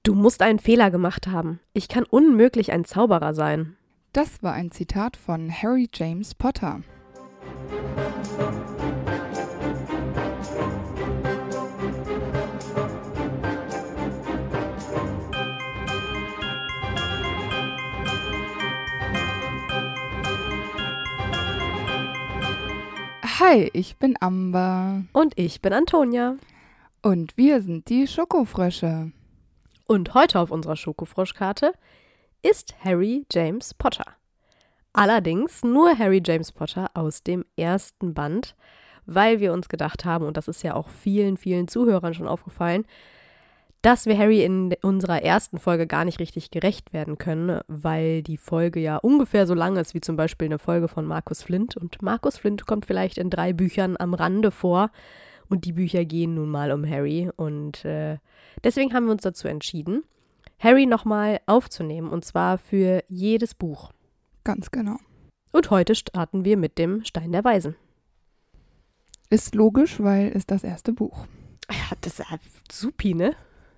Du musst einen Fehler gemacht haben. Ich kann unmöglich ein Zauberer sein. Das war ein Zitat von Harry James Potter. Hi, ich bin Amber. Und ich bin Antonia. Und wir sind die Schokofrösche. Und heute auf unserer Schokofroschkarte ist Harry James Potter. Allerdings nur Harry James Potter aus dem ersten Band, weil wir uns gedacht haben, und das ist ja auch vielen, vielen Zuhörern schon aufgefallen, dass wir Harry in unserer ersten Folge gar nicht richtig gerecht werden können, weil die Folge ja ungefähr so lang ist wie zum Beispiel eine Folge von Markus Flint. Und Markus Flint kommt vielleicht in 3 Büchern am Rande vor. Und die Bücher gehen nun mal um Harry. Und deswegen haben wir uns dazu entschieden, Harry nochmal aufzunehmen. Und zwar für jedes Buch. Ganz genau. Und heute starten wir mit dem Stein der Weisen. Ist logisch, weil es das erste Buch. Ja, das ist supi, ne?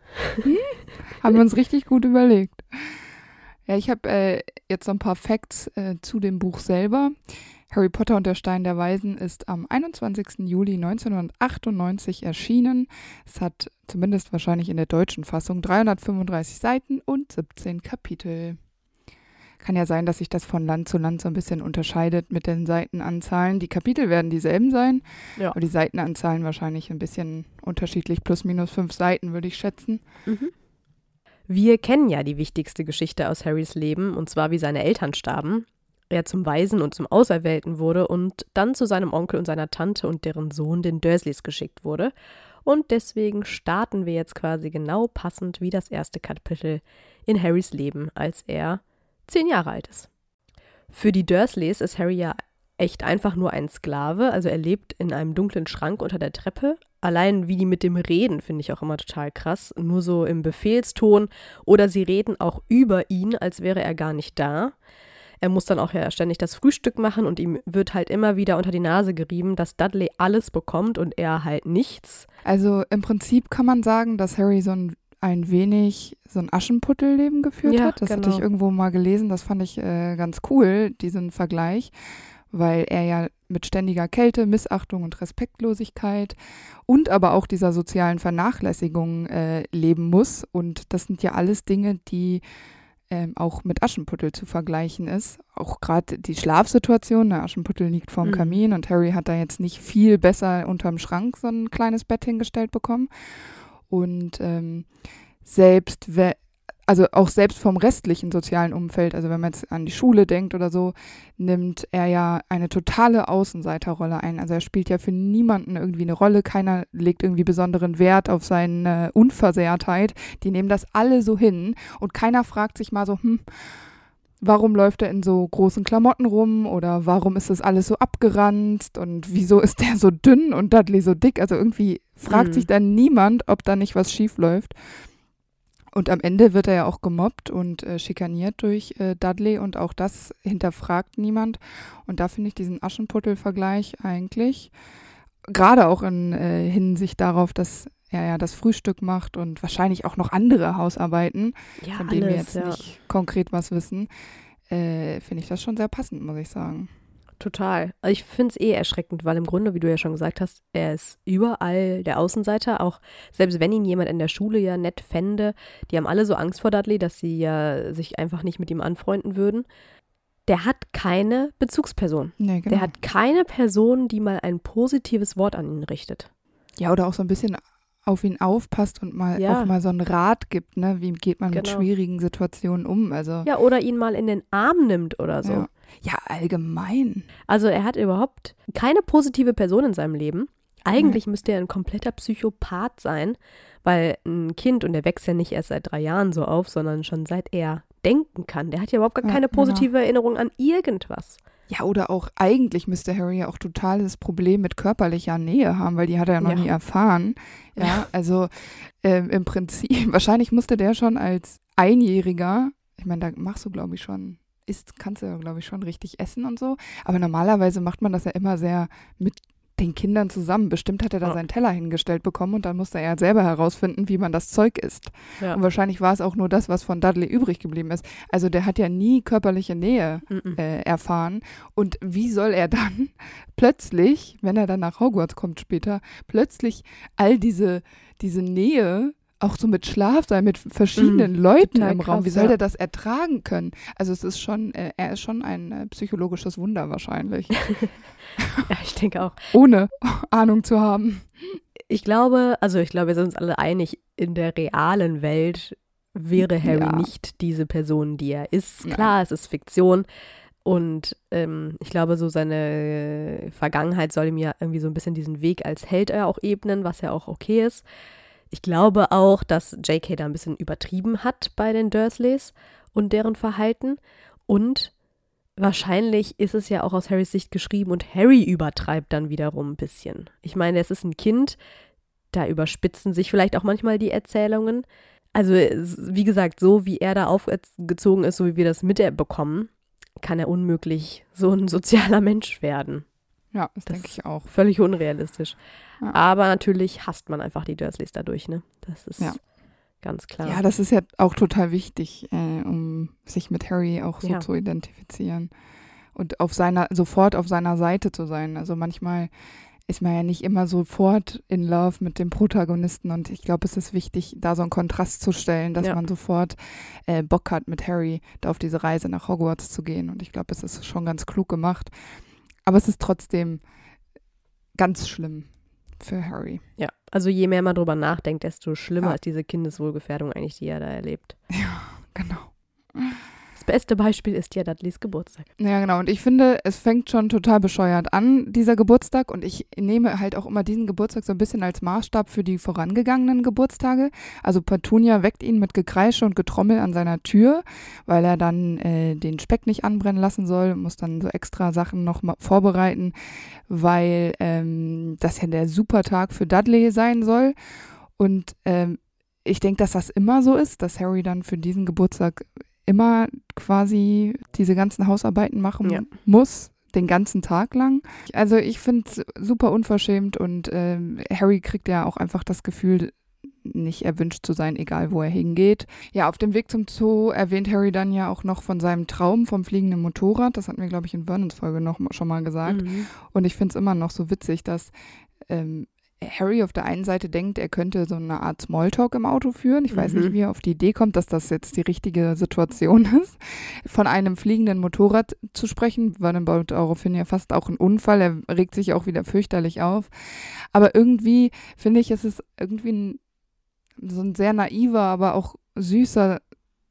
Haben wir uns richtig gut überlegt. Ja, ich habe jetzt so ein paar Facts zu dem Buch selber. Harry Potter und der Stein der Weisen ist am 21. Juli 1998 erschienen. Es hat zumindest wahrscheinlich in der deutschen Fassung 335 Seiten und 17 Kapitel. Kann ja sein, dass sich das von Land zu Land so ein bisschen unterscheidet mit den Seitenanzahlen. Die Kapitel werden dieselben sein, Ja. aber die Seitenanzahlen wahrscheinlich ein bisschen unterschiedlich. Plus minus 5 Seiten, würde ich schätzen. Mhm. Wir kennen ja die wichtigste Geschichte aus Harrys Leben, und zwar wie seine Eltern starben. Er zum Waisen und zum Auserwählten wurde und dann zu seinem Onkel und seiner Tante und deren Sohn, den Dursleys, geschickt wurde. Und deswegen starten wir jetzt quasi genau passend wie das erste Kapitel in Harrys Leben, als er 10 Jahre alt ist. Für die Dursleys ist Harry ja echt einfach nur ein Sklave, also er lebt in einem dunklen Schrank unter der Treppe. Allein wie die mit dem reden, finde ich auch immer total krass, nur so im Befehlston, oder sie reden auch über ihn, als wäre er gar nicht da. Er muss dann auch ja ständig das Frühstück machen und ihm wird halt immer wieder unter die Nase gerieben, dass Dudley alles bekommt und er halt nichts. Also im Prinzip kann man sagen, dass Harry so ein wenig so ein Aschenputtelleben geführt hat. Das hatte ich irgendwo mal gelesen, das fand ich ganz cool, diesen Vergleich, weil er ja mit ständiger Kälte, Missachtung und Respektlosigkeit und aber auch dieser sozialen Vernachlässigung leben muss. Und das sind ja alles Dinge, die auch mit Aschenputtel zu vergleichen ist. Auch gerade die Schlafsituation, der Aschenputtel liegt vorm Kamin und Harry hat da jetzt nicht viel besser unterm Schrank so ein kleines Bett hingestellt bekommen. Und selbst vom restlichen sozialen Umfeld, also wenn man jetzt an die Schule denkt oder so, nimmt er ja eine totale Außenseiterrolle ein. Also er spielt ja für niemanden irgendwie eine Rolle, keiner legt irgendwie besonderen Wert auf seine Unversehrtheit. Die nehmen das alle so hin und keiner fragt sich mal so, warum läuft er in so großen Klamotten rum oder warum ist das alles so abgeranzt und wieso ist der so dünn und Dudley so dick? Also irgendwie fragt sich dann niemand, ob da nicht was schief läuft. Und am Ende wird er ja auch gemobbt und schikaniert durch Dudley und auch das hinterfragt niemand. Und da finde ich diesen Aschenputtel-Vergleich eigentlich, gerade auch in Hinsicht darauf, dass er ja das Frühstück macht und wahrscheinlich auch noch andere Hausarbeiten, Ja, von denen wir alles, jetzt nicht konkret was wissen, finde ich das schon sehr passend, muss ich sagen. Total. Also ich finde es erschreckend, weil im Grunde, wie du ja schon gesagt hast, er ist überall der Außenseiter. Auch selbst wenn ihn jemand in der Schule ja nett fände, die haben alle so Angst vor Dudley, dass sie ja sich einfach nicht mit ihm anfreunden würden. Der hat keine Bezugsperson. Nee, genau. Der hat keine Person, die mal ein positives Wort an ihn richtet. Ja, oder auch so ein bisschen auf ihn aufpasst und auch mal so einen Rat gibt, ne? Wie geht man mit schwierigen Situationen um? Also, ja, oder ihn mal in den Arm nimmt oder so. Ja, allgemein. Also er hat überhaupt keine positive Person in seinem Leben. Eigentlich müsste er ein kompletter Psychopath sein, weil ein Kind, und der wächst ja nicht erst seit 3 Jahren so auf, sondern schon seit er denken kann. Der hat ja überhaupt gar keine positive Erinnerung an irgendwas. Ja, oder auch eigentlich müsste Harry ja auch totales Problem mit körperlicher Nähe haben, weil die hat er ja noch nie erfahren. Ja, also im Prinzip, wahrscheinlich musste der schon als Einjähriger, ich meine, da machst du, glaube ich, schon, kannst du, glaube ich, schon richtig essen und so. Aber normalerweise macht man das ja immer sehr mit den Kindern zusammen. Bestimmt hat er da seinen Teller hingestellt bekommen und dann musste er selber herausfinden, wie man das Zeug isst. Ja. Und wahrscheinlich war es auch nur das, was von Dudley übrig geblieben ist. Also der hat ja nie körperliche Nähe erfahren. Und wie soll er dann plötzlich, wenn er dann nach Hogwarts kommt später, plötzlich all diese Nähe auch so mit Schlaf sein, mit verschiedenen Leuten im Raum. Wie soll der das ertragen können? Also es ist schon, er ist schon ein psychologisches Wunder wahrscheinlich. Ja, ich denke auch. Ohne Ahnung zu haben. Ich glaube, wir sind uns alle einig, in der realen Welt wäre Harry nicht diese Person, die er ist. Klar, es ist Fiktion. Und ich glaube, so seine Vergangenheit soll ihm ja irgendwie so ein bisschen diesen Weg als Held auch ebnen, was ja auch okay ist. Ich glaube auch, dass J.K. da ein bisschen übertrieben hat bei den Dursleys und deren Verhalten. Und wahrscheinlich ist es ja auch aus Harrys Sicht geschrieben und Harry übertreibt dann wiederum ein bisschen. Ich meine, es ist ein Kind, da überspitzen sich vielleicht auch manchmal die Erzählungen. Also wie gesagt, so wie er da aufgezogen ist, so wie wir das mitbekommen, kann er unmöglich so ein sozialer Mensch werden. Ja, das denke ich auch. Völlig unrealistisch. Ja. Aber natürlich hasst man einfach die Dursleys dadurch, ne? Das ist ganz klar. Ja, das ist ja auch total wichtig, um sich mit Harry auch so zu identifizieren. Und sofort auf seiner Seite zu sein. Also manchmal ist man ja nicht immer sofort in Love mit dem Protagonisten. Und ich glaube, es ist wichtig, da so einen Kontrast zu stellen, dass man sofort Bock hat, mit Harry da auf diese Reise nach Hogwarts zu gehen. Und ich glaube, es ist schon ganz klug gemacht. Aber es ist trotzdem ganz schlimm für Harry. Ja, also je mehr man drüber nachdenkt, desto schlimmer ist diese Kindeswohlgefährdung eigentlich, die er da erlebt. Ja, genau. Das beste Beispiel ist ja Dudleys Geburtstag. Ja, genau. Und ich finde, es fängt schon total bescheuert an, dieser Geburtstag. Und ich nehme halt auch immer diesen Geburtstag so ein bisschen als Maßstab für die vorangegangenen Geburtstage. Also Petunia weckt ihn mit Gekreische und Getrommel an seiner Tür, weil er dann den Speck nicht anbrennen lassen soll, muss dann so extra Sachen noch mal vorbereiten, weil das ja der super Tag für Dudley sein soll. Und ich denke, dass das immer so ist, dass Harry dann für diesen Geburtstag immer quasi diese ganzen Hausarbeiten machen muss, den ganzen Tag lang. Also ich finde es super unverschämt und Harry kriegt ja auch einfach das Gefühl, nicht erwünscht zu sein, egal wo er hingeht. Ja, auf dem Weg zum Zoo erwähnt Harry dann ja auch noch von seinem Traum vom fliegenden Motorrad. Das hatten wir, glaube ich, in Vernons Folge schon mal gesagt. Und ich finde es immer noch so witzig, dass Harry auf der einen Seite denkt, er könnte so eine Art Smalltalk im Auto führen. Ich weiß nicht, wie er auf die Idee kommt, dass das jetzt die richtige Situation ist, von einem fliegenden Motorrad zu sprechen. Vernon baut daraufhin ja fast auch einen Unfall. Er regt sich auch wieder fürchterlich auf. Aber irgendwie finde ich, es ist irgendwie so ein sehr naiver, aber auch süßer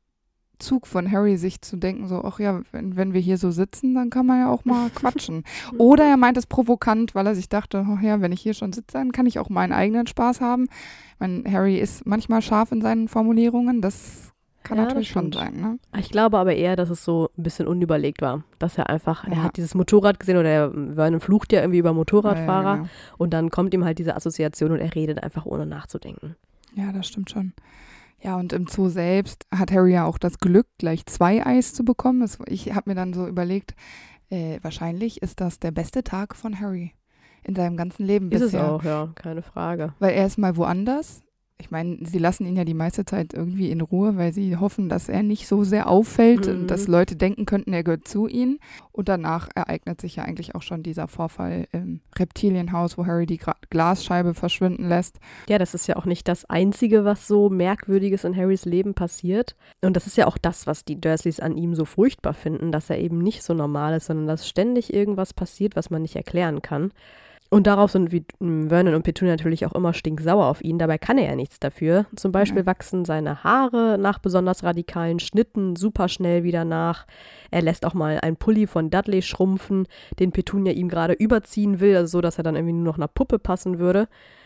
Zug von Harry, sich zu denken, so, ach ja, wenn wir hier so sitzen, dann kann man ja auch mal quatschen. Oder er meint es provokant, weil er sich dachte, ach ja, wenn ich hier schon sitze, dann kann ich auch meinen eigenen Spaß haben. Ich meine, Harry ist manchmal scharf in seinen Formulierungen, das kann natürlich schon sein, ne? Ich glaube aber eher, dass es so ein bisschen unüberlegt war, dass er einfach, er hat dieses Motorrad gesehen oder Vernon flucht ja irgendwie über Motorradfahrer genau. Und dann kommt ihm halt diese Assoziation und er redet einfach ohne nachzudenken. Ja, das stimmt schon. Ja, und im Zoo selbst hat Harry ja auch das Glück, gleich 2 Eis zu bekommen. Ich habe mir dann so überlegt, wahrscheinlich ist das der beste Tag von Harry in seinem ganzen Leben bisher. Ist es auch, ja, keine Frage. Weil er ist mal woanders. Ich meine, sie lassen ihn ja die meiste Zeit irgendwie in Ruhe, weil sie hoffen, dass er nicht so sehr auffällt und dass Leute denken könnten, er gehört zu ihnen. Und danach ereignet sich ja eigentlich auch schon dieser Vorfall im Reptilienhaus, wo Harry die Glasscheibe verschwinden lässt. Ja, das ist ja auch nicht das Einzige, was so Merkwürdiges in Harrys Leben passiert. Und das ist ja auch das, was die Dursleys an ihm so furchtbar finden, dass er eben nicht so normal ist, sondern dass ständig irgendwas passiert, was man nicht erklären kann. Und darauf sind Vernon und Petunia natürlich auch immer stinksauer auf ihn. Dabei kann er ja nichts dafür. Zum Beispiel wachsen seine Haare nach besonders radikalen Schnitten super schnell wieder nach. Er lässt auch mal einen Pulli von Dudley schrumpfen, den Petunia ihm gerade überziehen will, also so, dass er dann irgendwie nur noch einer Puppe passen würde.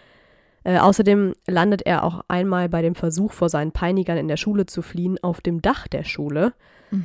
Außerdem landet er auch einmal bei dem Versuch, vor seinen Peinigern in der Schule zu fliehen, auf dem Dach der Schule.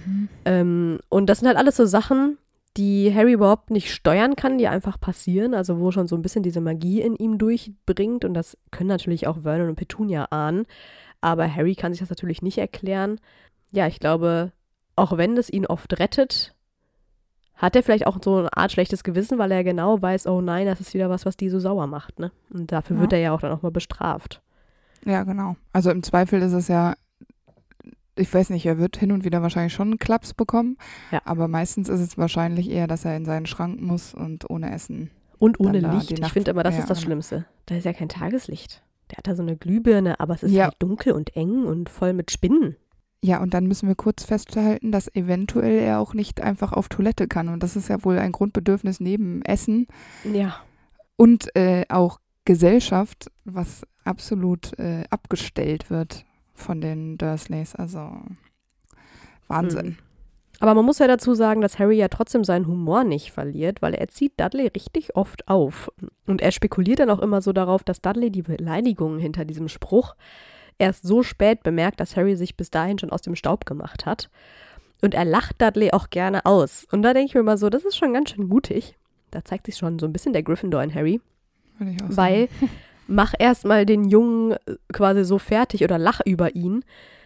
Und das sind halt alles so Sachen, die Harry überhaupt nicht steuern kann, die einfach passieren, also wo schon so ein bisschen diese Magie in ihm durchbringt und das können natürlich auch Vernon und Petunia ahnen, aber Harry kann sich das natürlich nicht erklären. Ja, ich glaube, auch wenn es ihn oft rettet, hat er vielleicht auch so eine Art schlechtes Gewissen, weil er genau weiß, oh nein, das ist wieder was die so sauer macht, ne? Und dafür wird er ja auch dann auch mal bestraft. Ja, genau. Also im Zweifel ist es ja, ich weiß nicht, er wird hin und wieder wahrscheinlich schon einen Klaps bekommen, aber meistens ist es wahrscheinlich eher, dass er in seinen Schrank muss und ohne Essen. Und ohne Licht. Ich finde immer, das ist das Schlimmste. Da ist ja kein Tageslicht. Der hat da so eine Glühbirne, aber es ist halt dunkel und eng und voll mit Spinnen. Ja, und dann müssen wir kurz festhalten, dass eventuell er auch nicht einfach auf Toilette kann. Und das ist ja wohl ein Grundbedürfnis neben Essen. Ja. Und auch Gesellschaft, was absolut abgestellt wird von den Dursleys. Also Wahnsinn. Aber man muss ja dazu sagen, dass Harry ja trotzdem seinen Humor nicht verliert, weil er zieht Dudley richtig oft auf. Und er spekuliert dann auch immer so darauf, dass Dudley die Beleidigungen hinter diesem Spruch erst so spät bemerkt, dass Harry sich bis dahin schon aus dem Staub gemacht hat. Und er lacht Dudley auch gerne aus. Und da denke ich mir mal so, das ist schon ganz schön mutig. Da zeigt sich schon so ein bisschen der Gryffindor in Harry. Würde ich auch sagen. Weil mach erstmal den Jungen quasi so fertig oder lach über ihn,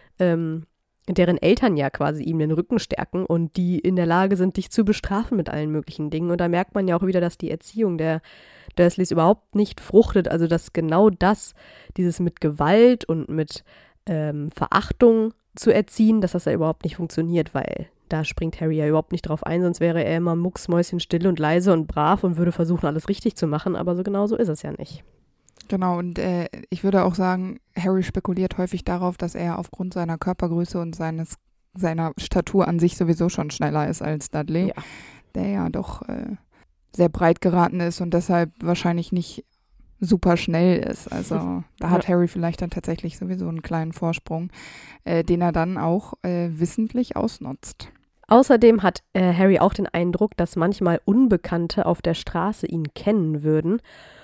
deren Eltern ja quasi ihm den Rücken stärken und die in der Lage sind, dich zu bestrafen mit allen möglichen Dingen. Und da merkt man ja auch wieder, dass die Erziehung der Dursleys überhaupt nicht fruchtet. Also dass genau das, dieses mit Gewalt und mit Verachtung zu erziehen, dass das ja überhaupt nicht funktioniert, weil da springt Harry ja überhaupt nicht drauf ein, sonst wäre er immer mucksmäuschenstill und leise und brav und würde versuchen, alles richtig zu machen, aber so genau so ist es ja nicht. Genau, und ich würde auch sagen, Harry spekuliert häufig darauf, dass er aufgrund seiner Körpergröße und seiner Statur an sich sowieso schon schneller ist als Dudley, der ja doch sehr breit geraten ist und deshalb wahrscheinlich nicht super schnell ist. Also da hat Harry vielleicht dann tatsächlich sowieso einen kleinen Vorsprung, den er dann auch wissentlich ausnutzt. Außerdem hat Harry auch den Eindruck, dass manchmal Unbekannte auf der Straße ihn kennen würden.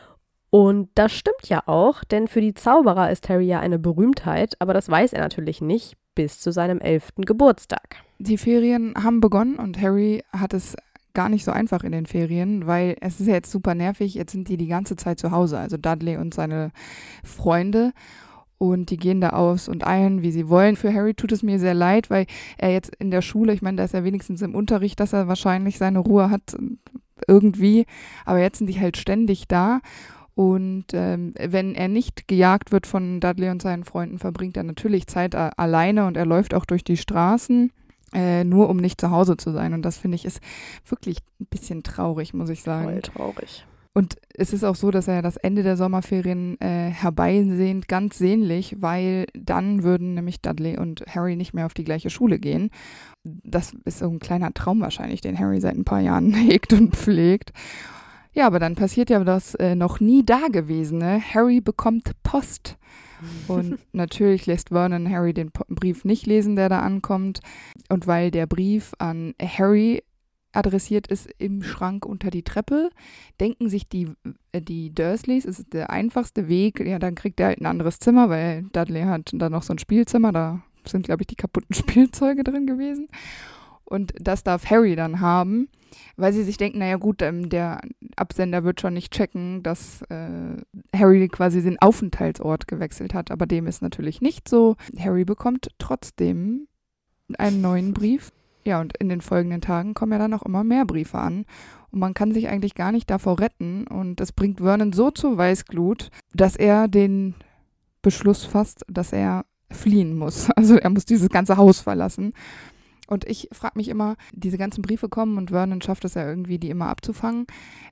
Und das stimmt ja auch, denn für die Zauberer ist Harry ja eine Berühmtheit, aber das weiß er natürlich nicht bis zu seinem 11. Geburtstag. Die Ferien haben begonnen und Harry hat es gar nicht so einfach in den Ferien, weil es ist ja jetzt super nervig, jetzt sind die ganze Zeit zu Hause, also Dudley und seine Freunde. Und die gehen da aus und ein, wie sie wollen. Für Harry tut es mir sehr leid, weil er jetzt in der Schule, ich meine, da ist er wenigstens im Unterricht, dass er wahrscheinlich seine Ruhe hat irgendwie, aber jetzt sind die halt ständig da. Und wenn er nicht gejagt wird von Dudley und seinen Freunden, verbringt er natürlich Zeit alleine und er läuft auch durch die Straßen, nur um nicht zu Hause zu sein. Und das, finde ich, ist wirklich ein bisschen traurig, muss ich sagen. Voll traurig. Und es ist auch so, dass er das Ende der Sommerferien herbeisehnt, ganz sehnlich, weil dann würden nämlich Dudley und Harry nicht mehr auf die gleiche Schule gehen. Das ist so ein kleiner Traum wahrscheinlich, den Harry seit ein paar Jahren hegt und pflegt. Ja, aber dann passiert ja das noch nie Dagewesene. Harry bekommt Post. Und natürlich lässt Vernon Harry den Brief nicht lesen, der da ankommt. Und weil der Brief an Harry adressiert ist im Schrank unter die Treppe, denken sich die Dursleys, es ist der einfachste Weg, ja, dann kriegt er halt ein anderes Zimmer, weil Dudley hat da noch so ein Spielzimmer, da sind, glaube ich, die kaputten Spielzeuge drin gewesen. Und das darf Harry dann haben, weil sie sich denken, naja gut, der Absender wird schon nicht checken, dass Harry quasi den Aufenthaltsort gewechselt hat. Aber dem ist natürlich nicht so. Harry bekommt trotzdem einen neuen Brief. Ja, und in den folgenden Tagen kommen ja dann auch immer mehr Briefe an. Und man kann sich eigentlich gar nicht davor retten. Und das bringt Vernon so zur Weißglut, dass er den Beschluss fasst, dass er fliehen muss. Also er muss dieses ganze Haus verlassen. Und ich frage mich immer, diese ganzen Briefe kommen und Vernon schafft es ja irgendwie, die immer abzufangen.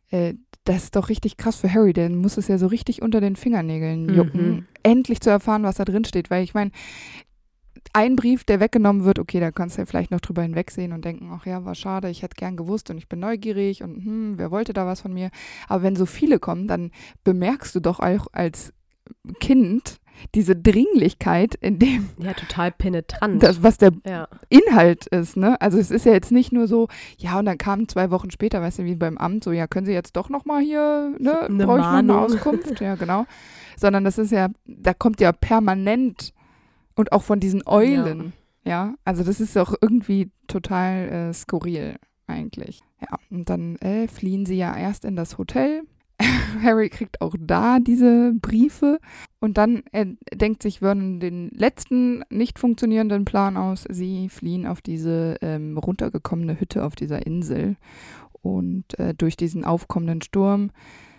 Das ist doch richtig krass für Harry, der muss es ja so richtig unter den Fingernägeln jucken, endlich zu erfahren, was da drin steht. Weil ich meine, ein Brief, der weggenommen wird, okay, da kannst du ja vielleicht noch drüber hinwegsehen und denken, ach ja, war schade, ich hätte gern gewusst und ich bin neugierig und wer wollte da was von mir. Aber wenn so viele kommen, dann bemerkst du doch auch als Kind diese Dringlichkeit, in dem ja, total penetrant. Das, was der Inhalt ist, ne? Also es ist ja jetzt nicht nur so, ja, und dann kamen 2 Wochen später, weißt du, wie beim Amt, so, ja, können Sie jetzt doch nochmal hier, ne, brauche ich noch eine Auskunft? Ja, genau. Sondern das ist ja, da kommt ja permanent und auch von diesen Eulen, ja. Also das ist auch irgendwie total skurril eigentlich. Ja, und dann fliehen sie ja erst in das Hotel, Harry kriegt auch da diese Briefe und dann denkt sich Vernon den letzten nicht funktionierenden Plan aus. Sie fliehen auf diese runtergekommene Hütte auf dieser Insel und durch diesen aufkommenden Sturm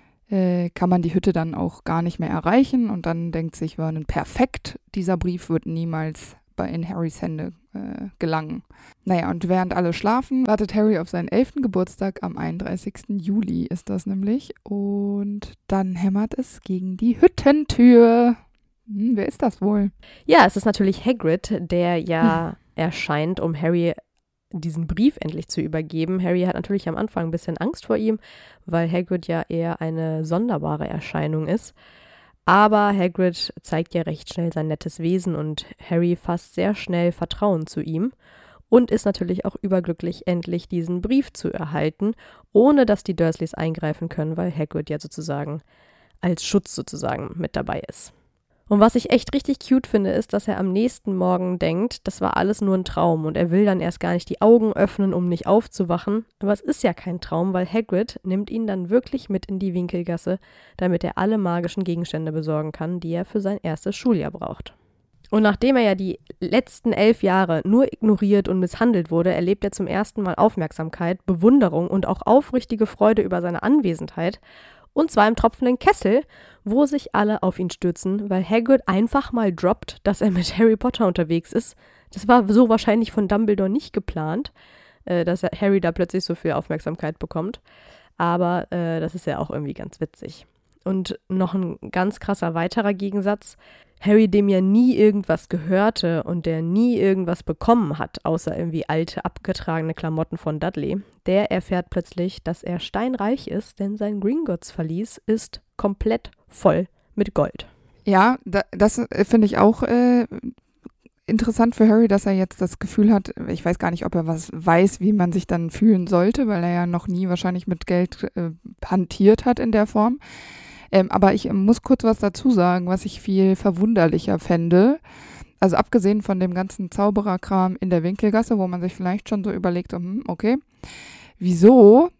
kann man die Hütte dann auch gar nicht mehr erreichen und dann denkt sich Vernon, perfekt, dieser Brief wird niemals in Harrys Hände gelangen. Naja, und während alle schlafen, wartet Harry auf seinen 11. Geburtstag am 31. Juli ist das nämlich. Und dann hämmert es gegen die Hüttentür. Wer ist das wohl? Ja, es ist natürlich Hagrid, der ja erscheint, um Harry diesen Brief endlich zu übergeben. Harry hat natürlich am Anfang ein bisschen Angst vor ihm, weil Hagrid ja eher eine sonderbare Erscheinung ist. Aber Hagrid zeigt ja recht schnell sein nettes Wesen und Harry fasst sehr schnell Vertrauen zu ihm und ist natürlich auch überglücklich, endlich diesen Brief zu erhalten, ohne dass die Dursleys eingreifen können, weil Hagrid ja sozusagen als Schutz sozusagen mit dabei ist. Und was ich echt richtig cute finde, ist, dass er am nächsten Morgen denkt, das war alles nur ein Traum und er will dann erst gar nicht die Augen öffnen, um nicht aufzuwachen. Aber es ist ja kein Traum, weil Hagrid nimmt ihn dann wirklich mit in die Winkelgasse, damit er alle magischen Gegenstände besorgen kann, die er für sein erstes Schuljahr braucht. Und nachdem er ja die letzten 11 Jahre nur ignoriert und misshandelt wurde, erlebt er zum ersten Mal Aufmerksamkeit, Bewunderung und auch aufrichtige Freude über seine Anwesenheit. Und zwar im tropfenden Kessel, wo sich alle auf ihn stürzen, weil Hagrid einfach mal droppt, dass er mit Harry Potter unterwegs ist. Das war so wahrscheinlich von Dumbledore nicht geplant, dass Harry da plötzlich so viel Aufmerksamkeit bekommt. Aber das ist ja auch irgendwie ganz witzig. Und noch ein ganz krasser weiterer Gegensatz. Harry, dem ja nie irgendwas gehörte und der nie irgendwas bekommen hat, außer irgendwie alte, abgetragene Klamotten von Dudley, der erfährt plötzlich, dass er steinreich ist, denn sein Gringotts-Verlies ist komplett voll mit Gold. Ja, das finde ich auch interessant für Harry, dass er jetzt das Gefühl hat, ich weiß gar nicht, ob er was weiß, wie man sich dann fühlen sollte, weil er ja noch nie wahrscheinlich mit Geld hantiert hat in der Form. Aber ich muss kurz was dazu sagen, was ich viel verwunderlicher fände. Also abgesehen von dem ganzen Zaubererkram in der Winkelgasse, wo man sich vielleicht schon so überlegt, okay, wieso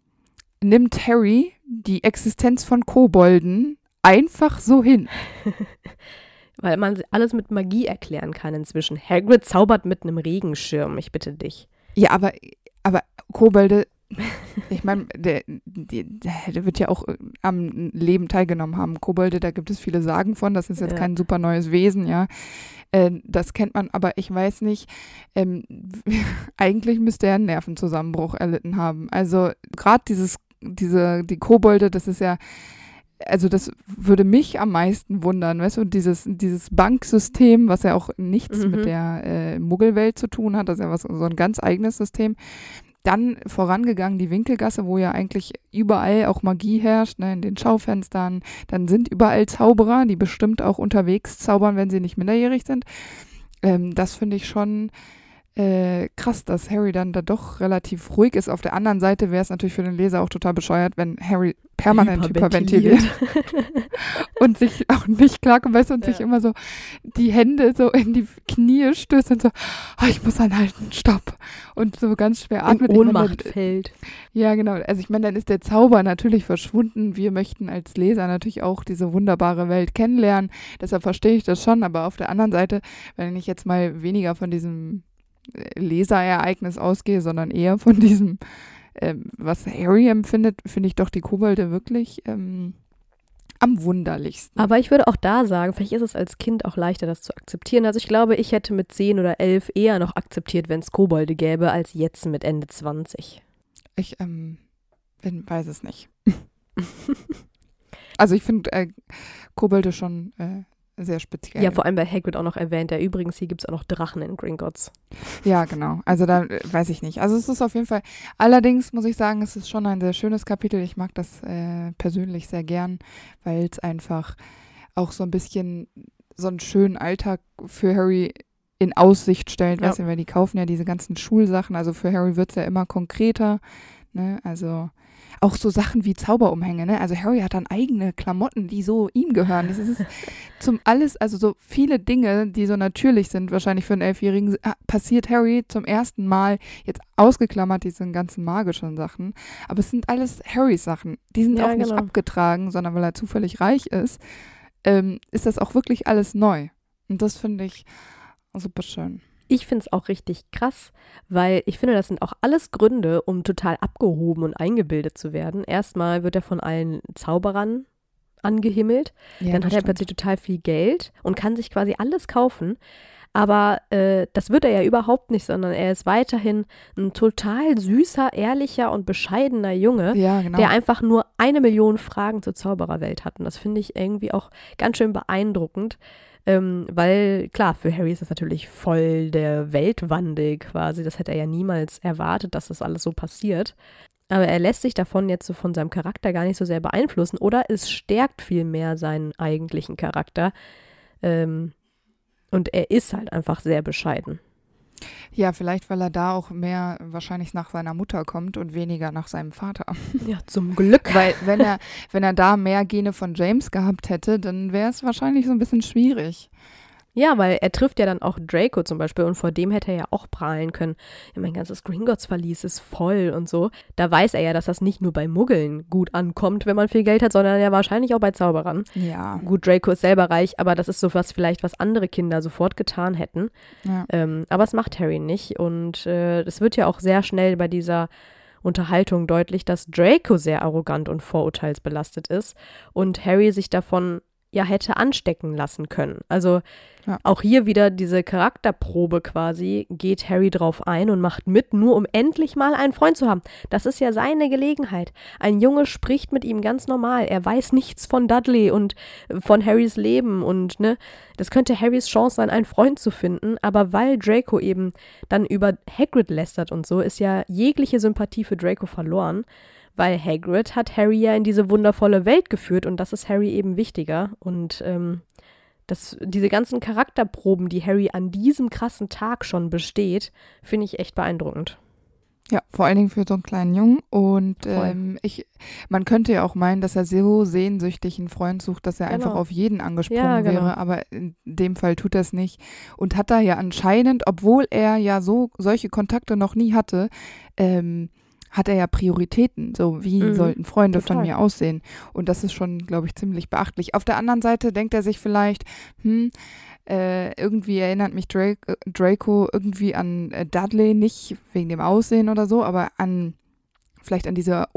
nimmt Harry die Existenz von Kobolden einfach so hin? Weil man alles mit Magie erklären kann inzwischen. Hagrid zaubert mit einem Regenschirm, ich bitte dich. Ja, aber Kobolde, ich meine, der wird ja auch am Leben teilgenommen haben. Kobolde, da gibt es viele Sagen von, das ist jetzt kein super neues Wesen, ja. Das kennt man, aber ich weiß nicht, eigentlich müsste er einen Nervenzusammenbruch erlitten haben. Also gerade die Kobolde, das ist ja, also das würde mich am meisten wundern, weißt du, dieses Banksystem, was ja auch nichts mit der Muggelwelt zu tun hat, das ist ja so ein ganz eigenes System. Dann vorangegangen die Winkelgasse, wo ja eigentlich überall auch Magie herrscht, ne, in den Schaufenstern. Dann sind überall Zauberer, die bestimmt auch unterwegs zaubern, wenn sie nicht minderjährig sind. Das finde ich schon krass, dass Harry dann da doch relativ ruhig ist. Auf der anderen Seite wäre es natürlich für den Leser auch total bescheuert, wenn Harry permanent hyperventiliert und sich auch nicht klarkommt, weißt du, und sich immer so die Hände so in die Knie stößt und so, ich muss anhalten, stopp. Und so ganz schwer atmet. In Ohnmacht fällt. Ja, genau. Also ich meine, dann ist der Zauber natürlich verschwunden. Wir möchten als Leser natürlich auch diese wunderbare Welt kennenlernen. Deshalb verstehe ich das schon. Aber auf der anderen Seite, wenn ich jetzt mal weniger von diesem Leserereignis ausgehe, sondern eher von diesem, was Harry empfindet, finde ich doch die Kobolde wirklich am wunderlichsten. Aber ich würde auch da sagen, vielleicht ist es als Kind auch leichter, das zu akzeptieren. Also ich glaube, ich hätte mit 10 oder 11 eher noch akzeptiert, wenn es Kobolde gäbe, als jetzt mit Ende 20. Ich weiß es nicht. Also ich finde Kobolde schon sehr speziell. Ja, vor allem, weil Hagrid auch noch erwähnt, übrigens, hier gibt es auch noch Drachen in Gringotts. Ja, genau. Also da weiß ich nicht. Also es ist auf jeden Fall, allerdings muss ich sagen, es ist schon ein sehr schönes Kapitel. Ich mag das persönlich sehr gern, weil es einfach auch so ein bisschen so einen schönen Alltag für Harry in Aussicht stellt. Ja. Weißt du, weil die kaufen ja diese ganzen Schulsachen. Also für Harry wird es ja immer konkreter. Ne? Also, auch so Sachen wie Zauberumhänge, ne? Also Harry hat dann eigene Klamotten, die so ihm gehören. Das ist also so viele Dinge, die so natürlich sind, wahrscheinlich für einen 11-Jährigen, passiert Harry zum ersten Mal, jetzt ausgeklammert diese ganzen magischen Sachen, aber es sind alles Harrys Sachen. Die sind auch nicht abgetragen, sondern weil er zufällig reich ist das auch wirklich alles neu. Und das finde ich super schön. Ich finde es auch richtig krass, weil ich finde, das sind auch alles Gründe, um total abgehoben und eingebildet zu werden. Erstmal wird er von allen Zauberern angehimmelt. Ja, dann hat er plötzlich total viel Geld und kann sich quasi alles kaufen. Aber das wird er ja überhaupt nicht, sondern er ist weiterhin ein total süßer, ehrlicher und bescheidener Junge, der einfach nur 1 Million Fragen zur Zaubererwelt hat. Und das finde ich irgendwie auch ganz schön beeindruckend, weil klar, für Harry ist das natürlich voll der Weltwandel quasi. Das hätte er ja niemals erwartet, dass das alles so passiert. Aber er lässt sich davon jetzt so von seinem Charakter gar nicht so sehr beeinflussen oder es stärkt viel mehr seinen eigentlichen Charakter. Und er ist halt einfach sehr bescheiden. Ja, vielleicht, weil er da auch mehr wahrscheinlich nach seiner Mutter kommt und weniger nach seinem Vater. Ja, zum Glück. Weil wenn er da mehr Gene von James gehabt hätte, dann wäre es wahrscheinlich so ein bisschen schwierig. Ja, weil er trifft ja dann auch Draco zum Beispiel und vor dem hätte er ja auch prahlen können. Ja, mein ganzes Gringotts-Verlies ist voll und so. Da weiß er ja, dass das nicht nur bei Muggeln gut ankommt, wenn man viel Geld hat, sondern ja wahrscheinlich auch bei Zauberern. Ja. Gut, Draco ist selber reich, aber das ist so was vielleicht, was andere Kinder sofort getan hätten. Ja. Aber es macht Harry nicht und es wird ja auch sehr schnell bei dieser Unterhaltung deutlich, dass Draco sehr arrogant und vorurteilsbelastet ist und Harry sich davon ja hätte anstecken lassen können. Also auch hier wieder diese Charakterprobe quasi, geht Harry drauf ein und macht mit, nur um endlich mal einen Freund zu haben. Das ist ja seine Gelegenheit. Ein Junge spricht mit ihm ganz normal. Er weiß nichts von Dudley und von Harrys Leben und ne, das könnte Harrys Chance sein, einen Freund zu finden, aber weil Draco eben dann über Hagrid lästert und so, ist ja jegliche Sympathie für Draco verloren. Weil Hagrid hat Harry ja in diese wundervolle Welt geführt und das ist Harry eben wichtiger. Und diese ganzen Charakterproben, die Harry an diesem krassen Tag schon besteht, finde ich echt beeindruckend. Ja, vor allen Dingen für so einen kleinen Jungen. Und man könnte ja auch meinen, dass er so sehnsüchtig einen Freund sucht, dass er einfach auf jeden angesprungen wäre. Aber in dem Fall tut er es nicht. Und hat da ja anscheinend, obwohl er ja solche Kontakte noch nie hatte, hat er ja Prioritäten, so wie sollten Freunde von mir aussehen. Und das ist schon, glaube ich, ziemlich beachtlich. Auf der anderen Seite denkt er sich vielleicht, irgendwie erinnert mich Draco irgendwie an Dudley, nicht wegen dem Aussehen oder so, aber vielleicht an dieser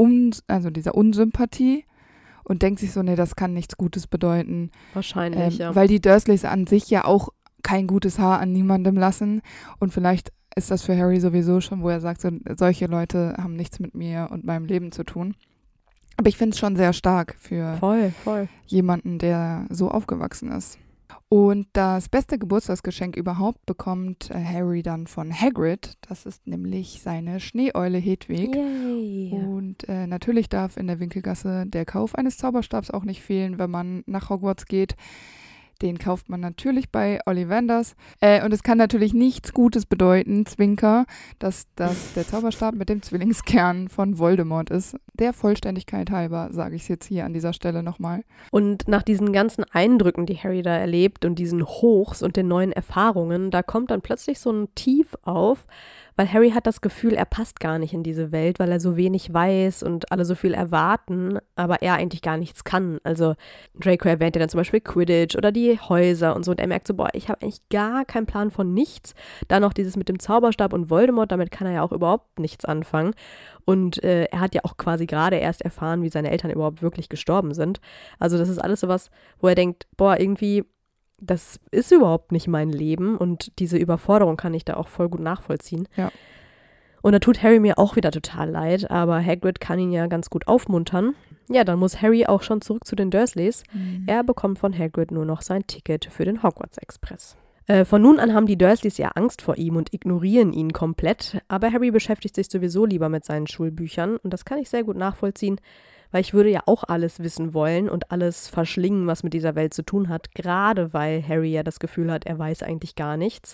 Unsympathie und denkt sich so, nee, das kann nichts Gutes bedeuten. Wahrscheinlich, ja. Weil die Dursleys an sich ja auch kein gutes Haar an niemandem lassen und vielleicht ist das für Harry sowieso schon, wo er sagt, solche Leute haben nichts mit mir und meinem Leben zu tun. Aber ich finde es schon sehr stark für jemanden, der so aufgewachsen ist. Und das beste Geburtstagsgeschenk überhaupt bekommt Harry dann von Hagrid. Das ist nämlich seine Schneeeule Hedwig. Yay. Und natürlich darf in der Winkelgasse der Kauf eines Zauberstabs auch nicht fehlen, wenn man nach Hogwarts geht. Den kauft man natürlich bei Ollivanders. Und es kann natürlich nichts Gutes bedeuten, Zwinker, dass das der Zauberstab mit dem Zwillingskern von Voldemort ist. Der Vollständigkeit halber sage ich es jetzt hier an dieser Stelle nochmal. Und nach diesen ganzen Eindrücken, die Harry da erlebt und diesen Hochs und den neuen Erfahrungen, da kommt dann plötzlich so ein Tief auf, weil Harry hat das Gefühl, er passt gar nicht in diese Welt, weil er so wenig weiß und alle so viel erwarten, aber er eigentlich gar nichts kann. Also Draco erwähnt ja dann zum Beispiel Quidditch oder die Häuser und so und er merkt so, boah, ich habe eigentlich gar keinen Plan von nichts. Dann noch dieses mit dem Zauberstab und Voldemort, damit kann er ja auch überhaupt nichts anfangen. Und er hat ja auch quasi gerade erst erfahren, wie seine Eltern überhaupt wirklich gestorben sind. Also das ist alles sowas, wo er denkt, boah, irgendwie das ist überhaupt nicht mein Leben und diese Überforderung kann ich da auch voll gut nachvollziehen. Ja. Und da tut Harry mir auch wieder total leid, aber Hagrid kann ihn ja ganz gut aufmuntern. Ja, dann muss Harry auch schon zurück zu den Dursleys. Er bekommt von Hagrid nur noch sein Ticket für den Hogwarts Express. Von nun an haben die Dursleys ja Angst vor ihm und ignorieren ihn komplett, aber Harry beschäftigt sich sowieso lieber mit seinen Schulbüchern und das kann ich sehr gut nachvollziehen, weil ich würde ja auch alles wissen wollen und alles verschlingen, was mit dieser Welt zu tun hat, gerade weil Harry ja das Gefühl hat, er weiß eigentlich gar nichts.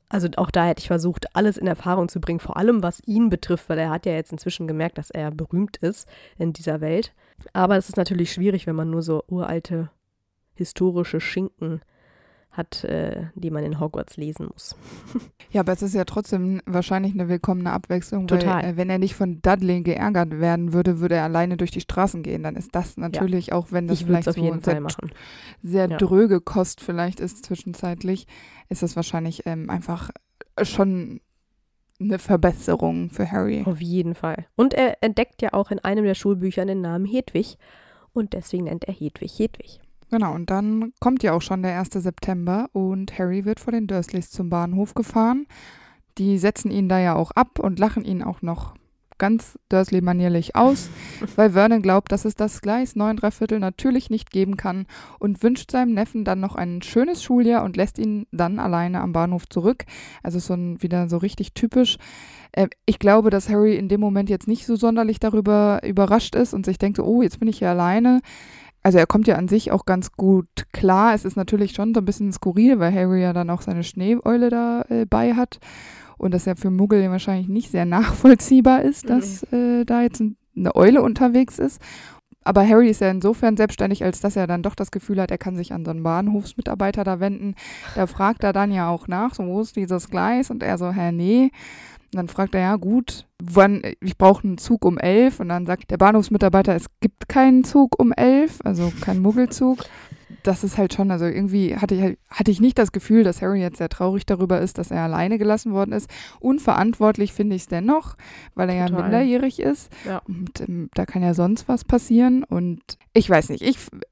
Also auch da hätte ich versucht, alles in Erfahrung zu bringen, vor allem was ihn betrifft, weil er hat ja jetzt inzwischen gemerkt, dass er berühmt ist in dieser Welt. Aber es ist natürlich schwierig, wenn man nur so uralte historische Schinken hat, die man in Hogwarts lesen muss. Ja, aber es ist ja trotzdem wahrscheinlich eine willkommene Abwechslung, Total. Weil wenn er nicht von Dudley geärgert werden würde, würde er alleine durch die Straßen gehen. Dann ist das natürlich, auch wenn das vielleicht auf jeden Fall sehr dröge Kost vielleicht ist zwischenzeitlich, ist das wahrscheinlich einfach schon eine Verbesserung für Harry. Auf jeden Fall. Und er entdeckt ja auch in einem der Schulbücher den Namen Hedwig und deswegen nennt er Hedwig Hedwig. Genau, und dann kommt ja auch schon der 1. September und Harry wird vor den Dursleys zum Bahnhof gefahren. Die setzen ihn da ja auch ab und lachen ihn auch noch ganz Dursley-manierlich aus, weil Vernon glaubt, dass es das Gleis 9¾ natürlich nicht geben kann und wünscht seinem Neffen dann noch ein schönes Schuljahr und lässt ihn dann alleine am Bahnhof zurück. Also wieder so richtig typisch. Ich glaube, dass Harry in dem Moment jetzt nicht so sonderlich darüber überrascht ist und sich denkt, so, oh, jetzt bin ich hier alleine. Also er kommt ja an sich auch ganz gut klar. Es ist natürlich schon so ein bisschen skurril, weil Harry ja dann auch seine Schneeeule dabei hat. Und das ja für Muggel ja wahrscheinlich nicht sehr nachvollziehbar ist, dass da jetzt eine Eule unterwegs ist. Aber Harry ist ja insofern selbstständig, als dass er dann doch das Gefühl hat, er kann sich an so einen Bahnhofsmitarbeiter da wenden. Da fragt er dann ja auch nach, so, wo ist dieses Gleis? Und er so, nee. Und dann fragt er, ja gut, ich brauche einen Zug um 11. Und dann sagt der Bahnhofsmitarbeiter, es gibt keinen Zug um 11, also keinen Muggelzug. Das ist halt schon, also irgendwie hatte ich nicht das Gefühl, dass Harry jetzt sehr traurig darüber ist, dass er alleine gelassen worden ist. Unverantwortlich finde ich es dennoch, weil er ja minderjährig ist. Ja. Und da kann ja sonst was passieren. Und ich weiß nicht,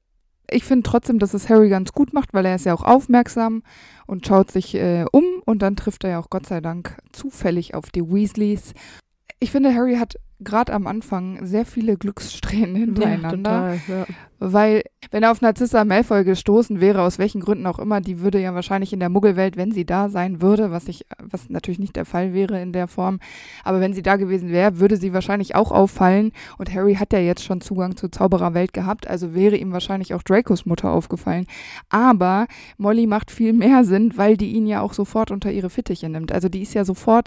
ich finde trotzdem, dass es Harry ganz gut macht, weil er ist ja auch aufmerksam und schaut sich um und dann trifft er ja auch Gott sei Dank zufällig auf die Weasleys. Ich finde, Harry hat gerade am Anfang sehr viele Glückssträhnen hintereinander, weil wenn er auf Narcissa Malfoy gestoßen wäre, aus welchen Gründen auch immer, die würde ja wahrscheinlich in der Muggelwelt, wenn sie da sein würde, was natürlich nicht der Fall wäre in der Form, aber wenn sie da gewesen wäre, würde sie wahrscheinlich auch auffallen und Harry hat ja jetzt schon Zugang zur Zaubererwelt gehabt, also wäre ihm wahrscheinlich auch Dracos Mutter aufgefallen, aber Molly macht viel mehr Sinn, weil die ihn ja auch sofort unter ihre Fittiche nimmt, also die ist ja sofort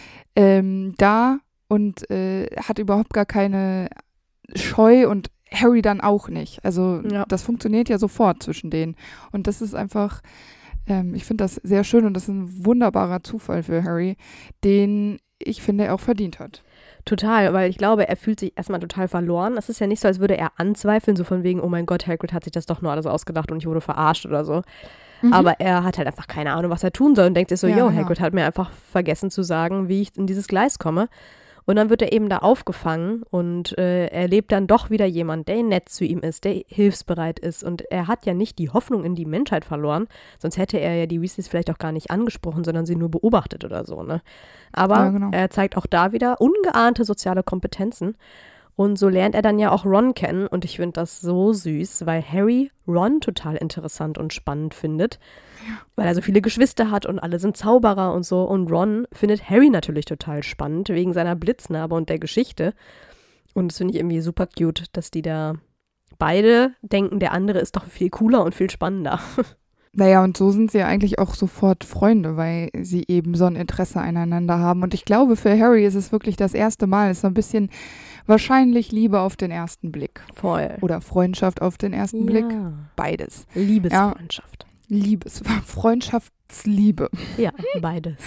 da und hat überhaupt gar keine Scheu und Harry dann auch nicht. Also das funktioniert ja sofort zwischen denen. Und das ist einfach, ich finde das sehr schön und das ist ein wunderbarer Zufall für Harry, den ich finde, er auch verdient hat. Total, weil ich glaube, er fühlt sich erstmal total verloren. Es ist ja nicht so, als würde er anzweifeln, so von wegen, oh mein Gott, Hagrid hat sich das doch nur alles ausgedacht und ich wurde verarscht oder so. Aber er hat halt einfach keine Ahnung, was er tun soll und denkt sich so, Hagrid hat mir einfach vergessen zu sagen, wie ich in dieses Gleis komme. Und dann wird er eben da aufgefangen und er erlebt dann doch wieder jemand, der nett zu ihm ist, der hilfsbereit ist. Und er hat ja nicht die Hoffnung in die Menschheit verloren, sonst hätte er ja die Weasleys vielleicht auch gar nicht angesprochen, sondern sie nur beobachtet oder so, ne? Aber er zeigt auch da wieder ungeahnte soziale Kompetenzen. Und so lernt er dann ja auch Ron kennen und ich finde das so süß, weil Harry Ron total interessant und spannend findet, weil er so viele Geschwister hat und alle sind Zauberer und so. Und Ron findet Harry natürlich total spannend wegen seiner Blitznarbe und der Geschichte. Und das finde ich irgendwie super cute, dass die da beide denken, der andere ist doch viel cooler und viel spannender. Naja, und so sind sie ja eigentlich auch sofort Freunde, weil sie eben so ein Interesse aneinander haben. Und ich glaube, für Harry ist es wirklich das erste Mal, ist so ein bisschen wahrscheinlich Liebe auf den ersten Blick. Voll. Oder Freundschaft auf den ersten Blick. Beides. Liebesfreundschaft. Freundschaftsliebe. Ja, beides.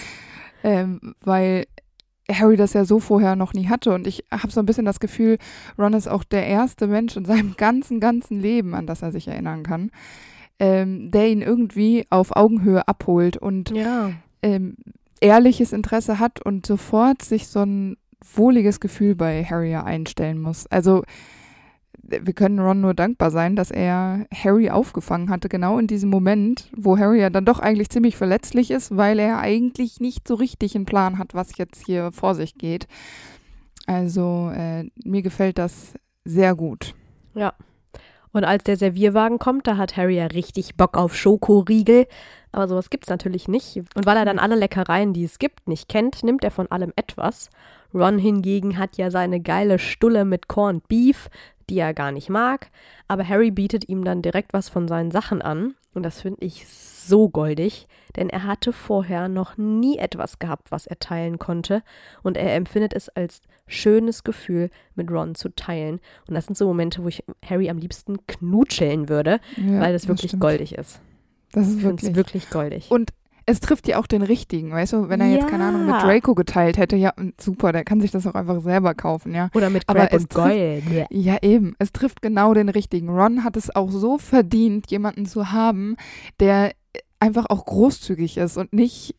Weil Harry das ja so vorher noch nie hatte. Und ich habe so ein bisschen das Gefühl, Ron ist auch der erste Mensch in seinem ganzen Leben, an das er sich erinnern kann, der ihn irgendwie auf Augenhöhe abholt und ehrliches Interesse hat und sofort sich so ein wohliges Gefühl bei Harry einstellen muss. Also wir können Ron nur dankbar sein, dass er Harry aufgefangen hatte, genau in diesem Moment, wo Harry ja dann doch eigentlich ziemlich verletzlich ist, weil er eigentlich nicht so richtig einen Plan hat, was jetzt hier vor sich geht. Also mir gefällt das sehr gut. Ja. Und als der Servierwagen kommt, da hat Harry ja richtig Bock auf Schokoriegel. Aber sowas gibt's natürlich nicht. Und weil er dann alle Leckereien, die es gibt, nicht kennt, nimmt er von allem etwas. Ron hingegen hat ja seine geile Stulle mit Corned Beef. die er gar nicht mag. Aber Harry bietet ihm dann direkt was von seinen Sachen an. Und das finde ich so goldig, denn er hatte vorher noch nie etwas gehabt, was er teilen konnte. Und er empfindet es als schönes Gefühl, mit Ron zu teilen. Und das sind so Momente, wo ich Harry am liebsten knutscheln würde, weil das wirklich goldig ist. Das ist wirklich goldig. Und es trifft ja auch den Richtigen, weißt du? Wenn er jetzt, keine Ahnung, mit Draco geteilt hätte, ja, super, der kann sich das auch einfach selber kaufen, ja. Oder mit Crab und Goyle. Ja, eben. Es trifft genau den Richtigen. Ron hat es auch so verdient, jemanden zu haben, der einfach auch großzügig ist und nicht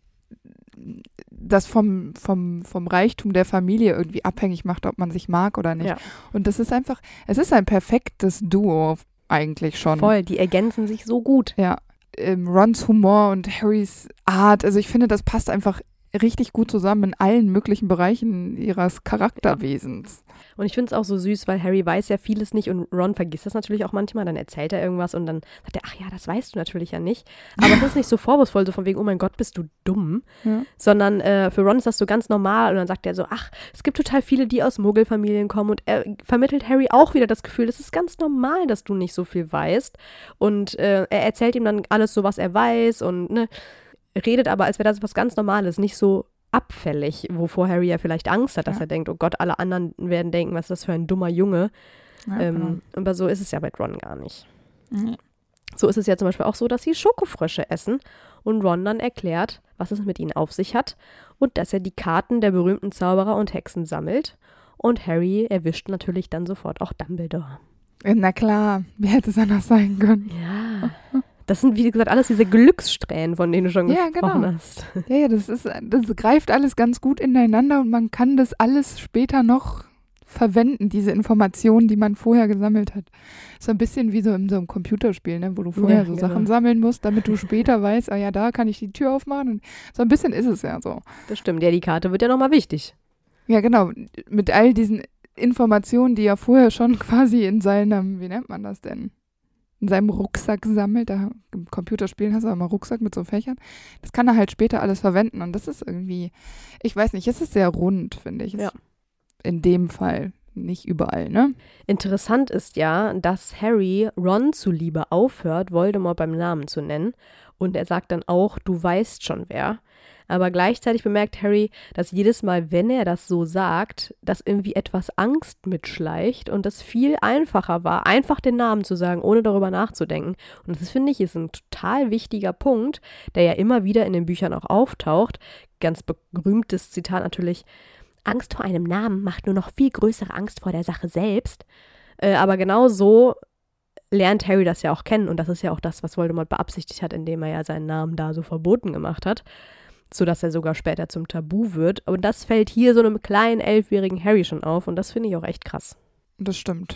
das vom Reichtum der Familie irgendwie abhängig macht, ob man sich mag oder nicht. Ja. Und das ist einfach, es ist ein perfektes Duo eigentlich schon. Voll, die ergänzen sich so gut. Ja. Rons Humor und Harrys Art, also ich finde, das passt einfach richtig gut zusammen in allen möglichen Bereichen ihres Charakterwesens. Und ich finde es auch so süß, weil Harry weiß ja vieles nicht und Ron vergisst das natürlich auch manchmal, dann erzählt er irgendwas und dann sagt er, ach ja, das weißt du natürlich ja nicht. Aber es ist nicht so vorwurfsvoll, so von wegen, oh mein Gott, bist du dumm, sondern für Ron ist das so ganz normal und dann sagt er so, ach, es gibt total viele, die aus Muggelfamilien kommen und er vermittelt Harry auch wieder das Gefühl, es ist ganz normal, dass du nicht so viel weißt und er erzählt ihm dann alles so, was er weiß und redet aber, als wäre das was ganz Normales, nicht so abfällig, wovor Harry ja vielleicht Angst hat, dass er denkt, oh Gott, alle anderen werden denken, was ist das für ein dummer Junge. Ja, aber so ist es ja bei Ron gar nicht. Mhm. So ist es ja zum Beispiel auch so, dass sie Schokofrösche essen und Ron dann erklärt, was es mit ihnen auf sich hat und dass er die Karten der berühmten Zauberer und Hexen sammelt und Harry erwischt natürlich dann sofort auch Dumbledore. Na klar, wie hätte es anders sein können? Ja. Das sind, wie gesagt, alles diese Glückssträhnen, von denen du schon gesprochen hast. Ja, das greift alles ganz gut ineinander und man kann das alles später noch verwenden, diese Informationen, die man vorher gesammelt hat. So ein bisschen wie so in so einem Computerspiel, ne, wo du vorher Sachen sammeln musst, damit du später weißt, ah ja, da kann ich die Tür aufmachen. Und so ein bisschen ist es ja so. Das stimmt, ja, die Karte wird ja nochmal wichtig. Ja, genau. Mit all diesen Informationen, die er vorher schon quasi in seinem, wie nennt man das denn? In seinem Rucksack sammelt, da im Computerspielen hast du immer Rucksack mit so Fächern, das kann er halt später alles verwenden und das ist irgendwie, ich weiß nicht, es ist sehr rund, finde ich. Ja. In dem Fall, nicht überall, ne? Interessant ist ja, dass Harry Ron zuliebe aufhört, Voldemort beim Namen zu nennen und er sagt dann auch, du weißt schon wer. Aber gleichzeitig bemerkt Harry, dass jedes Mal, wenn er das so sagt, dass irgendwie etwas Angst mitschleicht und es viel einfacher war, einfach den Namen zu sagen, ohne darüber nachzudenken. Und das, finde ich, ist ein total wichtiger Punkt, der ja immer wieder in den Büchern auch auftaucht. Ganz berühmtes Zitat natürlich, Angst vor einem Namen macht nur noch viel größere Angst vor der Sache selbst. Aber genau so lernt Harry das ja auch kennen und das ist ja auch das, was Voldemort beabsichtigt hat, indem er ja seinen Namen da so verboten gemacht hat. Sodass er sogar später zum Tabu wird. Und das fällt hier so einem kleinen 11-jährigen Harry schon auf und das finde ich auch echt krass. Das stimmt.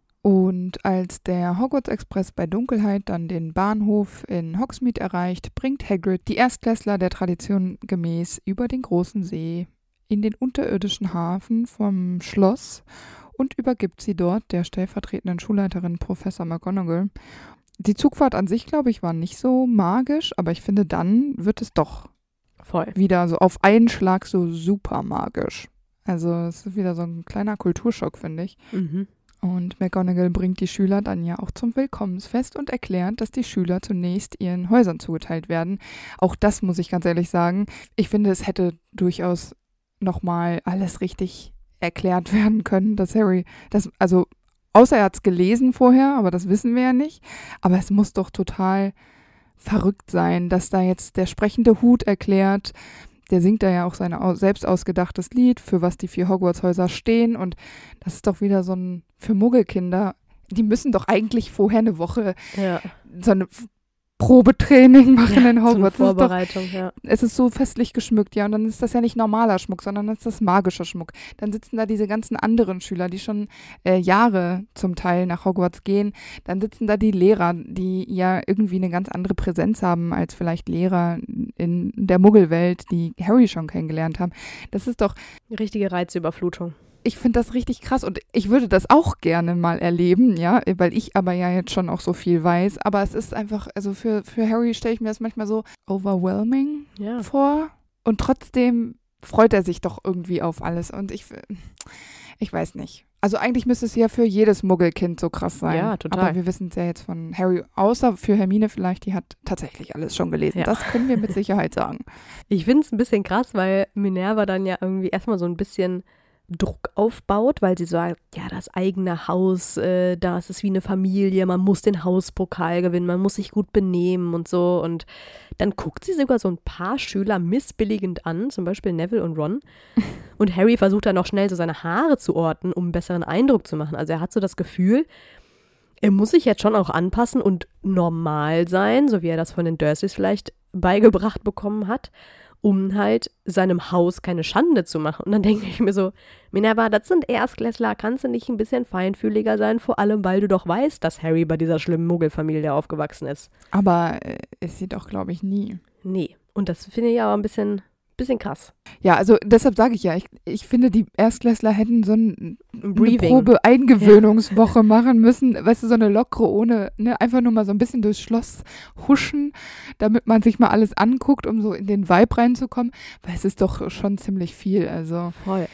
Und als der Hogwarts-Express bei Dunkelheit dann den Bahnhof in Hogsmeade erreicht, bringt Hagrid die Erstklässler der Tradition gemäß über den großen See in den unterirdischen Hafen vom Schloss und übergibt sie dort der stellvertretenden Schulleiterin Professor McGonagall. Die Zugfahrt an sich, glaube ich, war nicht so magisch, aber ich finde, dann wird es doch voll wieder so auf einen Schlag so super magisch. Also es ist wieder so ein kleiner Kulturschock, finde ich. Mhm. Und McGonagall bringt die Schüler dann ja auch zum Willkommensfest und erklärt, dass die Schüler zunächst ihren Häusern zugeteilt werden. Auch das muss ich ganz ehrlich sagen. Ich finde, es hätte durchaus nochmal alles richtig erklärt werden können, dass Harry, also außer er hat es gelesen vorher, aber das wissen wir ja nicht. Aber es muss doch total verrückt sein, dass da jetzt der sprechende Hut erklärt, der singt da ja auch sein selbst ausgedachtes Lied, für was die 4 Hogwarts-Häuser stehen und das ist doch wieder so ein, für Muggelkinder, die müssen doch eigentlich vorher eine Woche so eine Probetraining machen in Hogwarts. So eine Vorbereitung, Es ist so festlich geschmückt, ja, und dann ist das ja nicht normaler Schmuck, sondern das ist das magischer Schmuck. Dann sitzen da diese ganzen anderen Schüler, die schon Jahre zum Teil nach Hogwarts gehen. Dann sitzen da die Lehrer, die ja irgendwie eine ganz andere Präsenz haben als vielleicht Lehrer in der Muggelwelt, die Harry schon kennengelernt haben. Das ist doch richtige Reizüberflutung. Ich finde das richtig krass und ich würde das auch gerne mal erleben, ja, weil ich aber ja jetzt schon auch so viel weiß. Aber es ist einfach, also für Harry stelle ich mir das manchmal so overwhelming vor. Und trotzdem freut er sich doch irgendwie auf alles. Und ich weiß nicht. Also eigentlich müsste es ja für jedes Muggelkind so krass sein. Ja, total. Aber wir wissen es ja jetzt von Harry, außer für Hermine vielleicht, die hat tatsächlich alles schon gelesen. Ja. Das können wir mit Sicherheit sagen. Ich finde es ein bisschen krass, weil Minerva dann ja irgendwie erstmal so ein bisschen Druck aufbaut, weil sie sagt, ja, das eigene Haus, da ist es wie eine Familie, man muss den Hauspokal gewinnen, man muss sich gut benehmen und so. Und dann guckt sie sogar so ein paar Schüler missbilligend an, zum Beispiel Neville und Ron. Und Harry versucht dann noch schnell so seine Haare zu orten, um einen besseren Eindruck zu machen. Also er hat so das Gefühl, er muss sich jetzt schon auch anpassen und normal sein, so wie er das von den Dursleys vielleicht beigebracht bekommen hat, um halt seinem Haus keine Schande zu machen. Und dann denke ich mir so, Minerva, das sind Erstklässler, kannst du nicht ein bisschen feinfühliger sein, vor allem, weil du doch weißt, dass Harry bei dieser schlimmen Muggelfamilie aufgewachsen ist. Aber ist sie doch, glaube ich, nie. Nee, und das finde ich aber ein bisschen krass. Ja, also deshalb sage ich ja, ich finde, die Erstklässler hätten so eine Probe-Eingewöhnungswoche machen müssen. Weißt du, so eine lockere ohne, ne, einfach nur mal so ein bisschen durchs Schloss huschen, damit man sich mal alles anguckt, um so in den Vibe reinzukommen. Weil es ist doch schon ziemlich viel, also. Voll.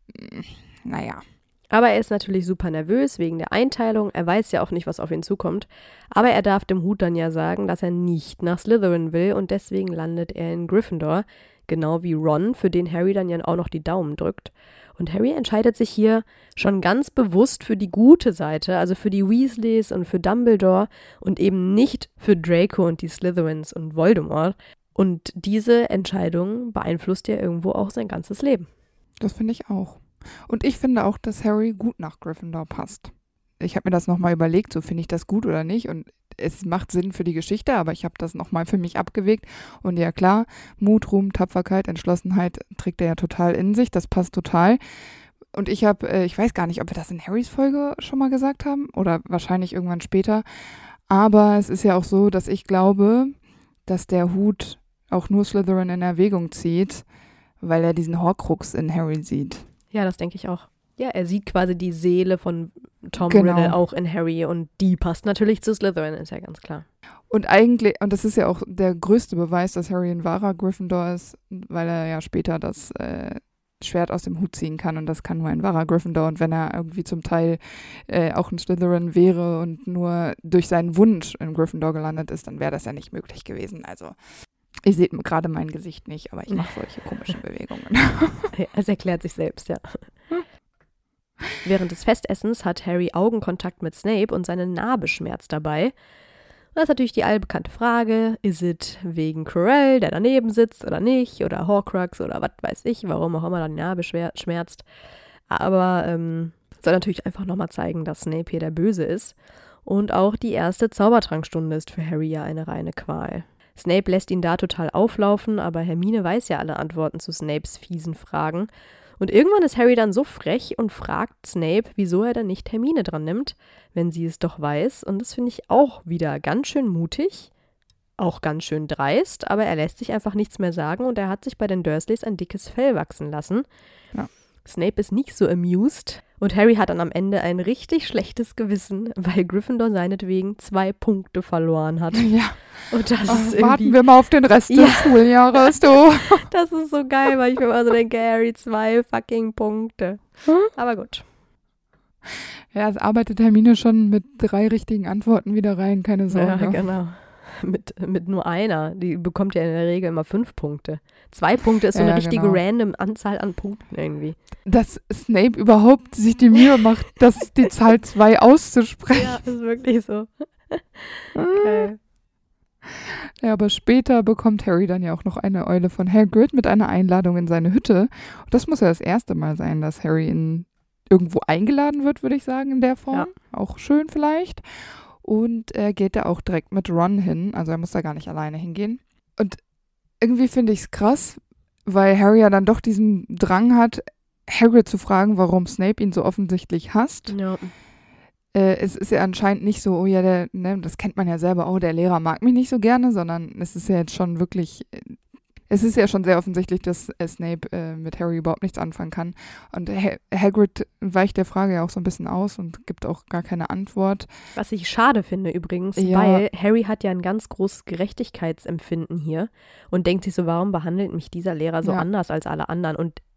Naja. Aber er ist natürlich super nervös wegen der Einteilung. Er weiß ja auch nicht, was auf ihn zukommt. Aber er darf dem Hut dann ja sagen, dass er nicht nach Slytherin will und deswegen landet er in Gryffindor. Genau wie Ron, für den Harry dann ja auch noch die Daumen drückt. Und Harry entscheidet sich hier schon ganz bewusst für die gute Seite, also für die Weasleys und für Dumbledore und eben nicht für Draco und die Slytherins und Voldemort. Und diese Entscheidung beeinflusst ja irgendwo auch sein ganzes Leben. Das finde ich auch. Und ich finde auch, dass Harry gut nach Gryffindor passt. Ich habe mir das nochmal überlegt, so finde ich das gut oder nicht. Und es macht Sinn für die Geschichte, aber ich habe das nochmal für mich abgewegt. Und ja klar, Mut, Ruhm, Tapferkeit, Entschlossenheit trägt er ja total in sich. Das passt total. Und ich weiß gar nicht, ob wir das in Harrys Folge schon mal gesagt haben oder wahrscheinlich irgendwann später. Aber es ist ja auch so, dass ich glaube, dass der Hut auch nur Slytherin in Erwägung zieht, weil er diesen Horcrux in Harry sieht. Ja, das denke ich auch. Ja, er sieht quasi die Seele von Tom Riddle auch in Harry und die passt natürlich zu Slytherin, ist ja ganz klar. Und eigentlich, und das ist ja auch der größte Beweis, dass Harry ein wahrer Gryffindor ist, weil er ja später das Schwert aus dem Hut ziehen kann und das kann nur ein wahrer Gryffindor. Und wenn er irgendwie zum Teil auch ein Slytherin wäre und nur durch seinen Wunsch in Gryffindor gelandet ist, dann wäre das ja nicht möglich gewesen. Also ihr seht gerade mein Gesicht nicht, aber ich mache solche komischen Bewegungen. Es erklärt sich selbst, ja. Während des Festessens hat Harry Augenkontakt mit Snape und seine Narbe schmerzt dabei. Und das ist natürlich die allbekannte Frage, ist es wegen Quirrell, der daneben sitzt oder nicht, oder Horcrux oder was weiß ich, warum auch immer da die Narbe schmerzt. Aber soll natürlich einfach nochmal zeigen, dass Snape hier der Böse ist. Und auch die erste Zaubertrankstunde ist für Harry ja eine reine Qual. Snape lässt ihn da total auflaufen, aber Hermine weiß ja alle Antworten zu Snapes fiesen Fragen. Und irgendwann ist Harry dann so frech und fragt Snape, wieso er dann nicht Hermine dran nimmt, wenn sie es doch weiß. Und das finde ich auch wieder ganz schön mutig, auch ganz schön dreist, aber er lässt sich einfach nichts mehr sagen und er hat sich bei den Dursleys ein dickes Fell wachsen lassen. Ja. Snape ist nicht so amused und Harry hat dann am Ende ein richtig schlechtes Gewissen, weil Gryffindor seinetwegen 2 Punkte verloren hat. Ja. Und das ist irgendwie, warten wir mal auf den Rest des Schuljahres, du. Das ist so geil, weil ich mir immer so denke, Harry, 2 fucking Punkte. Aber gut. Ja, es arbeitet Hermine schon mit 3 richtigen Antworten wieder rein, keine Sorge. Ja, genau. Mit nur einer. Die bekommt ja in der Regel immer 5 Punkte. 2 Punkte ist so eine richtige random Anzahl an Punkten irgendwie. Dass Snape überhaupt sich die Mühe macht, die Zahl 2 auszusprechen. Ja, ist wirklich so. Okay. Ja, aber später bekommt Harry dann ja auch noch eine Eule von Hagrid mit einer Einladung in seine Hütte. Und das muss ja das erste Mal sein, dass Harry irgendwo eingeladen wird, würde ich sagen, in der Form. Ja. Auch schön vielleicht. Und er geht da auch direkt mit Ron hin. Also er muss da gar nicht alleine hingehen. Und irgendwie finde ich es krass, weil Harry ja dann doch diesen Drang hat, Hagrid zu fragen, warum Snape ihn so offensichtlich hasst. Ja. Es ist ja anscheinend nicht so, oh ja, das kennt man ja selber, oh, der Lehrer mag mich nicht so gerne, sondern es ist ja jetzt schon wirklich, es ist ja schon sehr offensichtlich, dass Snape mit Harry überhaupt nichts anfangen kann. Und Hagrid weicht der Frage ja auch so ein bisschen aus und gibt auch gar keine Antwort. Was ich schade finde übrigens, weil Harry hat ja ein ganz großes Gerechtigkeitsempfinden hier und denkt sich so, warum behandelt mich dieser Lehrer so anders als alle anderen? Und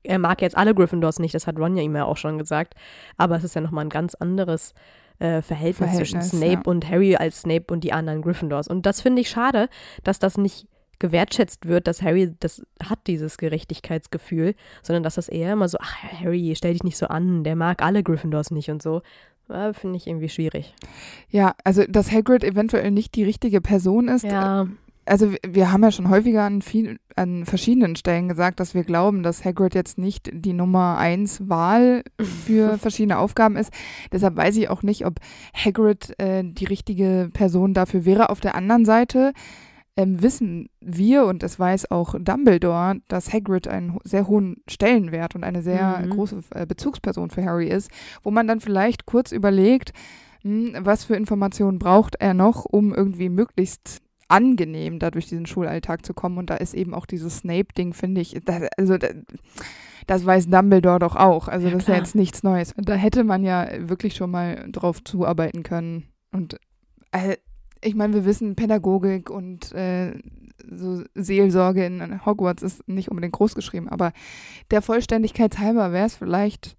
er mag jetzt alle Gryffindors nicht, das hat Ron ja ihm ja auch schon gesagt, aber es ist ja nochmal ein ganz anderes Verhältnis zwischen Snape und Harry als Snape und die anderen Gryffindors. Und das finde ich schade, dass das nicht gewertschätzt wird, dass Harry das hat, dieses Gerechtigkeitsgefühl, sondern dass das eher immer so, ach Harry, stell dich nicht so an, der mag alle Gryffindors nicht und so. Finde ich irgendwie schwierig. Ja, also dass Hagrid eventuell nicht die richtige Person ist. Ja. Also wir haben ja schon häufiger an verschiedenen Stellen gesagt, dass wir glauben, dass Hagrid jetzt nicht die Nummer 1 Wahl für verschiedene Aufgaben ist. Deshalb weiß ich auch nicht, ob Hagrid die richtige Person dafür wäre. Auf der anderen Seite wissen wir, und das weiß auch Dumbledore, dass Hagrid einen sehr hohen Stellenwert und eine sehr große Bezugsperson für Harry ist, wo man dann vielleicht kurz überlegt, was für Informationen braucht er noch, um irgendwie möglichst angenehm da durch diesen Schulalltag zu kommen. Und da ist eben auch dieses Snape-Ding, finde ich, das weiß Dumbledore doch auch. Also das ist ja jetzt nichts Neues. Da hätte man ja wirklich schon mal drauf zuarbeiten können. Und ich meine, wir wissen, Pädagogik und so Seelsorge in Hogwarts ist nicht unbedingt groß geschrieben, aber der Vollständigkeit halber wäre es vielleicht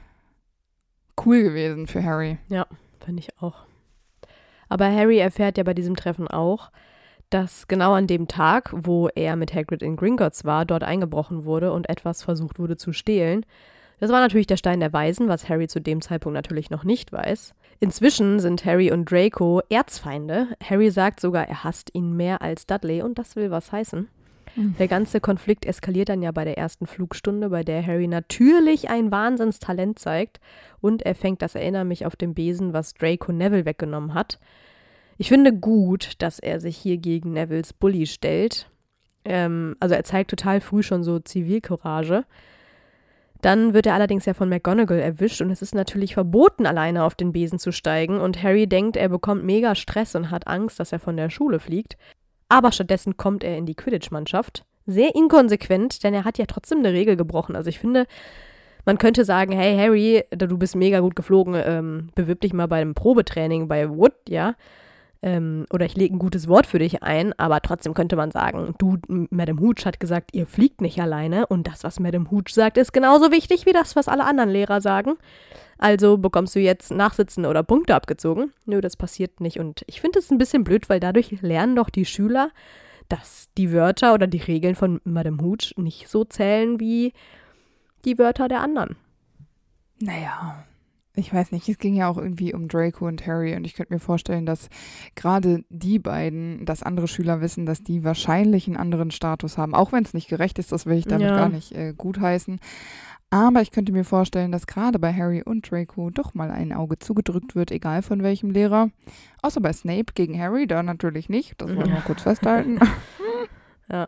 cool gewesen für Harry. Ja, finde ich auch. Aber Harry erfährt ja bei diesem Treffen auch, dass genau an dem Tag, wo er mit Hagrid in Gringotts war, dort eingebrochen wurde und etwas versucht wurde zu stehlen. Das war natürlich der Stein der Weisen, was Harry zu dem Zeitpunkt natürlich noch nicht weiß. Inzwischen sind Harry und Draco Erzfeinde. Harry sagt sogar, er hasst ihn mehr als Dudley und das will was heißen. Der ganze Konflikt eskaliert dann ja bei der ersten Flugstunde, bei der Harry natürlich ein Wahnsinnstalent zeigt und er fängt das Erinnere mich auf dem Besen, was Draco Neville weggenommen hat. Ich finde gut, dass er sich hier gegen Nevilles Bully stellt. Also er zeigt total früh schon so Zivilcourage. Dann wird er allerdings ja von McGonagall erwischt und es ist natürlich verboten, alleine auf den Besen zu steigen und Harry denkt, er bekommt mega Stress und hat Angst, dass er von der Schule fliegt. Aber stattdessen kommt er in die Quidditch-Mannschaft. Sehr inkonsequent, denn er hat ja trotzdem eine Regel gebrochen. Also ich finde, man könnte sagen, hey Harry, du bist mega gut geflogen, bewirb dich mal bei einem Probetraining bei Wood, ja. Oder ich lege ein gutes Wort für dich ein, aber trotzdem könnte man sagen, Madame Hooch hat gesagt, ihr fliegt nicht alleine und das, was Madame Hooch sagt, ist genauso wichtig wie das, was alle anderen Lehrer sagen. Also bekommst du jetzt Nachsitzen oder Punkte abgezogen. Nö, das passiert nicht und ich finde es ein bisschen blöd, weil dadurch lernen doch die Schüler, dass die Wörter oder die Regeln von Madame Hooch nicht so zählen wie die Wörter der anderen. Naja, ich weiß nicht, es ging ja auch irgendwie um Draco und Harry und ich könnte mir vorstellen, dass gerade die beiden, dass andere Schüler wissen, dass die wahrscheinlich einen anderen Status haben. Auch wenn es nicht gerecht ist, das will ich damit gar nicht gutheißen. Aber ich könnte mir vorstellen, dass gerade bei Harry und Draco doch mal ein Auge zugedrückt wird, egal von welchem Lehrer. Außer bei Snape gegen Harry, da natürlich nicht, das wollen wir mal kurz festhalten. Ja.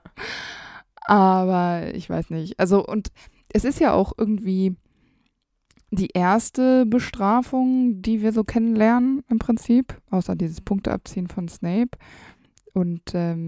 Aber ich weiß nicht. Also und es ist ja auch irgendwie die erste Bestrafung, die wir so kennenlernen im Prinzip, außer dieses Punkteabziehen von Snape. Und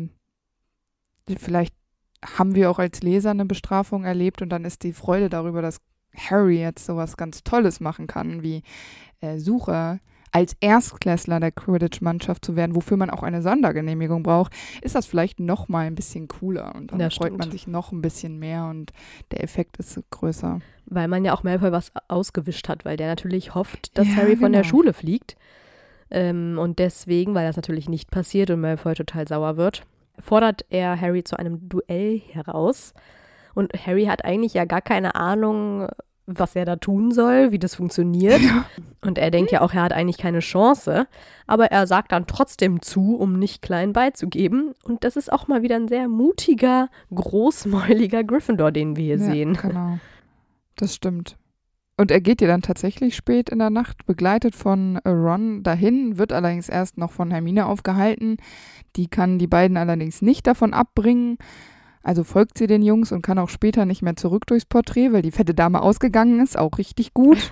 vielleicht haben wir auch als Leser eine Bestrafung erlebt und dann ist die Freude darüber, dass Harry jetzt sowas ganz Tolles machen kann, wie Sucher als Erstklässler der Quidditch-Mannschaft zu werden, wofür man auch eine Sondergenehmigung braucht, ist das vielleicht noch mal ein bisschen cooler und dann freut man sich noch ein bisschen mehr und der Effekt ist größer. Weil man ja auch Malfoy was ausgewischt hat, weil der natürlich hofft, dass Harry von der Schule fliegt. Und deswegen, weil das natürlich nicht passiert und Malfoy total sauer wird, fordert er Harry zu einem Duell heraus. Und Harry hat eigentlich ja gar keine Ahnung, was er da tun soll, wie das funktioniert. Und er denkt ja auch, er hat eigentlich keine Chance. Aber er sagt dann trotzdem zu, um nicht klein beizugeben. Und das ist auch mal wieder ein sehr mutiger, großmäuliger Gryffindor, den wir hier sehen. Genau, das stimmt. Und er geht ja dann tatsächlich spät in der Nacht, begleitet von Ron dahin, wird allerdings erst noch von Hermine aufgehalten. Die kann die beiden allerdings nicht davon abbringen. Also folgt sie den Jungs und kann auch später nicht mehr zurück durchs Porträt, weil die fette Dame ausgegangen ist, auch richtig gut.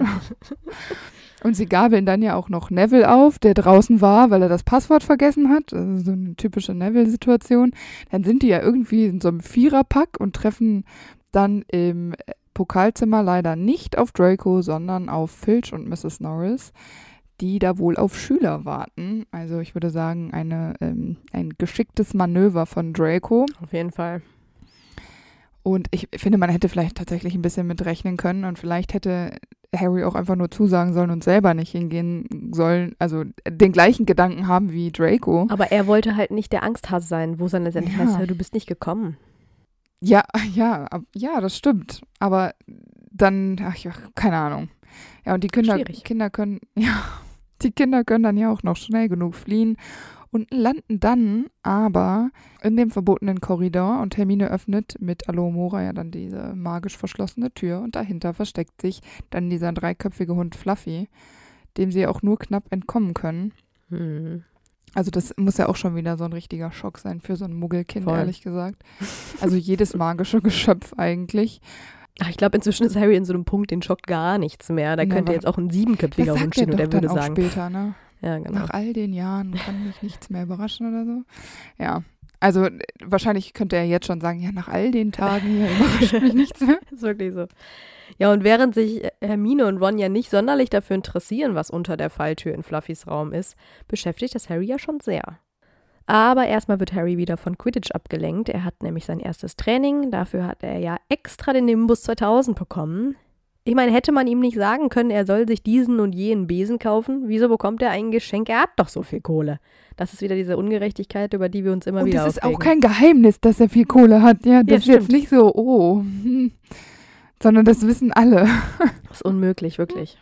Und sie gabeln dann ja auch noch Neville auf, der draußen war, weil er das Passwort vergessen hat. Also so eine typische Neville-Situation. Dann sind die ja irgendwie in so einem Viererpack und treffen dann im Pokalzimmer leider nicht auf Draco, sondern auf Filch und Mrs. Norris, die da wohl auf Schüler warten. Also ich würde sagen, ein geschicktes Manöver von Draco. Auf jeden Fall. Und ich finde, man hätte vielleicht tatsächlich ein bisschen mitrechnen können und vielleicht hätte Harry auch einfach nur zusagen sollen und selber nicht hingehen sollen, also den gleichen Gedanken haben wie Draco. Aber er wollte halt nicht der Angsthase sein, wo es dann letztendlich heißt, du bist nicht gekommen. Ja, das stimmt. Aber dann, keine Ahnung. Ja, und die Kinder können dann ja auch noch schnell genug fliehen und landen dann aber in dem verbotenen Korridor und Hermine öffnet mit Alohomora ja dann diese magisch verschlossene Tür und dahinter versteckt sich dann dieser 3-köpfige Hund Fluffy, dem sie auch nur knapp entkommen können. Also das muss ja auch schon wieder so ein richtiger Schock sein für so ein Muggelkind, ehrlich gesagt. Also jedes magische Geschöpf eigentlich. Ach, ich glaube, inzwischen ist Harry in so einem Punkt, den schockt gar nichts mehr. Da könnte jetzt auch ein 7-köpfiger Hund stehen und der würde sagen. Später, ne? Ja, genau. Nach all den Jahren kann mich nichts mehr überraschen oder so. Ja, also wahrscheinlich könnte er jetzt schon sagen, ja, nach all den Tagen hier überrascht mich nichts mehr. Ist wirklich so. Ja, und während sich Hermine und Ron ja nicht sonderlich dafür interessieren, was unter der Falltür in Fluffys Raum ist, beschäftigt das Harry ja schon sehr. Aber erstmal wird Harry wieder von Quidditch abgelenkt. Er hat nämlich sein erstes Training. Dafür hat er ja extra den Nimbus 2000 bekommen. Ich meine, hätte man ihm nicht sagen können, er soll sich diesen und jenen Besen kaufen? Wieso bekommt er ein Geschenk? Er hat doch so viel Kohle. Das ist wieder diese Ungerechtigkeit, über die wir uns immer wieder aufregen. Und es ist auch kein Geheimnis, dass er viel Kohle hat. Ja, das ist jetzt nicht so, sondern das wissen alle. Das ist unmöglich, wirklich.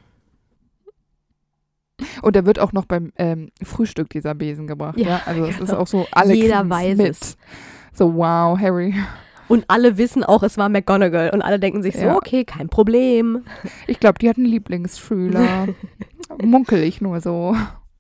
Und er wird auch noch beim Frühstück dieser Besen gebracht. Ja, also es ist auch so, alle jeder weiß mit. Es. So, wow, Harry. Und alle wissen auch, es war McGonagall. Und alle denken sich so, okay, kein Problem. Ich glaube, die hat einen Lieblingsschüler. Munkel ich nur so.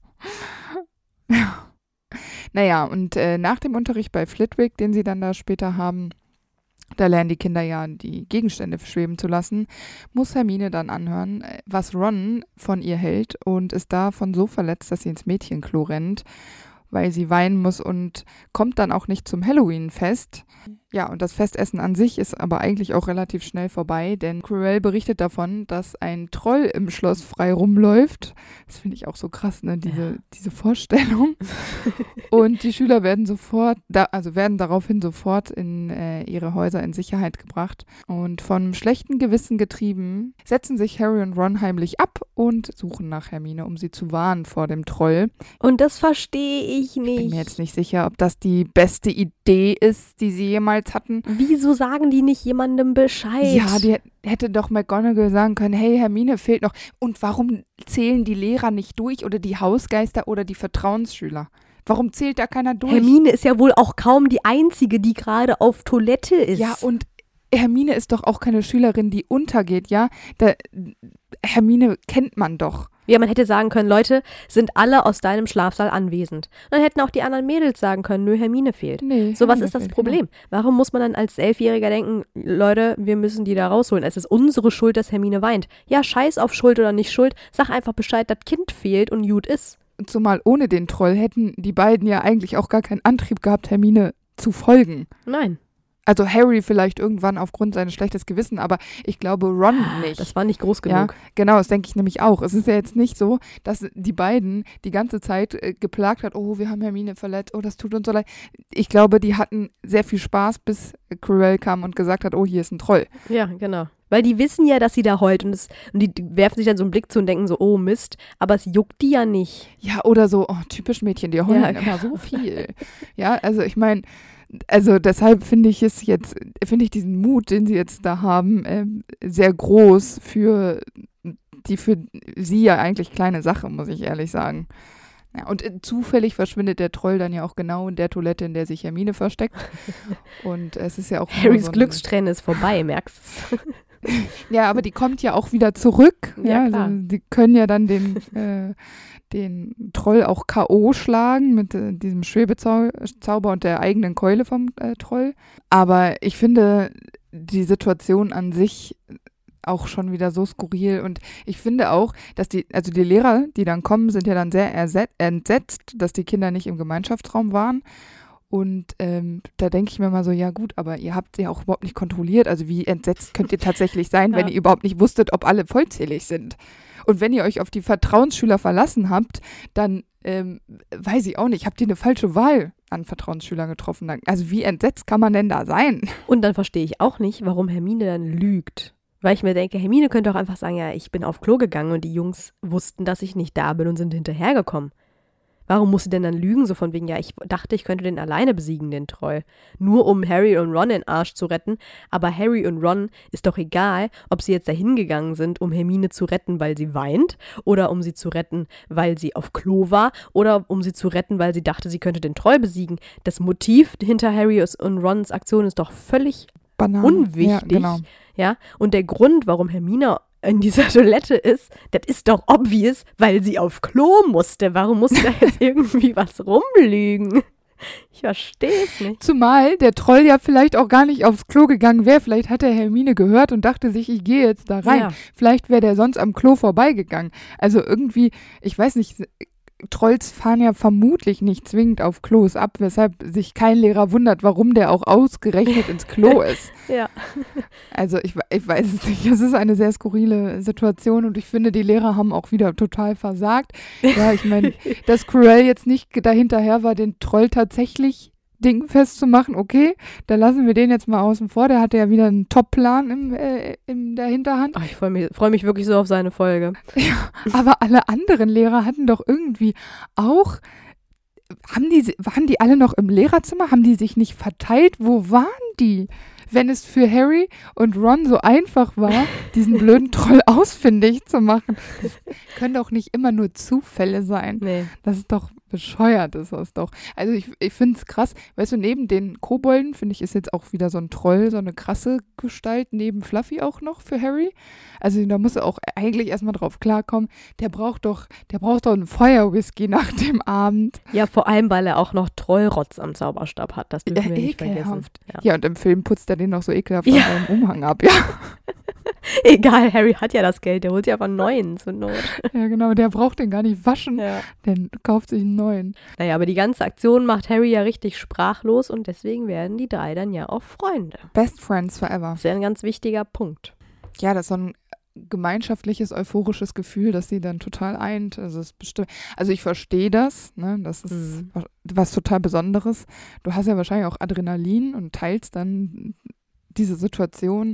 Ja. Naja, und nach dem Unterricht bei Flitwick, den sie dann da später haben, da lernen die Kinder ja, die Gegenstände schweben zu lassen, muss Hermine dann anhören, was Ron von ihr hält und ist davon so verletzt, dass sie ins Mädchenklo rennt, weil sie weinen muss und kommt dann auch nicht zum Halloween-Fest. Ja, und das Festessen an sich ist aber eigentlich auch relativ schnell vorbei, denn Quirrell berichtet davon, dass ein Troll im Schloss frei rumläuft. Das finde ich auch so krass, ne, diese Vorstellung. Und die Schüler werden daraufhin sofort in ihre Häuser in Sicherheit gebracht. Und vom schlechten Gewissen getrieben, setzen sich Harry und Ron heimlich ab und suchen nach Hermine, um sie zu warnen vor dem Troll. Und das verstehe ich nicht. Ich bin mir jetzt nicht sicher, ob das die beste Idee ist, die sie jemals hatten. Wieso sagen die nicht jemandem Bescheid? Ja, die hätte doch McGonagall sagen können, hey, Hermine fehlt noch. Und warum zählen die Lehrer nicht durch oder die Hausgeister oder die Vertrauensschüler? Warum zählt da keiner durch? Hermine ist ja wohl auch kaum die Einzige, die gerade auf Toilette ist. Ja, und Hermine ist doch auch keine Schülerin, die untergeht, ja? Hermine kennt man doch. Ja, man hätte sagen können, Leute, sind alle aus deinem Schlafsaal anwesend. Und dann hätten auch die anderen Mädels sagen können, nö, Hermine fehlt. Nee, so, was ist das Problem? Genau. Warum muss man dann als 11-Jähriger denken, Leute, wir müssen die da rausholen? Es ist unsere Schuld, dass Hermine weint. Ja, scheiß auf Schuld oder nicht Schuld. Sag einfach Bescheid, das Kind fehlt und gut ist. Zumal ohne den Troll hätten die beiden ja eigentlich auch gar keinen Antrieb gehabt, Hermine zu folgen. Nein. Also Harry vielleicht irgendwann aufgrund seines schlechtes Gewissen, aber ich glaube Ron nicht. Das war nicht groß genug. Ja, genau, das denke ich nämlich auch. Es ist ja jetzt nicht so, dass die beiden die ganze Zeit geplagt hat, oh, wir haben Hermine verletzt, oh, das tut uns so leid. Ich glaube, die hatten sehr viel Spaß, bis Quirrell kam und gesagt hat, oh, hier ist ein Troll. Ja, genau. Weil die wissen ja, dass sie da heult und die werfen sich dann so einen Blick zu und denken so, oh Mist, aber es juckt die ja nicht. Ja, oder so, oh, typisch Mädchen, die heulen immer so viel. Ja, also ich meine, deshalb finde ich diesen Mut, den sie jetzt da haben, sehr groß für sie ja eigentlich kleine Sache, muss ich ehrlich sagen. Ja, und zufällig verschwindet der Troll dann ja auch genau in der Toilette, in der sich Hermine versteckt. Und es ist ja auch Harrys so Glückssträhne ist vorbei, merkst du es? Ja, aber die kommt ja auch wieder zurück. Ja, klar. Also die können ja dann den Troll auch K.O. schlagen mit diesem Schwebezauber und der eigenen Keule vom Troll. Aber ich finde die Situation an sich auch schon wieder so skurril und ich finde auch, dass die Lehrer, die dann kommen, sind ja dann sehr entsetzt, dass die Kinder nicht im Gemeinschaftsraum waren. Und da denke ich mir mal so, ja gut, aber ihr habt ja auch überhaupt nicht kontrolliert. Also wie entsetzt könnt ihr tatsächlich sein, wenn ihr überhaupt nicht wusstet, ob alle vollzählig sind. Und wenn ihr euch auf die Vertrauensschüler verlassen habt, dann weiß ich auch nicht, habt ihr eine falsche Wahl an Vertrauensschüler getroffen. Also wie entsetzt kann man denn da sein? Und dann verstehe ich auch nicht, warum Hermine dann lügt. Weil ich mir denke, Hermine könnte auch einfach sagen, ja, ich bin auf Klo gegangen und die Jungs wussten, dass ich nicht da bin und sind hinterhergekommen. Warum muss sie denn dann lügen, so von wegen, ja, ich dachte, ich könnte den alleine besiegen, den Troll. Nur um Harry und Ron den Arsch zu retten. Aber Harry und Ron ist doch egal, ob sie jetzt dahin gegangen sind, um Hermine zu retten, weil sie weint, oder um sie zu retten, weil sie auf Klo war, oder um sie zu retten, weil sie dachte, sie könnte den Troll besiegen. Das Motiv hinter Harry und Rons Aktion ist doch völlig unwichtig. Ja, genau. Ja? Und der Grund, warum Hermine in dieser Toilette ist, das ist doch obvious, weil sie auf Klo musste. Warum muss da jetzt irgendwie was rumlügen? Ich verstehe es nicht. Zumal der Troll ja vielleicht auch gar nicht aufs Klo gegangen wäre. Vielleicht hat er Hermine gehört und dachte sich, ich gehe jetzt da rein. Ja. Vielleicht wäre der sonst am Klo vorbeigegangen. Also irgendwie, ich weiß nicht, Trolls fahren ja vermutlich nicht zwingend auf Klos ab, weshalb sich kein Lehrer wundert, warum der auch ausgerechnet ins Klo ist. Ja. Also ich weiß es nicht. Es ist eine sehr skurrile Situation und ich finde, die Lehrer haben auch wieder total versagt. Ja, ich meine, dass Quirrell jetzt nicht dahinterher war, den Troll tatsächlich dingfest zu machen, okay, da lassen wir den jetzt mal außen vor. Der hatte ja wieder einen Top-Plan in der Hinterhand. Ach, ich freu mich wirklich so auf seine Folge. Ja, aber alle anderen Lehrer hatten doch irgendwie auch, waren die alle noch im Lehrerzimmer? Haben die sich nicht verteilt? Wo waren die? Wenn es für Harry und Ron so einfach war, diesen blöden Troll ausfindig zu machen. Das können doch nicht immer nur Zufälle sein. Nee. Das ist doch bescheuert, ist das doch. Also ich finde es krass. Weißt du, neben den Kobolden, finde ich, ist jetzt auch wieder so ein Troll, so eine krasse Gestalt, neben Fluffy auch noch für Harry. Also da muss er auch eigentlich erstmal drauf klarkommen. Der braucht doch einen Feuerwhisky nach dem Abend. Ja, vor allem, weil er auch noch Trollrotz am Zauberstab hat. Das dürfen wir nicht vergessen. Ja, und im Film putzt er den noch so ekelhaft von seinem Umhang ab, ja. Egal, Harry hat ja das Geld, der holt sich aber einen neuen zur Not. Ja, genau, der braucht den gar nicht waschen, ja. Der kauft sich einen neuen. Naja, aber die ganze Aktion macht Harry ja richtig sprachlos und deswegen werden die drei dann ja auch Freunde. Best Friends forever. Das ist ja ein ganz wichtiger Punkt. Ja, das ist so ein gemeinschaftliches, euphorisches Gefühl, das sie dann total eint. Also ich verstehe das, ne? Das ist was total Besonderes. Du hast ja wahrscheinlich auch Adrenalin und teilst dann diese Situation.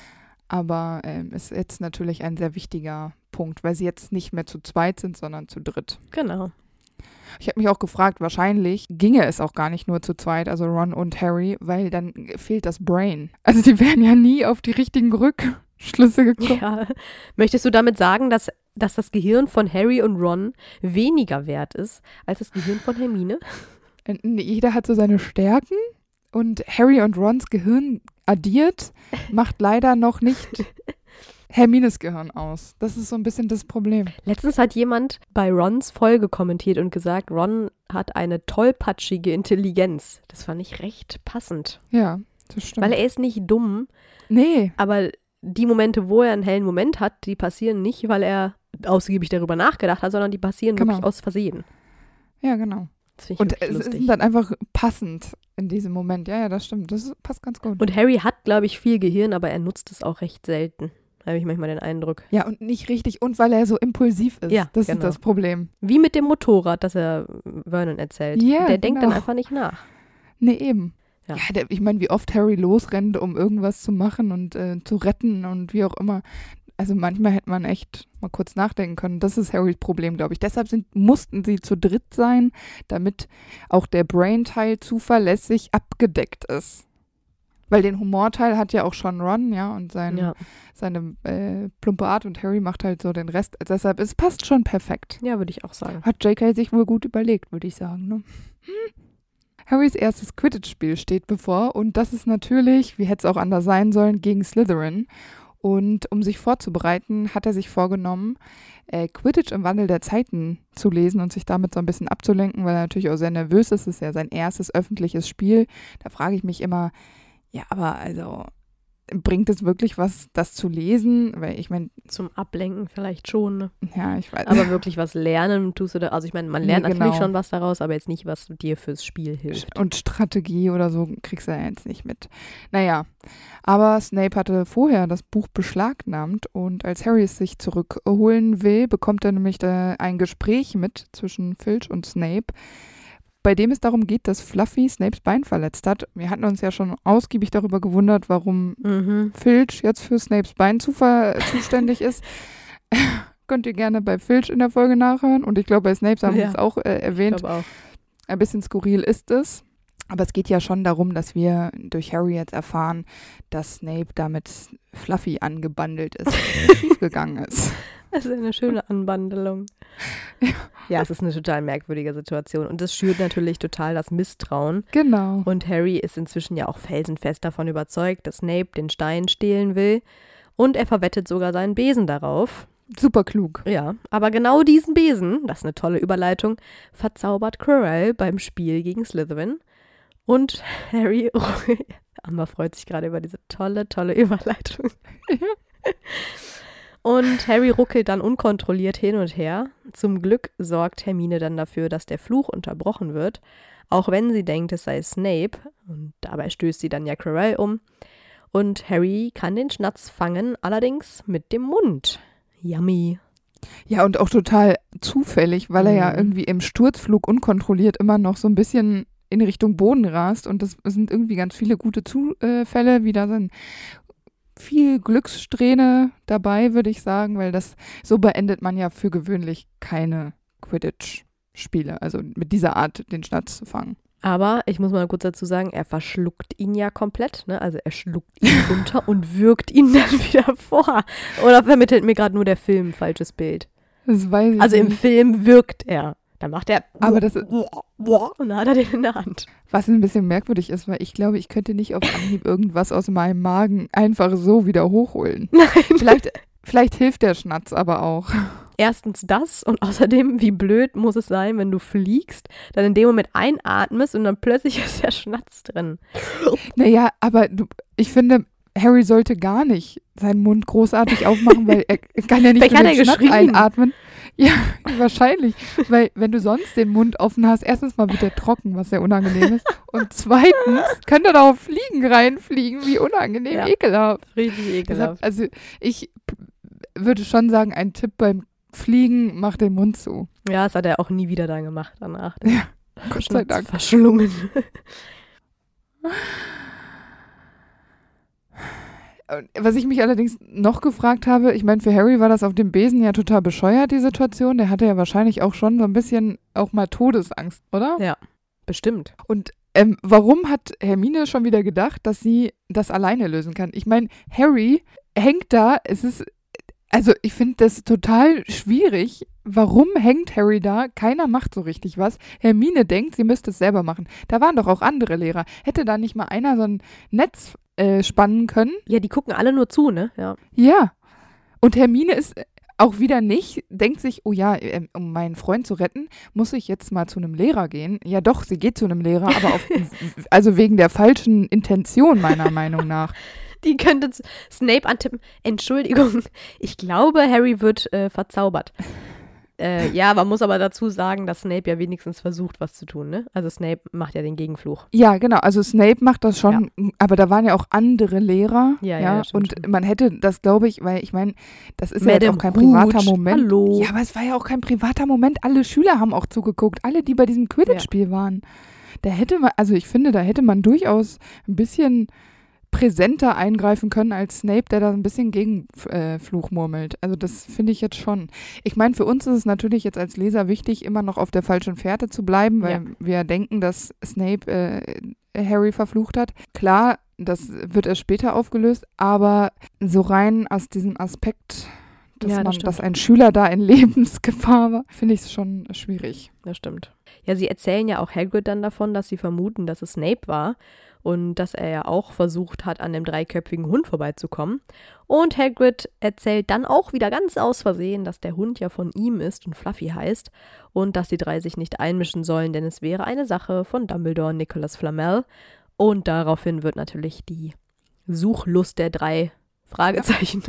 Aber ist jetzt natürlich ein sehr wichtiger Punkt, weil sie jetzt nicht mehr zu zweit sind, sondern zu dritt. Genau. Ich habe mich auch gefragt, wahrscheinlich ginge es auch gar nicht nur zu zweit, also Ron und Harry, weil dann fehlt das Brain. Also die wären ja nie auf die richtigen Rückschlüsse gekommen. Ja. Möchtest du damit sagen, dass das Gehirn von Harry und Ron weniger wert ist als das Gehirn von Hermine? Jeder hat so seine Stärken und Harry und Rons Gehirn addiert macht leider noch nicht Hermines Gehirn aus. Das ist so ein bisschen das Problem. Letztens hat jemand bei Rons Folge kommentiert und gesagt, Ron hat eine tollpatschige Intelligenz. Das fand ich recht passend. Ja, das stimmt. Weil er ist nicht dumm. Nee. Aber die Momente, wo er einen hellen Moment hat, die passieren nicht, weil er ausgiebig darüber nachgedacht hat, sondern die passieren wirklich aus Versehen. Ja, genau. Und es ist dann einfach passend in diesem Moment. Ja, das stimmt. Das passt ganz gut. Und Harry hat, glaube ich, viel Gehirn, aber er nutzt es auch recht selten. Da habe ich manchmal den Eindruck. Ja, und nicht richtig. Und weil er so impulsiv ist. Ja, das ist das Problem. Wie mit dem Motorrad, das er Vernon erzählt. Ja, der denkt dann einfach nicht nach. Nee, eben. Ja, ich meine, wie oft Harry losrennt, um irgendwas zu machen und zu retten und wie auch immer. Also manchmal hätte man echt mal kurz nachdenken können. Das ist Harrys Problem, glaube ich. Deshalb mussten sie zu dritt sein, damit auch der Brain-Teil zuverlässig abgedeckt ist. Weil den Humorteil hat ja auch schon Ron, ja, und seine plumpe Art und Harry macht halt so den Rest. Deshalb, es passt schon perfekt. Ja, würde ich auch sagen. Hat J.K. sich wohl gut überlegt, würde ich sagen, ne? Harrys erstes Quidditch-Spiel steht bevor und das ist natürlich, wie hätte es auch anders sein sollen, gegen Slytherin. Und um sich vorzubereiten, hat er sich vorgenommen, Quidditch im Wandel der Zeiten zu lesen und sich damit so ein bisschen abzulenken, weil er natürlich auch sehr nervös ist. Es ist ja sein erstes öffentliches Spiel. Da frage ich mich immer, ja, aber also bringt es wirklich was, das zu lesen? Weil ich meine, zum Ablenken vielleicht schon. Ne? Ja, ich weiß. Aber wirklich was lernen tust du da, also ich meine, man lernt natürlich schon was daraus, aber jetzt nicht, was dir fürs Spiel hilft. Und Strategie oder so kriegst du ja jetzt nicht mit. Naja, aber Snape hatte vorher das Buch beschlagnahmt und als Harry es sich zurückholen will, bekommt er nämlich ein Gespräch mit zwischen Filch und Snape, bei dem es darum geht, dass Fluffy Snapes Bein verletzt hat. Wir hatten uns ja schon ausgiebig darüber gewundert, warum Filch jetzt für Snapes Bein zuständig ist. Könnt ihr gerne bei Filch in der Folge nachhören. Und ich glaube, bei Snapes haben wir es auch erwähnt. Ich glaube auch. Ein bisschen skurril ist es. Aber es geht ja schon darum, dass wir durch Harry jetzt erfahren, dass Snape damit Fluffy angebandelt ist, was schiefgegangen ist. Das ist eine schöne Anbandelung. Ja, es ist eine total merkwürdige Situation. Und das schürt natürlich total das Misstrauen. Genau. Und Harry ist inzwischen ja auch felsenfest davon überzeugt, dass Snape den Stein stehlen will. Und er verwettet sogar seinen Besen darauf. Super klug. Ja, aber genau diesen Besen, das ist eine tolle Überleitung, verzaubert Quirrell beim Spiel gegen Slytherin. Und Harry, Amber freut sich gerade über diese tolle Überleitung. Und Harry ruckelt dann unkontrolliert hin und her. Zum Glück sorgt Hermine dann dafür, dass der Fluch unterbrochen wird, auch wenn sie denkt, es sei Snape. Und dabei stößt sie dann ja Quirrell um. Und Harry kann den Schnatz fangen, allerdings mit dem Mund. Yummy. Ja, und auch total zufällig, weil er ja irgendwie im Sturzflug unkontrolliert immer noch so ein bisschen in Richtung Boden rast. Und das sind irgendwie ganz viele gute Zufälle, wie da sind viel Glückssträhne dabei, würde ich sagen, weil so beendet man ja für gewöhnlich keine Quidditch-Spiele, also mit dieser Art den Schnatz zu fangen. Aber ich muss mal kurz dazu sagen, er verschluckt ihn ja komplett, ne? Also er schluckt ihn runter und wirkt ihn dann wieder vor. Oder vermittelt mir gerade nur der Film ein falsches Bild? Das weiß ich also nicht. Im Film wirkt er. Dann macht er aber das ist, und dann hat er den in der Hand. Was ein bisschen merkwürdig ist, weil ich glaube, ich könnte nicht auf Anhieb irgendwas aus meinem Magen einfach so wieder hochholen. Nein. Vielleicht hilft der Schnatz aber auch. Erstens das und außerdem, wie blöd muss es sein, wenn du fliegst, dann in dem Moment einatmest und dann plötzlich ist der Schnatz drin. Naja, aber ich finde, Harry sollte gar nicht seinen Mund großartig aufmachen, weil er kann ja nicht den Schnatz einatmen. Ja, wahrscheinlich, weil wenn du sonst den Mund offen hast, erstens mal wird er trocken, was sehr unangenehm ist, und zweitens könnte da auch Fliegen reinfliegen, wie unangenehm, ekelhaft. Richtig ekelhaft. Deshalb, also ich würde schon sagen, ein Tipp beim Fliegen, mach den Mund zu. Ja, das hat er auch nie wieder dann gemacht danach. Ja, Gott sei Dank. Verschlungen. Was ich mich allerdings noch gefragt habe, ich meine, für Harry war das auf dem Besen ja total bescheuert, die Situation. Der hatte ja wahrscheinlich auch schon so ein bisschen auch mal Todesangst, oder? Ja, bestimmt. Und warum hat Hermine schon wieder gedacht, dass sie das alleine lösen kann? Ich meine, Harry hängt da, also ich finde das total schwierig. Warum hängt Harry da? Keiner macht so richtig was. Hermine denkt, sie müsste es selber machen. Da waren doch auch andere Lehrer. Hätte da nicht mal einer so ein Netz spannen können? Ja, die gucken alle nur zu, ne? Ja. Und Hermine ist auch wieder nicht, denkt sich, oh ja, um meinen Freund zu retten, muss ich jetzt mal zu einem Lehrer gehen. Ja doch, sie geht zu einem Lehrer, aber also wegen der falschen Intention meiner Meinung nach. Die könnte Snape antippen. Entschuldigung, ich glaube, Harry wird verzaubert. Ja, man muss aber dazu sagen, dass Snape ja wenigstens versucht, was zu tun, ne? Also Snape macht ja den Gegenfluch. Ja, genau. Also Snape macht das schon, aber da waren ja auch andere Lehrer. Ja, und schon. Man hätte das, glaube ich, weil ich meine, das ist Madame ja jetzt auch kein privater Moment. Hallo. Ja, aber es war ja auch kein privater Moment. Alle Schüler haben auch zugeguckt, alle, die bei diesem Quidditch-Spiel waren. Da hätte man, also ich finde, da hätte man durchaus ein bisschen präsenter eingreifen können als Snape, der da ein bisschen gegen Fluch murmelt. Also das finde ich jetzt schon. Ich meine, für uns ist es natürlich jetzt als Leser wichtig, immer noch auf der falschen Fährte zu bleiben, weil wir denken, dass Snape Harry verflucht hat. Klar, das wird erst später aufgelöst, aber so rein aus diesem Aspekt, dass ein Schüler da in Lebensgefahr war, finde ich es schon schwierig. Das stimmt. Ja, sie erzählen ja auch Hagrid dann davon, dass sie vermuten, dass es Snape war. Und dass er ja auch versucht hat, an dem dreiköpfigen Hund vorbeizukommen. Und Hagrid erzählt dann auch wieder ganz aus Versehen, dass der Hund ja von ihm ist und Fluffy heißt. Und dass die drei sich nicht einmischen sollen, denn es wäre eine Sache von Dumbledore und Nicholas Flamel. Und daraufhin wird natürlich die Suchlust der drei Fragezeichen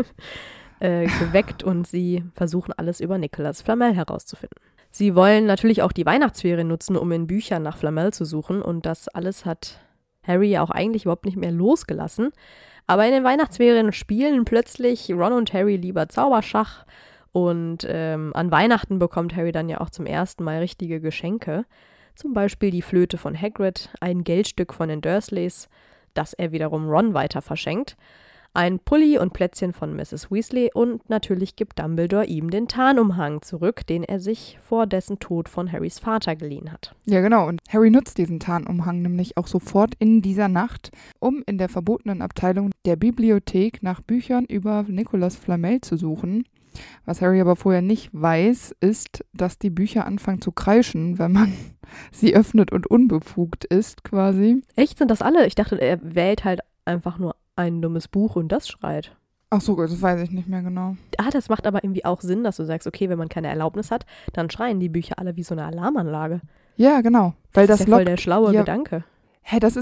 geweckt und sie versuchen alles über Nicholas Flamel herauszufinden. Sie wollen natürlich auch die Weihnachtsferien nutzen, um in Büchern nach Flamel zu suchen. Und das alles hat Harry ja auch eigentlich überhaupt nicht mehr losgelassen. Aber in den Weihnachtsferien spielen plötzlich Ron und Harry lieber Zauberschach. Und an Weihnachten bekommt Harry dann ja auch zum ersten Mal richtige Geschenke. Zum Beispiel die Flöte von Hagrid, ein Geldstück von den Dursleys, das er wiederum Ron weiter verschenkt, ein Pulli und Plätzchen von Mrs. Weasley und natürlich gibt Dumbledore ihm den Tarnumhang zurück, den er sich vor dessen Tod von Harrys Vater geliehen hat. Ja, genau. Und Harry nutzt diesen Tarnumhang nämlich auch sofort in dieser Nacht, um in der verbotenen Abteilung der Bibliothek nach Büchern über Nicolas Flamel zu suchen. Was Harry aber vorher nicht weiß, ist, dass die Bücher anfangen zu kreischen, wenn man sie öffnet und unbefugt ist, quasi. Echt, sind das alle? Ich dachte, er wählt halt einfach nur ein dummes Buch und das schreit. Ach so, das weiß ich nicht mehr genau. Das macht aber irgendwie auch Sinn, dass du sagst, okay, wenn man keine Erlaubnis hat, dann schreien die Bücher alle wie so eine Alarmanlage. Ja, genau. Weil das ist ja voll der schlaue Gedanke. Das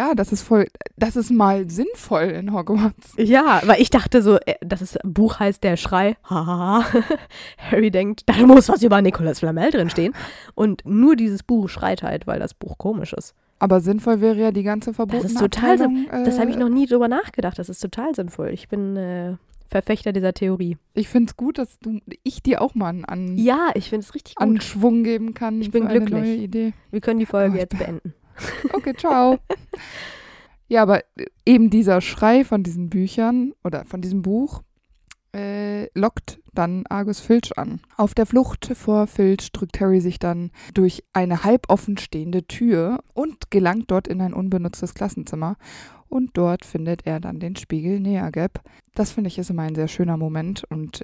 ist mal sinnvoll in Hogwarts. Ja, weil ich dachte so, das Buch heißt Der Schrei. Hahaha. Harry denkt, da muss was über Nicolas Flamel drinstehen. Und nur dieses Buch schreit halt, weil das Buch komisch ist. Aber sinnvoll wäre ja die ganze verbotene Das ist total Abteilung. Das habe ich noch nie drüber nachgedacht. Das ist total sinnvoll. Ich bin Verfechter dieser Theorie. Ich finde es gut, dass ich dir auch mal einen ich finde es richtig gut. Anschwung geben kann. Ich bin glücklich. Eine neue Idee. Wir können die Folge jetzt beenden. Okay, ciao. Ja, aber eben dieser Schrei von diesen Büchern oder von diesem Buch lockt dann Argus Filch an. Auf der Flucht vor Filch drückt Harry sich dann durch eine halboffen stehende Tür und gelangt dort in ein unbenutztes Klassenzimmer. Und dort findet er dann den Spiegel Neageb. Das finde ich ist immer ein sehr schöner Moment und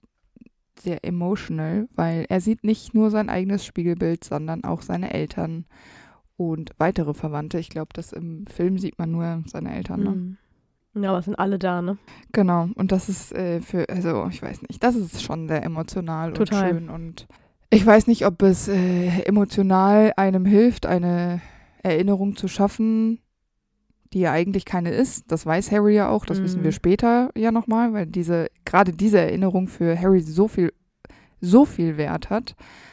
sehr emotional, weil er sieht nicht nur sein eigenes Spiegelbild, sondern auch seine Eltern und weitere Verwandte. Ich glaube, das im Film sieht man nur seine Eltern, ne? Ja, aber es sind alle da, ne? Genau. Und das ist ich weiß nicht, das ist schon sehr emotional Total. Und schön. Und ich weiß nicht, ob es emotional einem hilft, eine Erinnerung zu schaffen, die ja eigentlich keine ist. Das weiß Harry ja auch, das wissen wir später ja nochmal, weil gerade diese Erinnerung für Harry so viel Wert hat.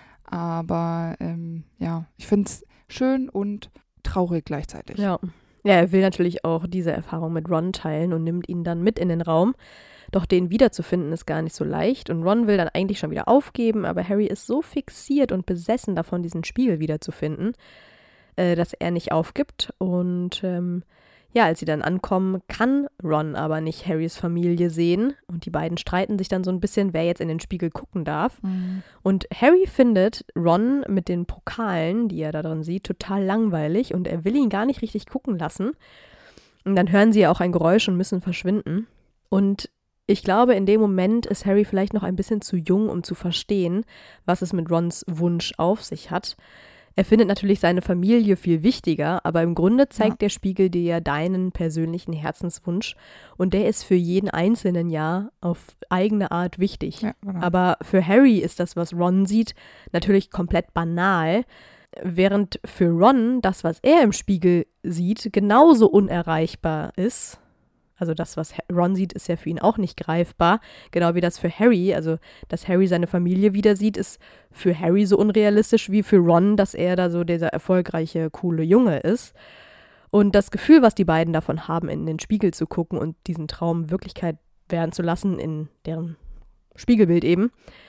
Aber ich finde es schön und traurig gleichzeitig. Ja, er will natürlich auch diese Erfahrung mit Ron teilen und nimmt ihn dann mit in den Raum. Doch den wiederzufinden ist gar nicht so leicht und Ron will dann eigentlich schon wieder aufgeben, aber Harry ist so fixiert und besessen davon, diesen Spiegel wiederzufinden, dass er nicht aufgibt. Und als sie dann ankommen, kann Ron aber nicht Harrys Familie sehen und die beiden streiten sich dann so ein bisschen, wer jetzt in den Spiegel gucken darf. Und Harry findet Ron mit den Pokalen, die er da drin sieht, total langweilig und er will ihn gar nicht richtig gucken lassen. Und dann hören sie ja auch ein Geräusch und müssen verschwinden. Und ich glaube, in dem Moment ist Harry vielleicht noch ein bisschen zu jung, um zu verstehen, was es mit Rons Wunsch auf sich hat. Er findet natürlich seine Familie viel wichtiger, aber im Grunde zeigt der Spiegel dir ja deinen persönlichen Herzenswunsch und der ist für jeden Einzelnen ja auf eigene Art wichtig. Ja, genau. Aber für Harry ist das, was Ron sieht, natürlich komplett banal, während für Ron das, was er im Spiegel sieht, genauso unerreichbar ist. Also das, was Ron sieht, ist ja für ihn auch nicht greifbar, genau wie das für Harry. Also, dass Harry seine Familie wieder sieht, ist für Harry so unrealistisch wie für Ron, dass er da so dieser erfolgreiche, coole Junge ist. Und das Gefühl, was die beiden davon haben, in den Spiegel zu gucken und diesen Traum Wirklichkeit werden zu lassen, in deren Spiegelbild eben,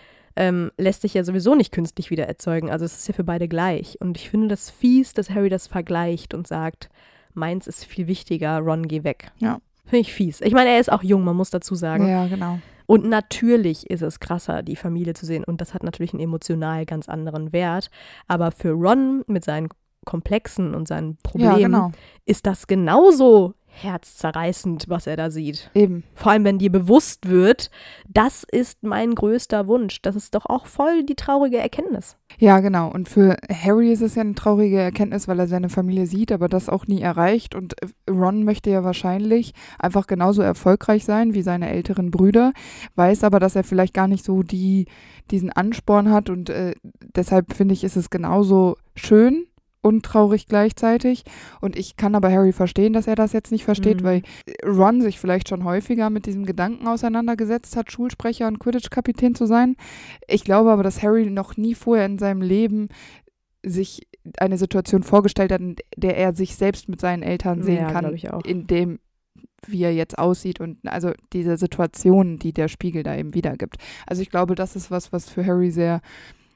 lässt sich ja sowieso nicht künstlich wieder erzeugen. Also es ist ja für beide gleich. Und ich finde das fies, dass Harry das vergleicht und sagt, meins ist viel wichtiger, Ron, geh weg. Ja. Finde ich fies. Ich meine, er ist auch jung, man muss dazu sagen. Ja, genau. Und natürlich ist es krasser, die Familie zu sehen. Und das hat natürlich einen emotional ganz anderen Wert. Aber für Ron mit seinen Komplexen und seinen Problemen ist das genauso herzzerreißend, was er da sieht. Eben. Vor allem, wenn dir bewusst wird, das ist mein größter Wunsch. Das ist doch auch voll die traurige Erkenntnis. Ja, genau. Und für Harry ist es ja eine traurige Erkenntnis, weil er seine Familie sieht, aber das auch nie erreicht. Und Ron möchte ja wahrscheinlich einfach genauso erfolgreich sein wie seine älteren Brüder, weiß aber, dass er vielleicht gar nicht so diesen Ansporn hat. Und deshalb finde ich, ist es genauso schön und traurig gleichzeitig. Und ich kann aber Harry verstehen, dass er das jetzt nicht versteht, weil Ron sich vielleicht schon häufiger mit diesem Gedanken auseinandergesetzt hat, Schulsprecher und Quidditch-Kapitän zu sein. Ich glaube aber, dass Harry noch nie vorher in seinem Leben sich eine Situation vorgestellt hat, in der er sich selbst mit seinen Eltern sehen kann, in dem, wie er jetzt aussieht und also diese Situation, die der Spiegel da eben wiedergibt. Also ich glaube, das ist was für Harry sehr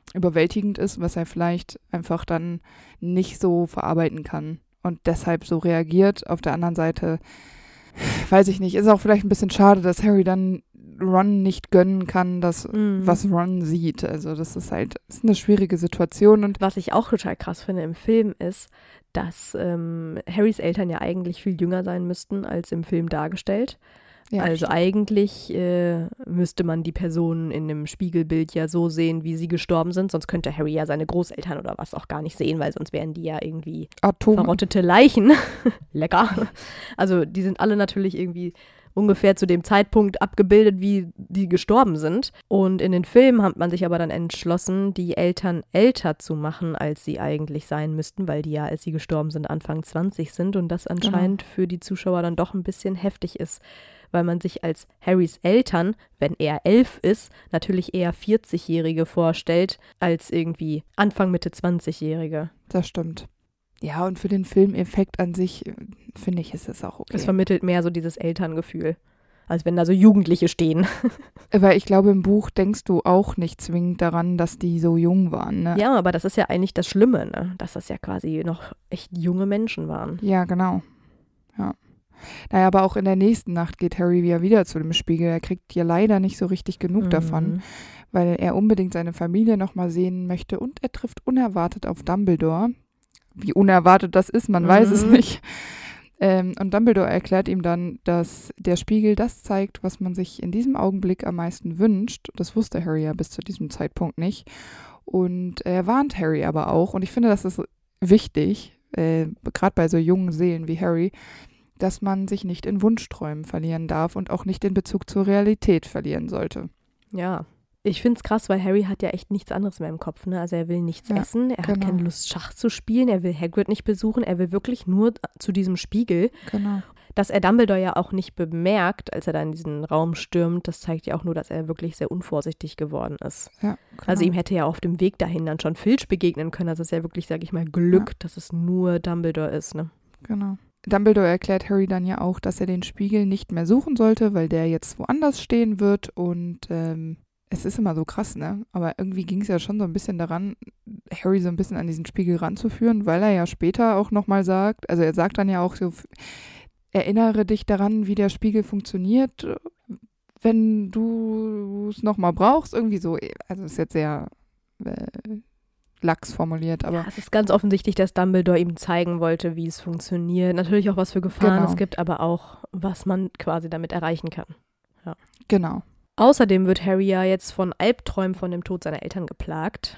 überwältigend ist, was er vielleicht einfach dann nicht so verarbeiten kann und deshalb so reagiert. Auf der anderen Seite, weiß ich nicht, ist auch vielleicht ein bisschen schade, dass Harry dann Ron nicht gönnen kann, was Ron sieht. Also das ist eine schwierige Situation. Und was ich auch total krass finde im Film ist, dass Harrys Eltern ja eigentlich viel jünger sein müssten, als im Film dargestellt. Ja, also stimmt. Eigentlich müsste man die Personen in dem Spiegelbild ja so sehen, wie sie gestorben sind. Sonst könnte Harry ja seine Großeltern oder was auch gar nicht sehen, weil sonst wären die ja irgendwie verrottete Leichen. Lecker. Also die sind alle natürlich irgendwie ungefähr zu dem Zeitpunkt abgebildet, wie die gestorben sind. Und in den Filmen hat man sich aber dann entschlossen, die Eltern älter zu machen, als sie eigentlich sein müssten, weil die ja, als sie gestorben sind, Anfang 20 sind und das anscheinend für die Zuschauer dann doch ein bisschen heftig ist, weil man sich als Harrys Eltern, wenn er 11 ist, natürlich eher 40-Jährige vorstellt, als irgendwie Anfang, Mitte 20-Jährige. Das stimmt. Ja, und für den Filmeffekt an sich, finde ich, ist es auch okay. Es vermittelt mehr so dieses Elterngefühl, als wenn da so Jugendliche stehen. Weil ich glaube, im Buch denkst du auch nicht zwingend daran, dass die so jung waren, ne? Ja, aber das ist ja eigentlich das Schlimme, ne? Dass das ja quasi noch echt junge Menschen waren. Ja, genau. Ja. Naja, aber auch in der nächsten Nacht geht Harry wieder zu dem Spiegel. Er kriegt ja leider nicht so richtig genug davon, weil er unbedingt seine Familie nochmal sehen möchte und er trifft unerwartet auf Dumbledore. Wie unerwartet das ist, man weiß es nicht. Und Dumbledore erklärt ihm dann, dass der Spiegel das zeigt, was man sich in diesem Augenblick am meisten wünscht. Das wusste Harry ja bis zu diesem Zeitpunkt nicht. Und er warnt Harry aber auch, und ich finde, das ist wichtig, gerade bei so jungen Seelen wie Harry, dass man sich nicht in Wunschträumen verlieren darf und auch nicht den Bezug zur Realität verlieren sollte. Ja. Ich finde es krass, weil Harry hat ja echt nichts anderes mehr im Kopf, ne? Also er will nichts essen, er hat keine Lust, Schach zu spielen, er will Hagrid nicht besuchen, er will wirklich nur zu diesem Spiegel. Genau. Dass er Dumbledore ja auch nicht bemerkt, als er da in diesen Raum stürmt, das zeigt ja auch nur, dass er wirklich sehr unvorsichtig geworden ist. Ja, genau. Also ihm hätte ja auf dem Weg dahin dann schon Filch begegnen können. Das ist ja wirklich, sage ich mal, Glück, dass es nur Dumbledore ist, ne? Genau. Dumbledore erklärt Harry dann ja auch, dass er den Spiegel nicht mehr suchen sollte, weil der jetzt woanders stehen wird und es ist immer so krass, ne? Aber irgendwie ging es ja schon so ein bisschen daran, Harry so ein bisschen an diesen Spiegel ranzuführen, weil er ja später auch nochmal sagt, also er sagt dann ja auch so, erinnere dich daran, wie der Spiegel funktioniert, wenn du es nochmal brauchst, irgendwie so, also ist jetzt sehr lax formuliert, aber... Ja, es ist ganz offensichtlich, dass Dumbledore ihm zeigen wollte, wie es funktioniert, natürlich auch, was für Gefahren es gibt, aber auch, was man quasi damit erreichen kann. Ja. Genau. Außerdem wird Harry ja jetzt von Albträumen von dem Tod seiner Eltern geplagt,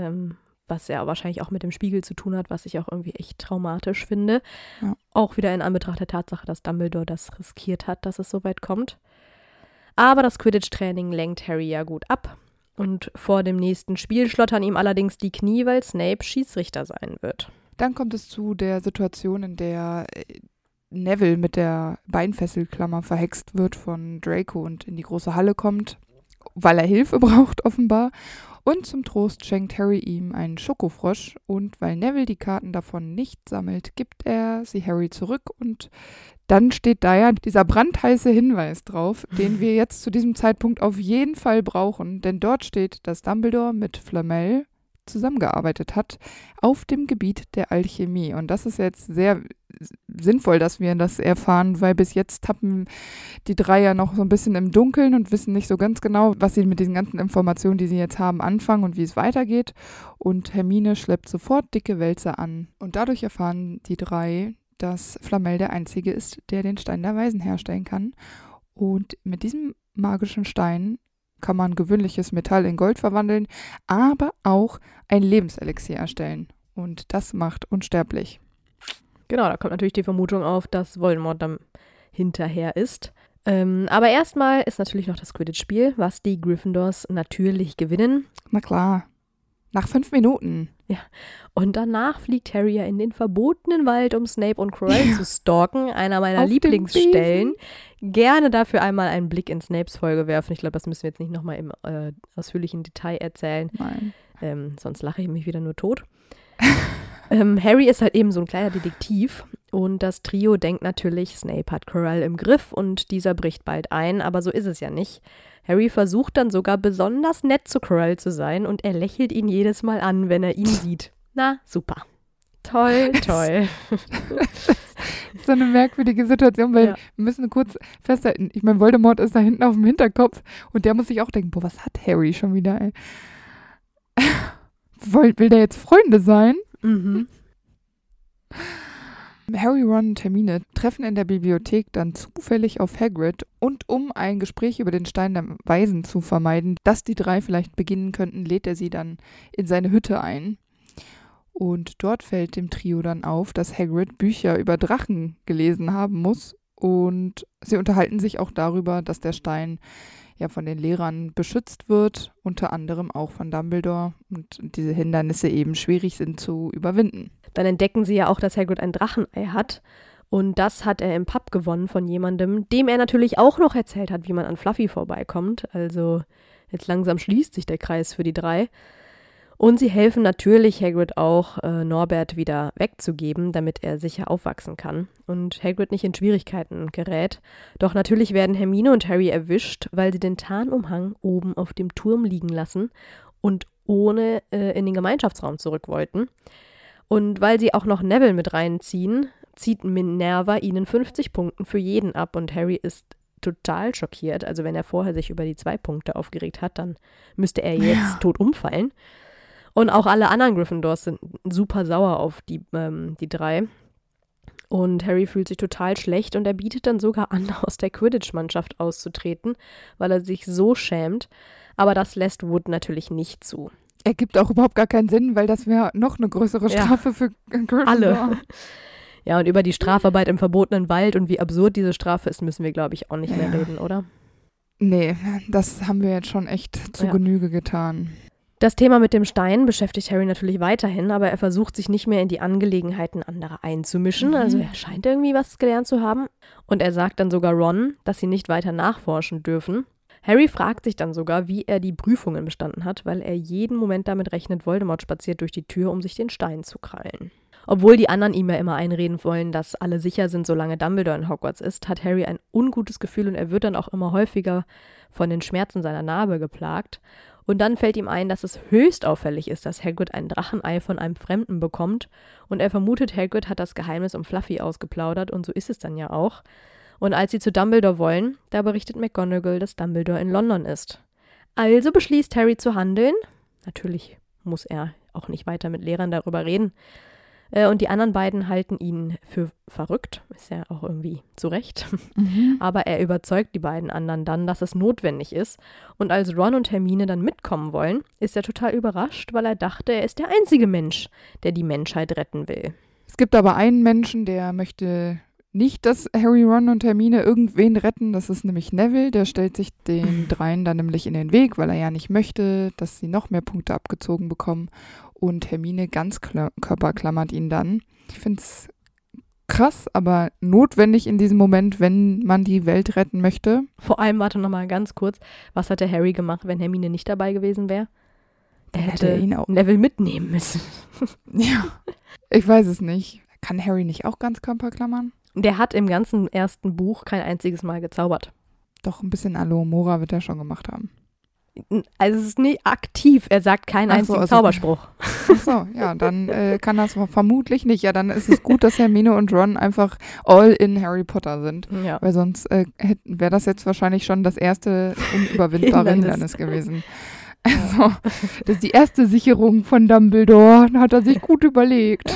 was ja wahrscheinlich auch mit dem Spiegel zu tun hat, was ich auch irgendwie echt traumatisch finde. Ja. Auch wieder in Anbetracht der Tatsache, dass Dumbledore das riskiert hat, dass es so weit kommt. Aber das Quidditch-Training lenkt Harry ja gut ab. Und vor dem nächsten Spiel schlottern ihm allerdings die Knie, weil Snape Schiedsrichter sein wird. Dann kommt es zu der Situation, in der Neville mit der Beinfesselklammer verhext wird von Draco und in die große Halle kommt, weil er Hilfe braucht offenbar. Und zum Trost schenkt Harry ihm einen Schokofrosch und weil Neville die Karten davon nicht sammelt, gibt er sie Harry zurück und dann steht da ja dieser brandheiße Hinweis drauf, den wir jetzt zu diesem Zeitpunkt auf jeden Fall brauchen, denn dort steht, dass Dumbledore mit Flamel zusammengearbeitet hat auf dem Gebiet der Alchemie. Und das ist jetzt sehr sinnvoll, dass wir das erfahren, weil bis jetzt tappen die drei ja noch so ein bisschen im Dunkeln und wissen nicht so ganz genau, was sie mit diesen ganzen Informationen, die sie jetzt haben, anfangen und wie es weitergeht. Und Hermine schleppt sofort dicke Wälzer an. Und dadurch erfahren die drei, dass Flamel der Einzige ist, der den Stein der Weisen herstellen kann. Und mit diesem magischen Stein kann man gewöhnliches Metall in Gold verwandeln, aber auch ein Lebenselixier erstellen. Und das macht unsterblich. Genau, da kommt natürlich die Vermutung auf, dass Voldemort dann hinterher ist. Aber erstmal ist natürlich noch das Quidditch-Spiel, was die Gryffindors natürlich gewinnen. Na klar. Nach 5 Minuten. Ja. Und danach fliegt Harry ja in den verbotenen Wald, um Snape und Quirrell zu stalken. Einer meiner Auf Lieblingsstellen. Gerne dafür einmal einen Blick in Snapes Folge werfen. Ich glaube, das müssen wir jetzt nicht nochmal im ausführlichen Detail erzählen. Nein. Sonst lache ich mich wieder nur tot. Harry ist halt eben so ein kleiner Detektiv Und das Trio denkt natürlich, Snape hat Quirrell im Griff und dieser bricht bald ein, aber so ist es ja nicht. Harry versucht dann sogar besonders nett zu Quirrell zu sein und er lächelt ihn jedes Mal an, wenn er ihn sieht. Na, super. Toll, toll. So eine merkwürdige Situation, weil wir müssen kurz festhalten, ich meine, Voldemort ist da hinten auf dem Hinterkopf und der muss sich auch denken, boah, was hat Harry schon wieder, ey? Will der jetzt Freunde sein? Mhm. Harry, Ron und Hermine treffen in der Bibliothek dann zufällig auf Hagrid und um ein Gespräch über den Stein der Weisen zu vermeiden, dass die drei vielleicht beginnen könnten, lädt er sie dann in seine Hütte ein. Und dort fällt dem Trio dann auf, dass Hagrid Bücher über Drachen gelesen haben muss und sie unterhalten sich auch darüber, dass der Stein ja von den Lehrern beschützt wird, unter anderem auch von Dumbledore und diese Hindernisse eben schwierig sind zu überwinden. Dann entdecken sie ja auch, dass Hagrid ein Drachenei hat und das hat er im Pub gewonnen von jemandem, dem er natürlich auch noch erzählt hat, wie man an Fluffy vorbeikommt. Also jetzt langsam schließt sich der Kreis für die drei. Und sie helfen natürlich Hagrid auch, Norbert wieder wegzugeben, damit er sicher aufwachsen kann und Hagrid nicht in Schwierigkeiten gerät. Doch natürlich werden Hermine und Harry erwischt, weil sie den Tarnumhang oben auf dem Turm liegen lassen und ohne in den Gemeinschaftsraum zurück wollten. Und weil sie auch noch Neville mit reinziehen, zieht Minerva ihnen 50 Punkte für jeden ab und Harry ist total schockiert. Also wenn er vorher sich über die 2 Punkte aufgeregt hat, dann müsste er jetzt tot umfallen. Und auch alle anderen Gryffindors sind super sauer auf die drei. Und Harry fühlt sich total schlecht und er bietet dann sogar an, aus der Quidditch-Mannschaft auszutreten, weil er sich so schämt. Aber das lässt Wood natürlich nicht zu. Ergibt auch überhaupt gar keinen Sinn, weil das wäre noch eine größere Strafe für Gryffindor. Alle. Ja, und über die Strafarbeit im verbotenen Wald und wie absurd diese Strafe ist, müssen wir, glaube ich, auch nicht mehr reden, oder? Nee, das haben wir jetzt schon echt zu Genüge getan. Das Thema mit dem Stein beschäftigt Harry natürlich weiterhin, aber er versucht sich nicht mehr in die Angelegenheiten anderer einzumischen. Also er scheint irgendwie was gelernt zu haben. Und er sagt dann sogar Ron, dass sie nicht weiter nachforschen dürfen. Harry fragt sich dann sogar, wie er die Prüfungen bestanden hat, weil er jeden Moment damit rechnet, Voldemort spaziert durch die Tür, um sich den Stein zu krallen. Obwohl die anderen ihm ja immer einreden wollen, dass alle sicher sind, solange Dumbledore in Hogwarts ist, hat Harry ein ungutes Gefühl und er wird dann auch immer häufiger von den Schmerzen seiner Narbe geplagt. Und dann fällt ihm ein, dass es höchst auffällig ist, dass Hagrid ein Drachenei von einem Fremden bekommt. Und er vermutet, Hagrid hat das Geheimnis um Fluffy ausgeplaudert und so ist es dann ja auch. Und als sie zu Dumbledore wollen, da berichtet McGonagall, dass Dumbledore in London ist. Also beschließt Harry zu handeln. Natürlich muss er auch nicht weiter mit Lehrern darüber reden. Und die anderen beiden halten ihn für verrückt, ist ja auch irgendwie zu Recht. Aber er überzeugt die beiden anderen dann, dass es notwendig ist. Und als Ron und Hermine dann mitkommen wollen, ist er total überrascht, weil er dachte, er ist der einzige Mensch, der die Menschheit retten will. Es gibt aber einen Menschen, der möchte nicht, dass Harry, Ron und Hermine irgendwen retten. Das ist nämlich Neville. Der stellt sich den dreien dann nämlich in den Weg, weil er ja nicht möchte, dass sie noch mehr Punkte abgezogen bekommen. Und Hermine ganz körperklammert ihn dann. Ich finde es krass, aber notwendig in diesem Moment, wenn man die Welt retten möchte. Vor allem, warte noch mal ganz kurz, was hätte Harry gemacht, wenn Hermine nicht dabei gewesen wäre? Er hätte ihn auch Neville mitnehmen müssen. Ja, ich weiß es nicht. Kann Harry nicht auch ganz körperklammern? Der hat im ganzen ersten Buch kein einziges Mal gezaubert. Doch, ein bisschen Alohomora wird er schon gemacht haben. Also es ist nicht aktiv, er sagt keinen einzigen Zauberspruch. Ach so, ja, dann kann das vermutlich nicht. Ja, dann ist es gut, dass Hermine und Ron einfach all in Harry Potter sind. Ja. Weil sonst wäre das jetzt wahrscheinlich schon das erste unüberwindbare Hindernis gewesen. Also, das ist die erste Sicherung von Dumbledore, hat er sich gut überlegt.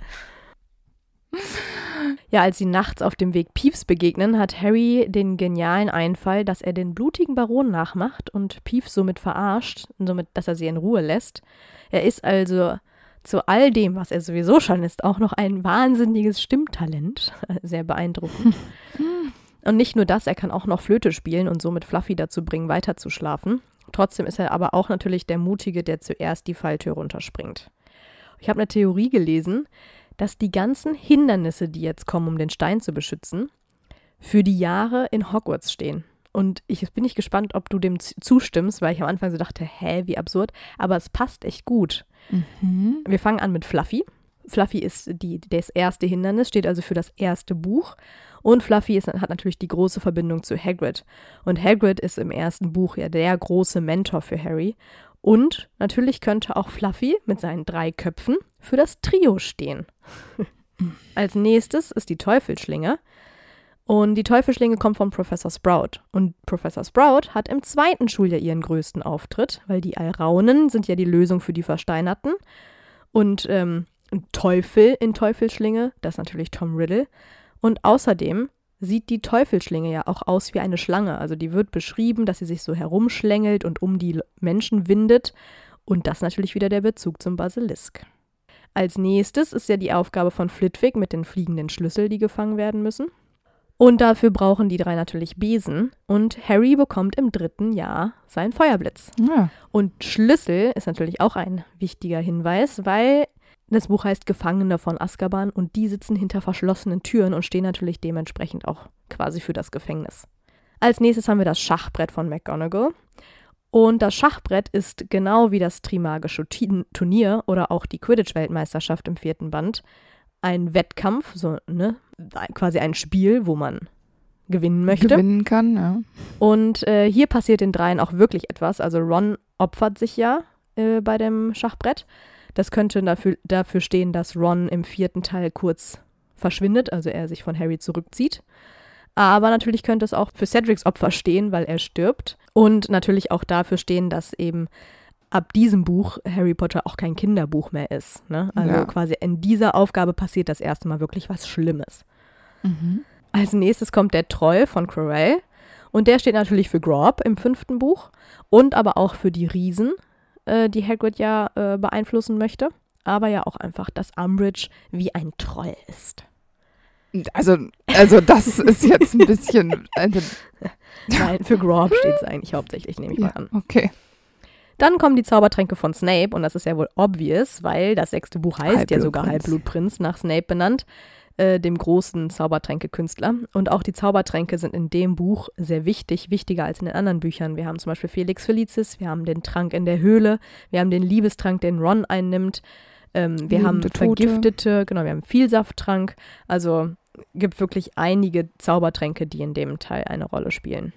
Ja, als sie nachts auf dem Weg Peeves begegnen, hat Harry den genialen Einfall, dass er den blutigen Baron nachmacht und Peeves somit verarscht, somit, dass er sie in Ruhe lässt. Er ist also zu all dem, was er sowieso schon ist, auch noch ein wahnsinniges Stimmtalent. Sehr beeindruckend. Und nicht nur das, er kann auch noch Flöte spielen und somit Fluffy dazu bringen, weiter zu schlafen. Trotzdem ist er aber auch natürlich der Mutige, der zuerst die Falltür runterspringt. Ich habe eine Theorie gelesen, dass die ganzen Hindernisse, die jetzt kommen, um den Stein zu beschützen, für die Jahre in Hogwarts stehen. Und ich bin nicht gespannt, ob du dem zustimmst, weil ich am Anfang so dachte, wie absurd. Aber es passt echt gut. Wir fangen an mit Fluffy. Fluffy ist das erste Hindernis, steht also für das erste Buch. Und Fluffy hat natürlich die große Verbindung zu Hagrid. Und Hagrid ist im ersten Buch ja der große Mentor für Harry. Und natürlich könnte auch Fluffy mit seinen 3 Köpfen für das Trio stehen. Als nächstes ist die Teufelsschlinge. Und die Teufelsschlinge kommt von Professor Sprout. Und Professor Sprout hat im 2. Schuljahr ihren größten Auftritt, weil die Alraunen sind ja die Lösung für die Versteinerten. Und ein Teufel in Teufelsschlinge, das ist natürlich Tom Riddle. Und außerdem sieht die Teufelsschlinge ja auch aus wie eine Schlange. Also die wird beschrieben, dass sie sich so herumschlängelt und um die Menschen windet. Und das natürlich wieder der Bezug zum Basilisk. Als nächstes ist ja die Aufgabe von Flitwick mit den fliegenden Schlüsseln, die gefangen werden müssen. Und dafür brauchen die 3 natürlich Besen. Und Harry bekommt im 3. Jahr seinen Feuerblitz. Ja. Und Schlüssel ist natürlich auch ein wichtiger Hinweis, weil das Buch heißt Gefangene von Azkaban und die sitzen hinter verschlossenen Türen und stehen natürlich dementsprechend auch quasi für das Gefängnis. Als nächstes haben wir das Schachbrett von McGonagall. Und das Schachbrett ist genau wie das Trimagische Turnier oder auch die Quidditch-Weltmeisterschaft im 4. Band ein Wettkampf, so, ne, quasi ein Spiel, wo man gewinnen möchte. Gewinnen kann, ja. Und hier passiert den 3 auch wirklich etwas. Also Ron opfert sich ja bei dem Schachbrett. Das könnte dafür stehen, dass Ron im 4. Teil kurz verschwindet, also er sich von Harry zurückzieht. Aber natürlich könnte es auch für Cedrics Opfer stehen, weil er stirbt. Und natürlich auch dafür stehen, dass eben ab diesem Buch Harry Potter auch kein Kinderbuch mehr ist. Ne? Also quasi in dieser Aufgabe passiert das erste Mal wirklich was Schlimmes. Mhm. Als nächstes kommt der Troll von Quirrell. Und der steht natürlich für Grob im 5. Buch und aber auch für die Riesen, die Hagrid ja beeinflussen möchte, aber ja auch einfach, dass Umbridge wie ein Troll ist. Also das ist jetzt ein bisschen... Nein, für Grob steht es eigentlich hauptsächlich, nehme ich mal an. Okay. Dann kommen die Zaubertränke von Snape und das ist ja wohl obvious, weil das 6. Buch heißt ja sogar Halbblutprinz, nach Snape benannt, dem großen Zaubertränkekünstler. Und auch die Zaubertränke sind in dem Buch sehr wichtig, wichtiger als in den anderen Büchern. Wir haben zum Beispiel Felix Felicis, wir haben den Trank in der Höhle, wir haben den Liebestrank, den Ron einnimmt, wir haben Vergiftete, genau, wir haben Vielsafttrank. Also gibt wirklich einige Zaubertränke, die in dem Teil eine Rolle spielen.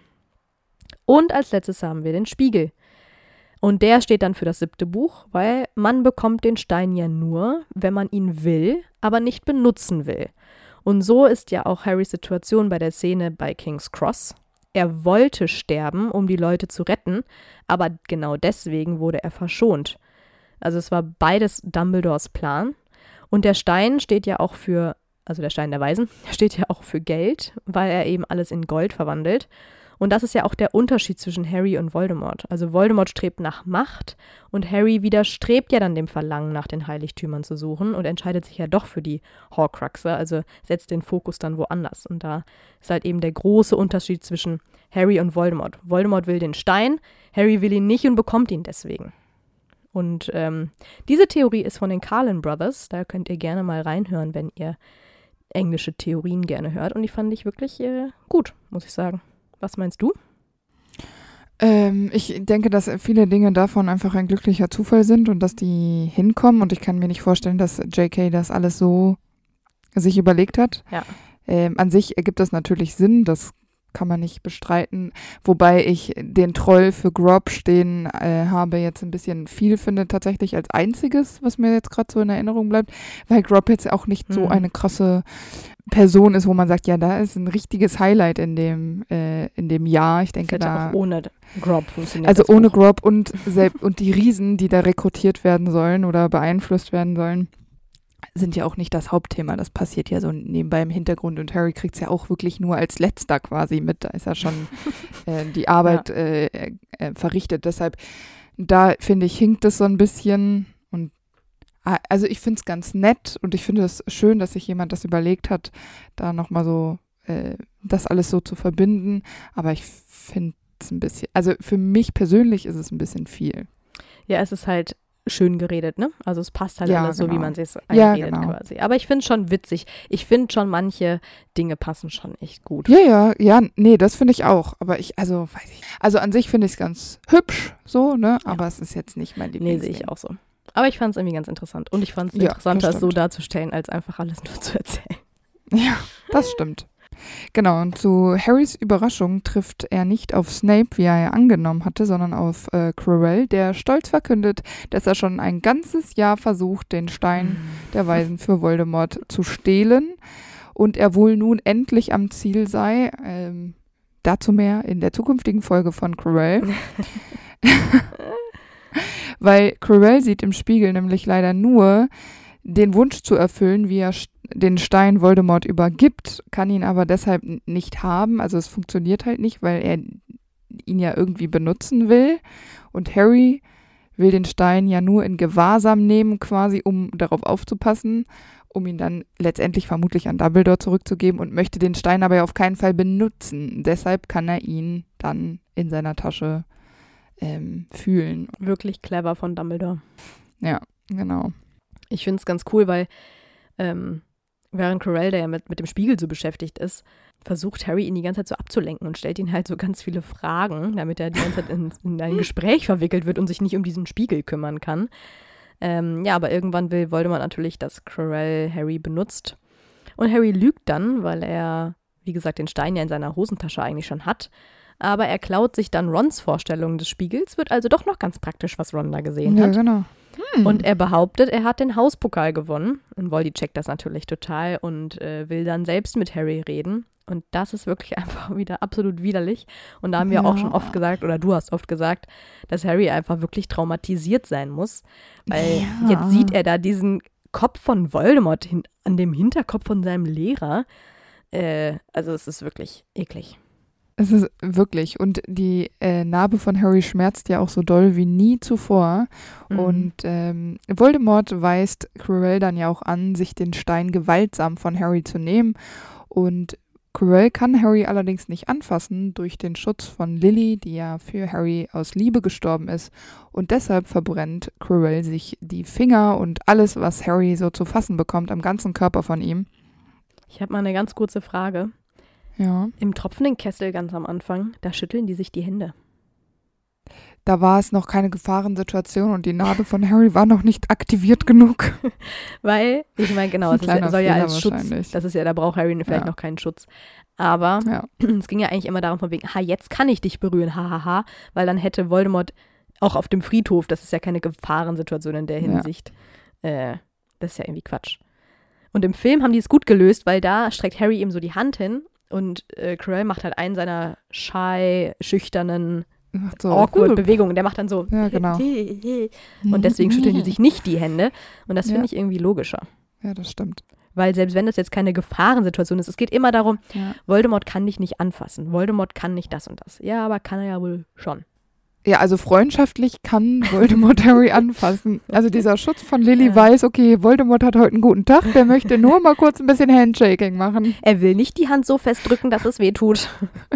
Und als letztes haben wir den Spiegel. Und der steht dann für das 7. Buch, weil man bekommt den Stein ja nur, wenn man ihn will, aber nicht benutzen will. Und so ist ja auch Harrys Situation bei der Szene bei King's Cross. Er wollte sterben, um die Leute zu retten, aber genau deswegen wurde er verschont. Also es war beides Dumbledores Plan. Und der Stein steht ja auch für, also der Stein der Weisen, steht ja auch für Geld, weil er eben alles in Gold verwandelt. Und das ist ja auch der Unterschied zwischen Harry und Voldemort. Also Voldemort strebt nach Macht und Harry widerstrebt ja dann dem Verlangen, nach den Heiligtümern zu suchen und entscheidet sich ja doch für die Horcruxe, also setzt den Fokus dann woanders. Und da ist halt eben der große Unterschied zwischen Harry und Voldemort. Voldemort will den Stein, Harry will ihn nicht und bekommt ihn deswegen. Und diese Theorie ist von den Carlin Brothers, da könnt ihr gerne mal reinhören, wenn ihr englische Theorien gerne hört. Und die fand ich wirklich gut, muss ich sagen. Was meinst du? Ich denke, dass viele Dinge davon einfach ein glücklicher Zufall sind und dass die hinkommen. Und ich kann mir nicht vorstellen, dass J.K. das alles so sich überlegt hat. Ja. An sich ergibt das natürlich Sinn, das kann man nicht bestreiten. Wobei ich den Troll für Grob stehen habe jetzt ein bisschen viel finde, tatsächlich als einziges, was mir jetzt gerade so in Erinnerung bleibt. Weil Grob jetzt auch nicht so eine krasse Person ist, wo man sagt, ja, da ist ein richtiges Highlight in dem Jahr. Ich denke, da auch ohne Grob funktioniert. Also ohne Grob und die Riesen, die da rekrutiert werden sollen oder beeinflusst werden sollen, sind ja auch nicht das Hauptthema. Das passiert ja so nebenbei im Hintergrund und Harry kriegt es ja auch wirklich nur als Letzter quasi mit. Da ist ja schon die Arbeit verrichtet. Deshalb, da finde ich, hinkt es so ein bisschen. Und also ich finde es ganz nett und ich finde es schön, dass sich jemand das überlegt hat, da nochmal so das alles so zu verbinden. Aber ich finde es ein bisschen, also für mich persönlich ist es ein bisschen viel. Ja, es ist halt schön geredet, ne? Also es passt halt alles so, wie man sich einredet quasi. Aber ich finde es schon witzig. Ich finde schon, manche Dinge passen schon echt gut. Ja, nee, das finde ich auch. Aber weiß ich. Also an sich finde ich es ganz hübsch, so, ne? Ja. Aber es ist jetzt nicht mein Lieblings. Nee, sehe ich auch so. Aber ich fand es irgendwie ganz interessant. Und ich fand es interessanter, es so darzustellen, als einfach alles nur zu erzählen. Ja, das stimmt. Genau, und zu Harrys Überraschung trifft er nicht auf Snape, wie er ja angenommen hatte, sondern auf Quirrell, der stolz verkündet, dass er schon ein ganzes Jahr versucht, den Stein der Weisen für Voldemort zu stehlen und er wohl nun endlich am Ziel sei. Dazu mehr in der zukünftigen Folge von Quirrell. Weil Quirrell sieht im Spiegel nämlich leider nur den Wunsch zu erfüllen, wie er den Stein Voldemort übergibt, kann ihn aber deshalb nicht haben. Also es funktioniert halt nicht, weil er ihn ja irgendwie benutzen will. Und Harry will den Stein ja nur in Gewahrsam nehmen, quasi, um darauf aufzupassen, um ihn dann letztendlich vermutlich an Dumbledore zurückzugeben und möchte den Stein aber ja auf keinen Fall benutzen. Deshalb kann er ihn dann in seiner Tasche fühlen. Wirklich clever von Dumbledore. Ja, genau. Ich finde es ganz cool, weil während Quirrell, der ja mit dem Spiegel so beschäftigt ist, versucht Harry ihn die ganze Zeit so abzulenken und stellt ihn halt so ganz viele Fragen, damit er die ganze Zeit in ein Gespräch verwickelt wird und sich nicht um diesen Spiegel kümmern kann. Ja, aber irgendwann will Voldemort natürlich, dass Quirrell Harry benutzt. Und Harry lügt dann, weil er, wie gesagt, den Stein ja in seiner Hosentasche eigentlich schon hat. Aber er klaut sich dann Rons Vorstellung des Spiegels, wird also doch noch ganz praktisch, was Ron da gesehen hat. Ja, genau. Und er behauptet, er hat den Hauspokal gewonnen. Und Voldy checkt das natürlich total und will dann selbst mit Harry reden. Und das ist wirklich einfach wieder absolut widerlich. Und da haben wir auch schon oft gesagt, oder du hast oft gesagt, dass Harry einfach wirklich traumatisiert sein muss. Weil jetzt sieht er da diesen Kopf von Voldemort an dem Hinterkopf von seinem Lehrer. Also es ist wirklich eklig. Es ist wirklich. Und die Narbe von Harry schmerzt ja auch so doll wie nie zuvor. Und Voldemort weist Quirrell dann ja auch an, sich den Stein gewaltsam von Harry zu nehmen. Und Quirrell kann Harry allerdings nicht anfassen durch den Schutz von Lily, die ja für Harry aus Liebe gestorben ist. Und deshalb verbrennt Quirrell sich die Finger und alles, was Harry so zu fassen bekommt, am ganzen Körper von ihm. Ich habe mal eine ganz kurze Frage. Ja. Im tropfenden Kessel ganz am Anfang, da schütteln die sich die Hände. Da war es noch keine Gefahrensituation und die Narbe von Harry war noch nicht aktiviert genug. Weil, ich meine, genau, es soll ja als Schutz, da braucht Harry vielleicht noch keinen Schutz. Aber es ging ja eigentlich immer darum von wegen, jetzt kann ich dich berühren, hahaha, weil dann hätte Voldemort auch auf dem Friedhof, das ist ja keine Gefahrensituation in der Hinsicht. Das ist ja irgendwie Quatsch. Und im Film haben die es gut gelöst, weil da streckt Harry ihm so die Hand hin und Quirrell macht halt einen seiner schüchternen awkward Bewegungen. Der macht dann so. Ja, genau. Und deswegen schütteln die sich nicht die Hände. Und das finde ich irgendwie logischer. Ja, das stimmt. Weil selbst wenn das jetzt keine Gefahrensituation ist, es geht immer darum, Voldemort kann dich nicht anfassen. Voldemort kann nicht das und das. Ja, aber kann er ja wohl schon. Ja, also freundschaftlich kann Voldemort Harry anfassen. Also dieser Schutz von Lily weiß, okay, Voldemort hat heute einen guten Tag, der möchte nur mal kurz ein bisschen Handshaking machen. Er will nicht die Hand so festdrücken, dass es weh tut.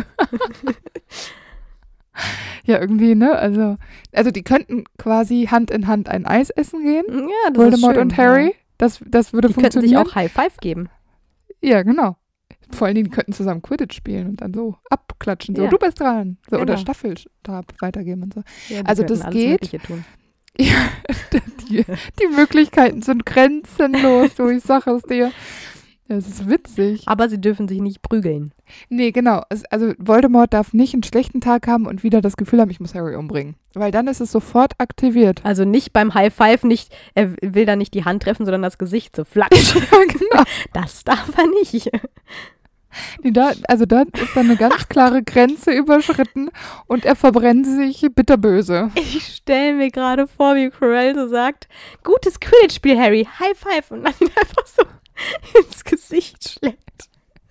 Ja, irgendwie, ne? Also die könnten quasi Hand in Hand ein Eis essen gehen. Ja, das Voldemort ist schön, und Harry. Das würde funktionieren. Die könnten sich auch High Five geben. Ja, genau. Vor allen Dingen, die könnten zusammen Quidditch spielen und dann so abklatschen. So, du bist dran. So, genau. Oder Staffelstab weitergeben und so. Ja, also das geht. Tun. Ja, die Möglichkeiten sind grenzenlos, du, ich sag es dir. Das ist witzig. Aber sie dürfen sich nicht prügeln. Nee, genau. Also Voldemort darf nicht einen schlechten Tag haben und wieder das Gefühl haben, ich muss Harry umbringen. Weil dann ist es sofort aktiviert. Also nicht beim High Five, er will da nicht die Hand treffen, sondern das Gesicht so flatsch. Ja, genau. Das darf er nicht. Nee, da ist dann eine ganz klare Grenze überschritten und er verbrennt sich bitterböse. Ich stelle mir gerade vor, wie Quirrell so sagt, gutes Quidditch-Spiel, Harry, High Five, und dann ihn einfach so ins Gesicht schlägt.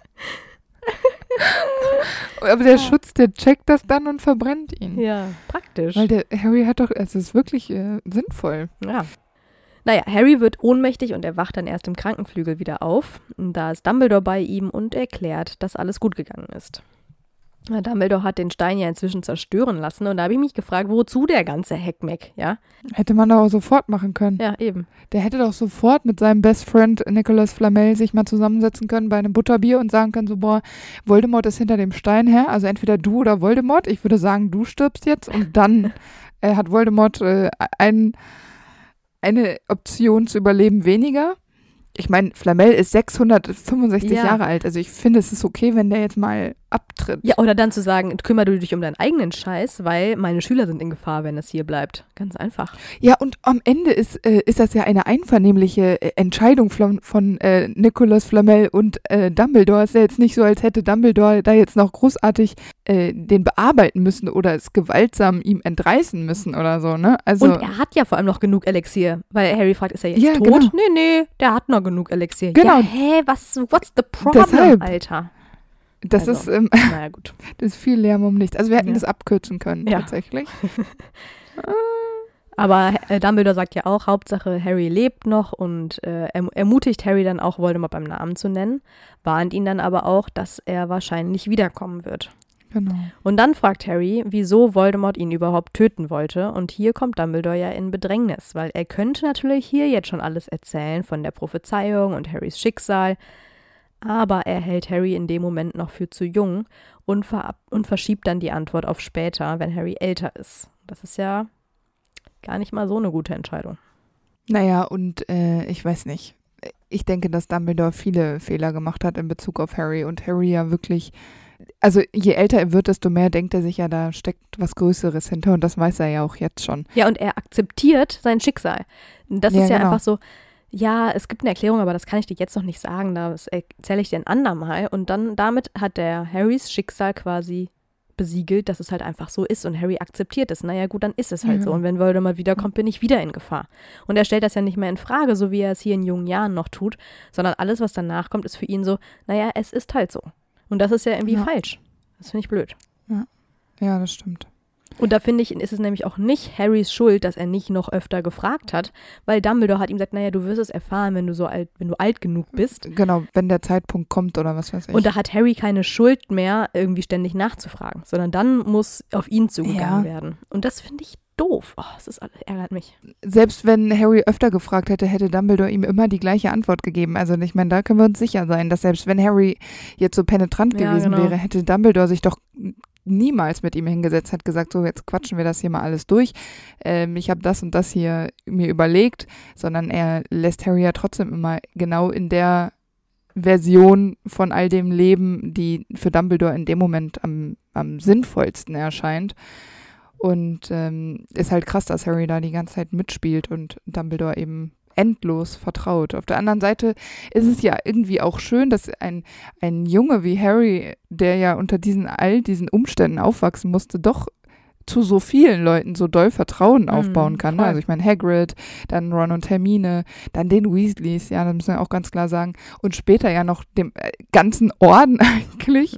Aber der Schutz, der checkt das dann und verbrennt ihn. Ja, praktisch. Weil der Harry hat doch, es ist wirklich sinnvoll. Ja. Naja, Harry wird ohnmächtig und er wacht dann erst im Krankenflügel wieder auf. Und da ist Dumbledore bei ihm und erklärt, dass alles gut gegangen ist. Dumbledore hat den Stein ja inzwischen zerstören lassen und da habe ich mich gefragt, wozu der ganze Heckmeck, ja? Hätte man doch auch sofort machen können. Ja, eben. Der hätte doch sofort mit seinem Best Friend Nicolas Flamel sich mal zusammensetzen können bei einem Butterbier und sagen können so, Voldemort ist hinter dem Stein her, also entweder du oder Voldemort. Ich würde sagen, du stirbst jetzt und dann hat Voldemort einen eine Option zu überleben weniger. Ich meine, Flamel ist 665 Jahre alt. Also ich finde, es ist okay, wenn der jetzt mal abtritt. Ja, oder dann zu sagen, kümmere du dich um deinen eigenen Scheiß, weil meine Schüler sind in Gefahr, wenn es hier bleibt. Ganz einfach. Ja, und am Ende ist das ja eine einvernehmliche Entscheidung von Nicolas Flamel und Dumbledore. Es ist ja jetzt nicht so, als hätte Dumbledore da jetzt noch großartig den bearbeiten müssen oder es gewaltsam ihm entreißen müssen oder so, ne? Also, und er hat ja vor allem noch genug Elixier, weil Harry fragt, ist er jetzt tot? Genau. Nee, der hat noch genug Elixier. Genau. Ja, what's the problem, Deshalb. Alter? Das also, ist, naja, gut. Das ist viel Lärm um nichts. Also wir hätten das abkürzen können, tatsächlich. Aber Dumbledore sagt ja auch, Hauptsache Harry lebt noch und ermutigt Harry dann auch, Voldemort beim Namen zu nennen, warnt ihn dann aber auch, dass er wahrscheinlich wiederkommen wird. Genau. Und dann fragt Harry, wieso Voldemort ihn überhaupt töten wollte. Und hier kommt Dumbledore ja in Bedrängnis, weil er könnte natürlich hier jetzt schon alles erzählen von der Prophezeiung und Harrys Schicksal. Aber er hält Harry in dem Moment noch für zu jung und verschiebt dann die Antwort auf später, wenn Harry älter ist. Das ist ja gar nicht mal so eine gute Entscheidung. Naja, und ich weiß nicht. Ich denke, dass Dumbledore viele Fehler gemacht hat in Bezug auf Harry und Harry ja wirklich, also je älter er wird, desto mehr denkt er sich ja, da steckt was Größeres hinter und das weiß er ja auch jetzt schon. Ja, und er akzeptiert sein Schicksal. Das ist ja einfach so, ja, es gibt eine Erklärung, aber das kann ich dir jetzt noch nicht sagen, das erzähle ich dir ein andermal. Und dann damit hat der Harrys Schicksal quasi besiegelt, dass es halt einfach so ist und Harry akzeptiert es. Naja gut, dann ist es halt so und wenn Voldemort wiederkommt, bin ich wieder in Gefahr. Und er stellt das ja nicht mehr in Frage, so wie er es hier in jungen Jahren noch tut, sondern alles, was danach kommt, ist für ihn so, naja, es ist halt so. Und das ist ja irgendwie falsch. Das finde ich blöd. Ja, das stimmt. Und da finde ich, ist es nämlich auch nicht Harrys Schuld, dass er nicht noch öfter gefragt hat, weil Dumbledore hat ihm gesagt, naja, du wirst es erfahren, wenn du alt genug bist. Genau, wenn der Zeitpunkt kommt oder was weiß ich. Und da hat Harry keine Schuld mehr, irgendwie ständig nachzufragen, sondern dann muss auf ihn zugegangen werden. Und das finde ich doof. Oh, das ärgert mich. Selbst wenn Harry öfter gefragt hätte, hätte Dumbledore ihm immer die gleiche Antwort gegeben. Also ich meine, da können wir uns sicher sein, dass selbst wenn Harry jetzt so penetrant gewesen wäre, hätte Dumbledore sich doch niemals mit ihm hingesetzt, hat gesagt, so jetzt quatschen wir das hier mal alles durch. Ich habe das und das hier mir überlegt, sondern er lässt Harry ja trotzdem immer genau in der Version von all dem leben, die für Dumbledore in dem Moment am sinnvollsten erscheint. Und ist halt krass, dass Harry da die ganze Zeit mitspielt und Dumbledore eben endlos vertraut. Auf der anderen Seite ist es ja irgendwie auch schön, dass ein Junge wie Harry, der ja unter all diesen Umständen aufwachsen musste, doch zu so vielen Leuten so doll Vertrauen aufbauen kann. Voll. Also ich meine Hagrid, dann Ron und Hermine, dann den Weasleys, ja, das müssen wir auch ganz klar sagen. Und später ja noch dem ganzen Orden eigentlich.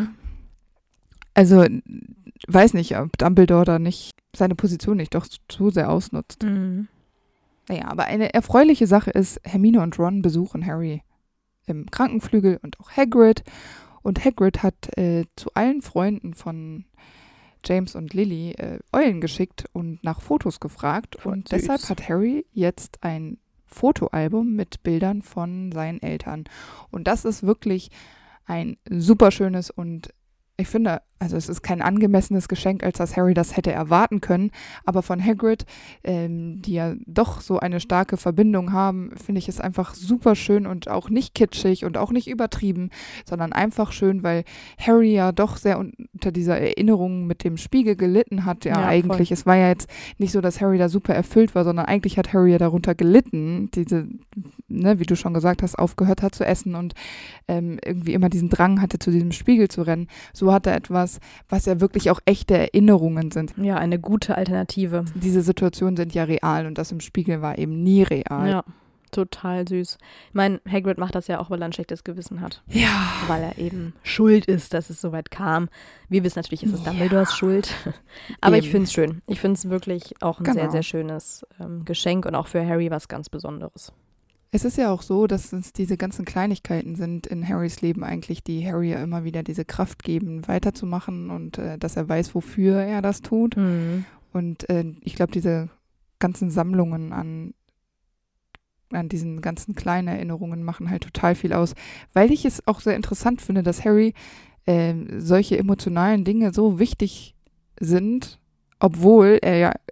Also weiß nicht, ob Dumbledore da nicht seine Position nicht doch zu sehr ausnutzt. Naja, aber eine erfreuliche Sache ist, Hermine und Ron besuchen Harry im Krankenflügel und auch Hagrid. Und Hagrid hat zu allen Freunden von James und Lily Eulen geschickt und nach Fotos gefragt. Und deshalb hat Harry jetzt ein Fotoalbum mit Bildern von seinen Eltern. Und das ist wirklich ein super schönes und ich finde, also es ist kein angemessenes Geschenk, als dass Harry das hätte erwarten können, aber von Hagrid, die ja doch so eine starke Verbindung haben, finde ich es einfach super schön und auch nicht kitschig und auch nicht übertrieben, sondern einfach schön, weil Harry ja doch sehr unter dieser Erinnerung mit dem Spiegel gelitten hat, ja eigentlich. Voll. Es war ja jetzt nicht so, dass Harry da super erfüllt war, sondern eigentlich hat Harry ja darunter gelitten, wie du schon gesagt hast, aufgehört hat zu essen und irgendwie immer diesen Drang hatte, zu diesem Spiegel zu rennen. So hat er etwas, was ja wirklich auch echte Erinnerungen sind. Ja, eine gute Alternative. Diese Situationen sind ja real und das im Spiegel war eben nie real. Ja, total süß. Ich meine, Hagrid macht das ja auch, weil er ein schlechtes Gewissen hat. Ja. Weil er eben schuld ist, dass es so weit kam. Wir wissen natürlich, es ist Dumbledores Schuld. Aber eben. Ich finde es schön. Ich finde es wirklich auch ein sehr, sehr schönes Geschenk und auch für Harry was ganz Besonderes. Es ist ja auch so, dass es diese ganzen Kleinigkeiten sind in Harrys Leben eigentlich, die Harry ja immer wieder diese Kraft geben, weiterzumachen und dass er weiß, wofür er das tut. Und ich glaube, diese ganzen Sammlungen an diesen ganzen kleinen Erinnerungen machen halt total viel aus, weil ich es auch sehr interessant finde, dass Harry solche emotionalen Dinge so wichtig sind, obwohl er ja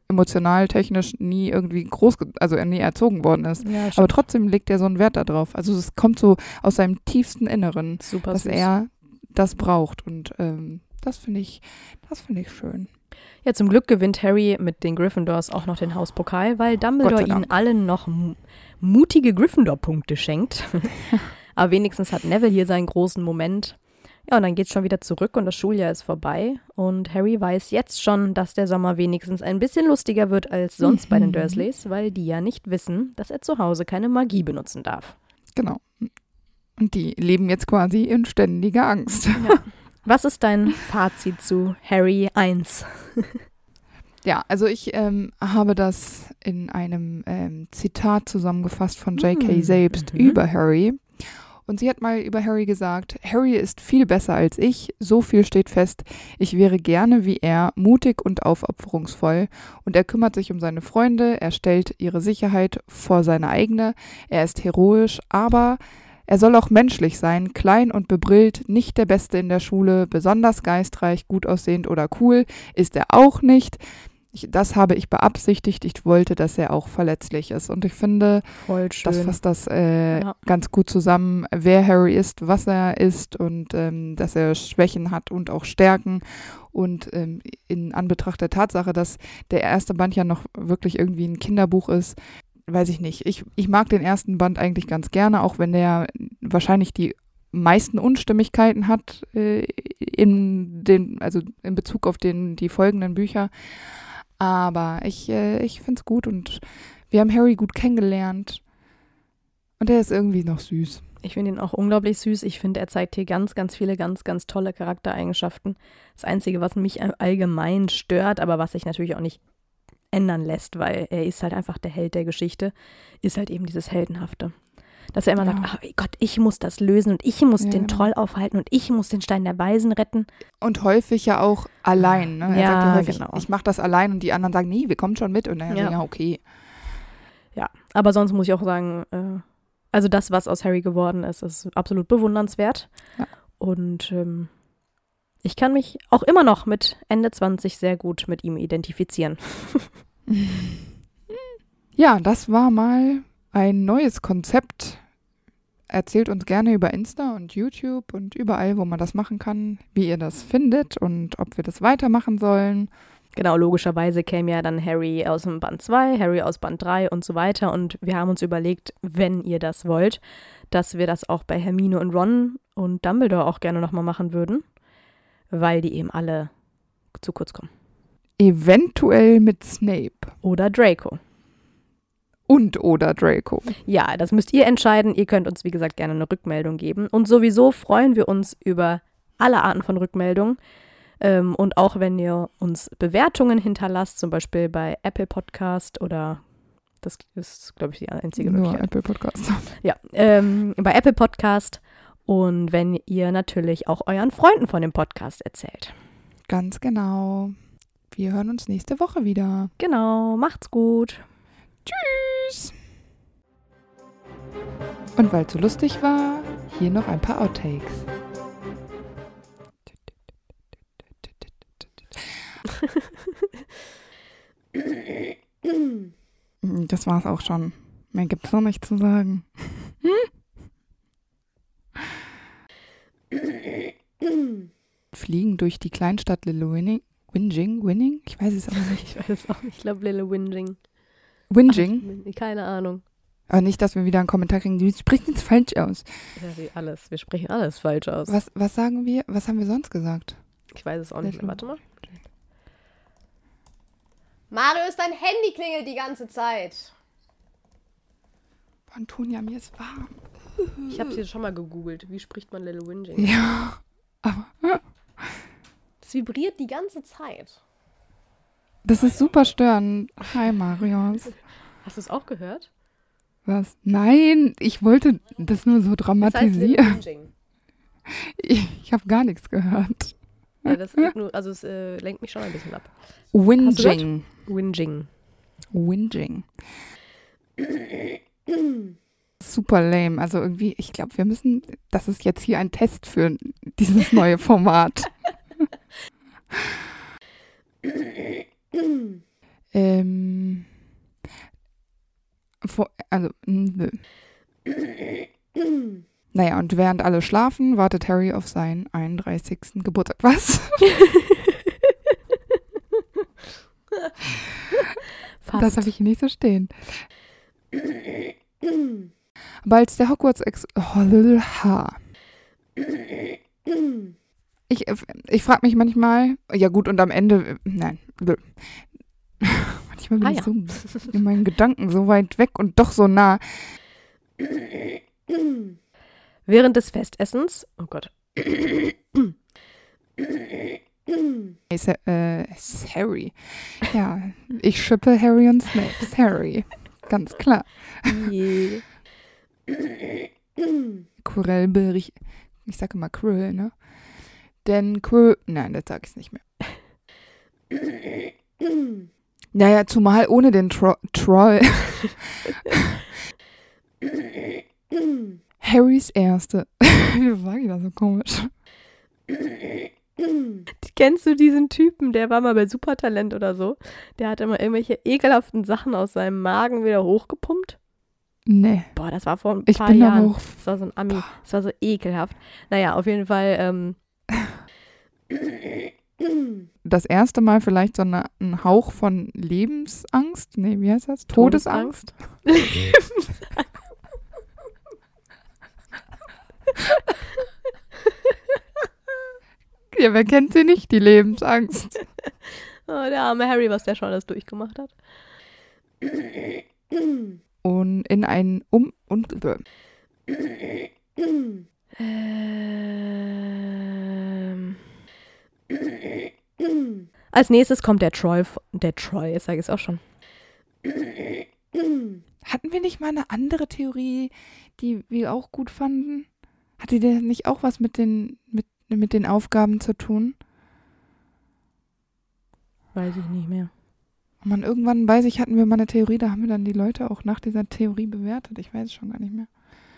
emotional, technisch nie irgendwie nie erzogen worden ist. Ja, aber trotzdem legt er so einen Wert darauf. Also es kommt so aus seinem tiefsten Inneren, super dass süß. Er das braucht. Und das finde ich schön. Ja, zum Glück gewinnt Harry mit den Gryffindors auch noch den Hauspokal, weil Dumbledore ihnen allen noch mutige Gryffindor-Punkte schenkt. Aber wenigstens hat Neville hier seinen großen Moment. Ja, und dann geht's schon wieder zurück und das Schuljahr ist vorbei. Und Harry weiß jetzt schon, dass der Sommer wenigstens ein bisschen lustiger wird als sonst bei den Dursleys, weil die ja nicht wissen, dass er zu Hause keine Magie benutzen darf. Genau. Und die leben jetzt quasi in ständiger Angst. Ja. Was ist dein Fazit zu Harry 1? Ja, also ich habe das in einem Zitat zusammengefasst von J.K. selbst über Harry. Und sie hat mal über Harry gesagt, Harry ist viel besser als ich, so viel steht fest. Ich wäre gerne wie er, mutig und aufopferungsvoll. Und er kümmert sich um seine Freunde, er stellt ihre Sicherheit vor seine eigene. Er ist heroisch, aber er soll auch menschlich sein, klein und bebrillt, nicht der Beste in der Schule, besonders geistreich, gut aussehend oder cool, ist er auch nicht. Das habe ich beabsichtigt. Ich wollte, dass er auch verletzlich ist. Und ich finde, das fasst das ganz gut zusammen, wer Harry ist, was er ist und dass er Schwächen hat und auch Stärken. Und in Anbetracht der Tatsache, dass der erste Band ja noch wirklich irgendwie ein Kinderbuch ist, weiß ich nicht. Ich mag den ersten Band eigentlich ganz gerne, auch wenn der wahrscheinlich die meisten Unstimmigkeiten hat in Bezug auf die folgenden Bücher. Aber ich finde es gut und wir haben Harry gut kennengelernt und er ist irgendwie noch süß. Ich finde ihn auch unglaublich süß. Ich finde, er zeigt hier ganz, ganz viele ganz, ganz tolle Charaktereigenschaften. Das Einzige, was mich allgemein stört, aber was sich natürlich auch nicht ändern lässt, weil er ist halt einfach der Held der Geschichte, ist halt eben dieses Heldenhafte. Dass er immer sagt, ach Gott, ich muss das lösen und ich muss den Troll aufhalten und ich muss den Stein der Weisen retten. Und häufig ja auch allein. Ne? Er sagt ja häufig, genau. Ich mache das allein und die anderen sagen, nee, wir kommen schon mit. Und dann sagen, ja, okay. Ja, aber sonst muss ich auch sagen, also das, was aus Harry geworden ist, ist absolut bewundernswert. Ja. Und ich kann mich auch immer noch mit Ende 20 sehr gut mit ihm identifizieren. Ja, das war mal ein neues Konzept. Erzählt uns gerne über Insta und YouTube und überall, wo man das machen kann, wie ihr das findet und ob wir das weitermachen sollen. Genau, logischerweise käme ja dann Harry aus dem Band 2, Harry aus Band 3 und so weiter. Und wir haben uns überlegt, wenn ihr das wollt, dass wir das auch bei Hermine und Ron und Dumbledore auch gerne nochmal machen würden, weil die eben alle zu kurz kommen. Eventuell mit Snape. Oder Draco. Oder Draco. Ja, das müsst ihr entscheiden. Ihr könnt uns, wie gesagt, gerne eine Rückmeldung geben. Und sowieso freuen wir uns über alle Arten von Rückmeldungen. Und auch wenn ihr uns Bewertungen hinterlasst, zum Beispiel bei Apple Podcast oder das ist, glaube ich, die einzige Möglichkeit. Nur Apple Podcast. Ja, bei Apple Podcast. Und wenn ihr natürlich auch euren Freunden von dem Podcast erzählt. Ganz genau. Wir hören uns nächste Woche wieder. Genau, macht's gut. Tschüss. Und weil es so lustig war, hier noch ein paar Outtakes. Das war's auch schon. Mehr gibt's noch nicht zu sagen. Fliegen durch die Kleinstadt Little Winning? Ich weiß es aber nicht. Ich weiß es auch nicht. Ich glaube Little Whinging. Whinging? Keine Ahnung. Aber nicht, dass wir wieder einen Kommentar kriegen, die sprechen es falsch aus. Ja, wie alles. Wir sprechen alles falsch aus. Was sagen wir? Was haben wir sonst gesagt? Ich weiß es auch nicht mehr. Warte mal. Marius, dein Handy klingelt die ganze Zeit. Antonia, mir ist warm. Ich habe es hier schon mal gegoogelt. Wie spricht man Little Whinging? Ja, aber... Es vibriert die ganze Zeit. Das ist super störend. Hi, Marius. Hast du es auch gehört? Was? Nein, ich wollte das nur so dramatisieren. Das heißt ich habe gar nichts gehört. Ja, das ist nur, also es lenkt mich schon ein bisschen ab. Whinging. Whinging. Super lame. Also irgendwie, ich glaube, das ist jetzt hier ein Test für dieses neue Format. Nö. Naja, und während alle schlafen, wartet Harry auf seinen 31. Geburtstag. Was? Fast. Das habe ich nicht so stehen. Aber als der Hogwarts Ich frage mich manchmal, ja gut, und am Ende, nein. Manchmal bin ich so in meinen Gedanken so weit weg und doch so nah. Während des Festessens, oh Gott. Harry. Ja, ich schippe Harry und Snape. Harry. Ganz klar. Yeah. Quirrell, ich sage immer Quirrell, ne? Denn nein, das sag ich nicht mehr. Naja, zumal ohne den Troll. Harrys Erste. Wie sage ich das so komisch? Kennst du diesen Typen, der war mal bei Supertalent oder so? Der hat immer irgendwelche ekelhaften Sachen aus seinem Magen wieder hochgepumpt. Nee. Boah, das war vor ein paar Jahren. Das war so ein Ami. Das war so ekelhaft. Naja, auf jeden Fall. Das erste Mal vielleicht so ein Hauch von Lebensangst. Nee, wie heißt das? Todesangst. Lebensangst. Ja, wer kennt sie nicht, die Lebensangst? Oh, der arme Harry, was der schon alles durchgemacht hat. Und in einen Als nächstes kommt der Troy, jetzt sage ich es auch schon. Hatten wir nicht mal eine andere Theorie, die wir auch gut fanden? Hatte der nicht auch was mit den Aufgaben zu tun? Weiß ich nicht mehr. Man, irgendwann, weiß ich, hatten wir mal eine Theorie, da haben wir dann die Leute auch nach dieser Theorie bewertet. Ich weiß es schon gar nicht mehr.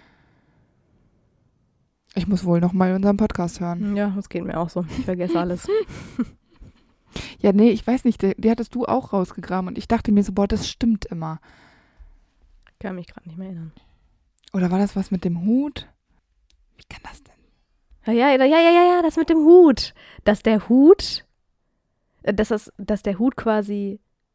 Ich muss wohl noch mal unseren Podcast hören. Ja, das geht mir auch so. Ich vergesse alles. Ja, nee, ich weiß nicht, die hattest du auch rausgegraben und ich dachte mir so, boah, das stimmt immer. Ich kann mich gerade nicht mehr erinnern. Oder war das was mit dem Hut? Wie kann das denn? Ja, das mit dem Hut. Dass der Hut quasi.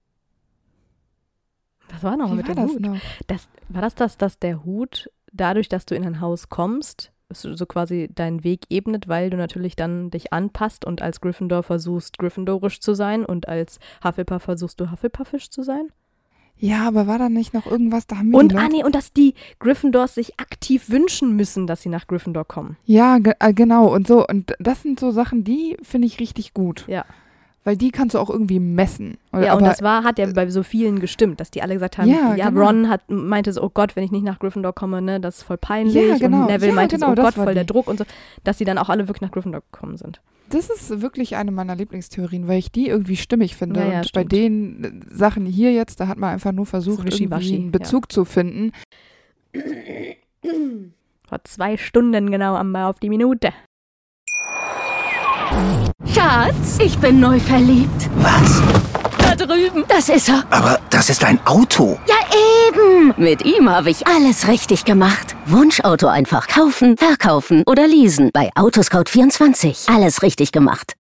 Was war noch mit dem Hut? Dass der Hut, dadurch, dass du in ein Haus kommst, so quasi deinen Weg ebnet, weil du natürlich dann dich anpasst und als Gryffindor versuchst, gryffindorisch zu sein und als Hufflepuff versuchst du, hufflepuffisch zu sein? Ja, aber war da nicht noch irgendwas, da haben wir und dass die Gryffindors sich aktiv wünschen müssen, dass sie nach Gryffindor kommen. Ja, genau und so. Und das sind so Sachen, die finde ich richtig gut. Ja. Weil die kannst du auch irgendwie messen. Ja, und das hat ja bei so vielen gestimmt, dass die alle gesagt haben, genau. Ron meinte so, oh Gott, wenn ich nicht nach Gryffindor komme, ne, das ist voll peinlich. Ja, genau. Und Neville meinte so, oh Gott, voll der Druck und so, dass sie dann auch alle wirklich nach Gryffindor gekommen sind. Das ist wirklich eine meiner Lieblingstheorien, weil ich die irgendwie stimmig finde. Ja, und bei den Sachen hier jetzt, da hat man einfach nur versucht, so irgendwie einen Bezug zu finden. Vor 2 Stunden genau auf die Minute. Schatz, ich bin neu verliebt. Was? Da drüben. Das ist er. Aber das ist ein Auto. Ja, eben. Mit ihm habe ich alles richtig gemacht. Wunschauto einfach kaufen, verkaufen oder leasen. Bei Autoscout24. Alles richtig gemacht.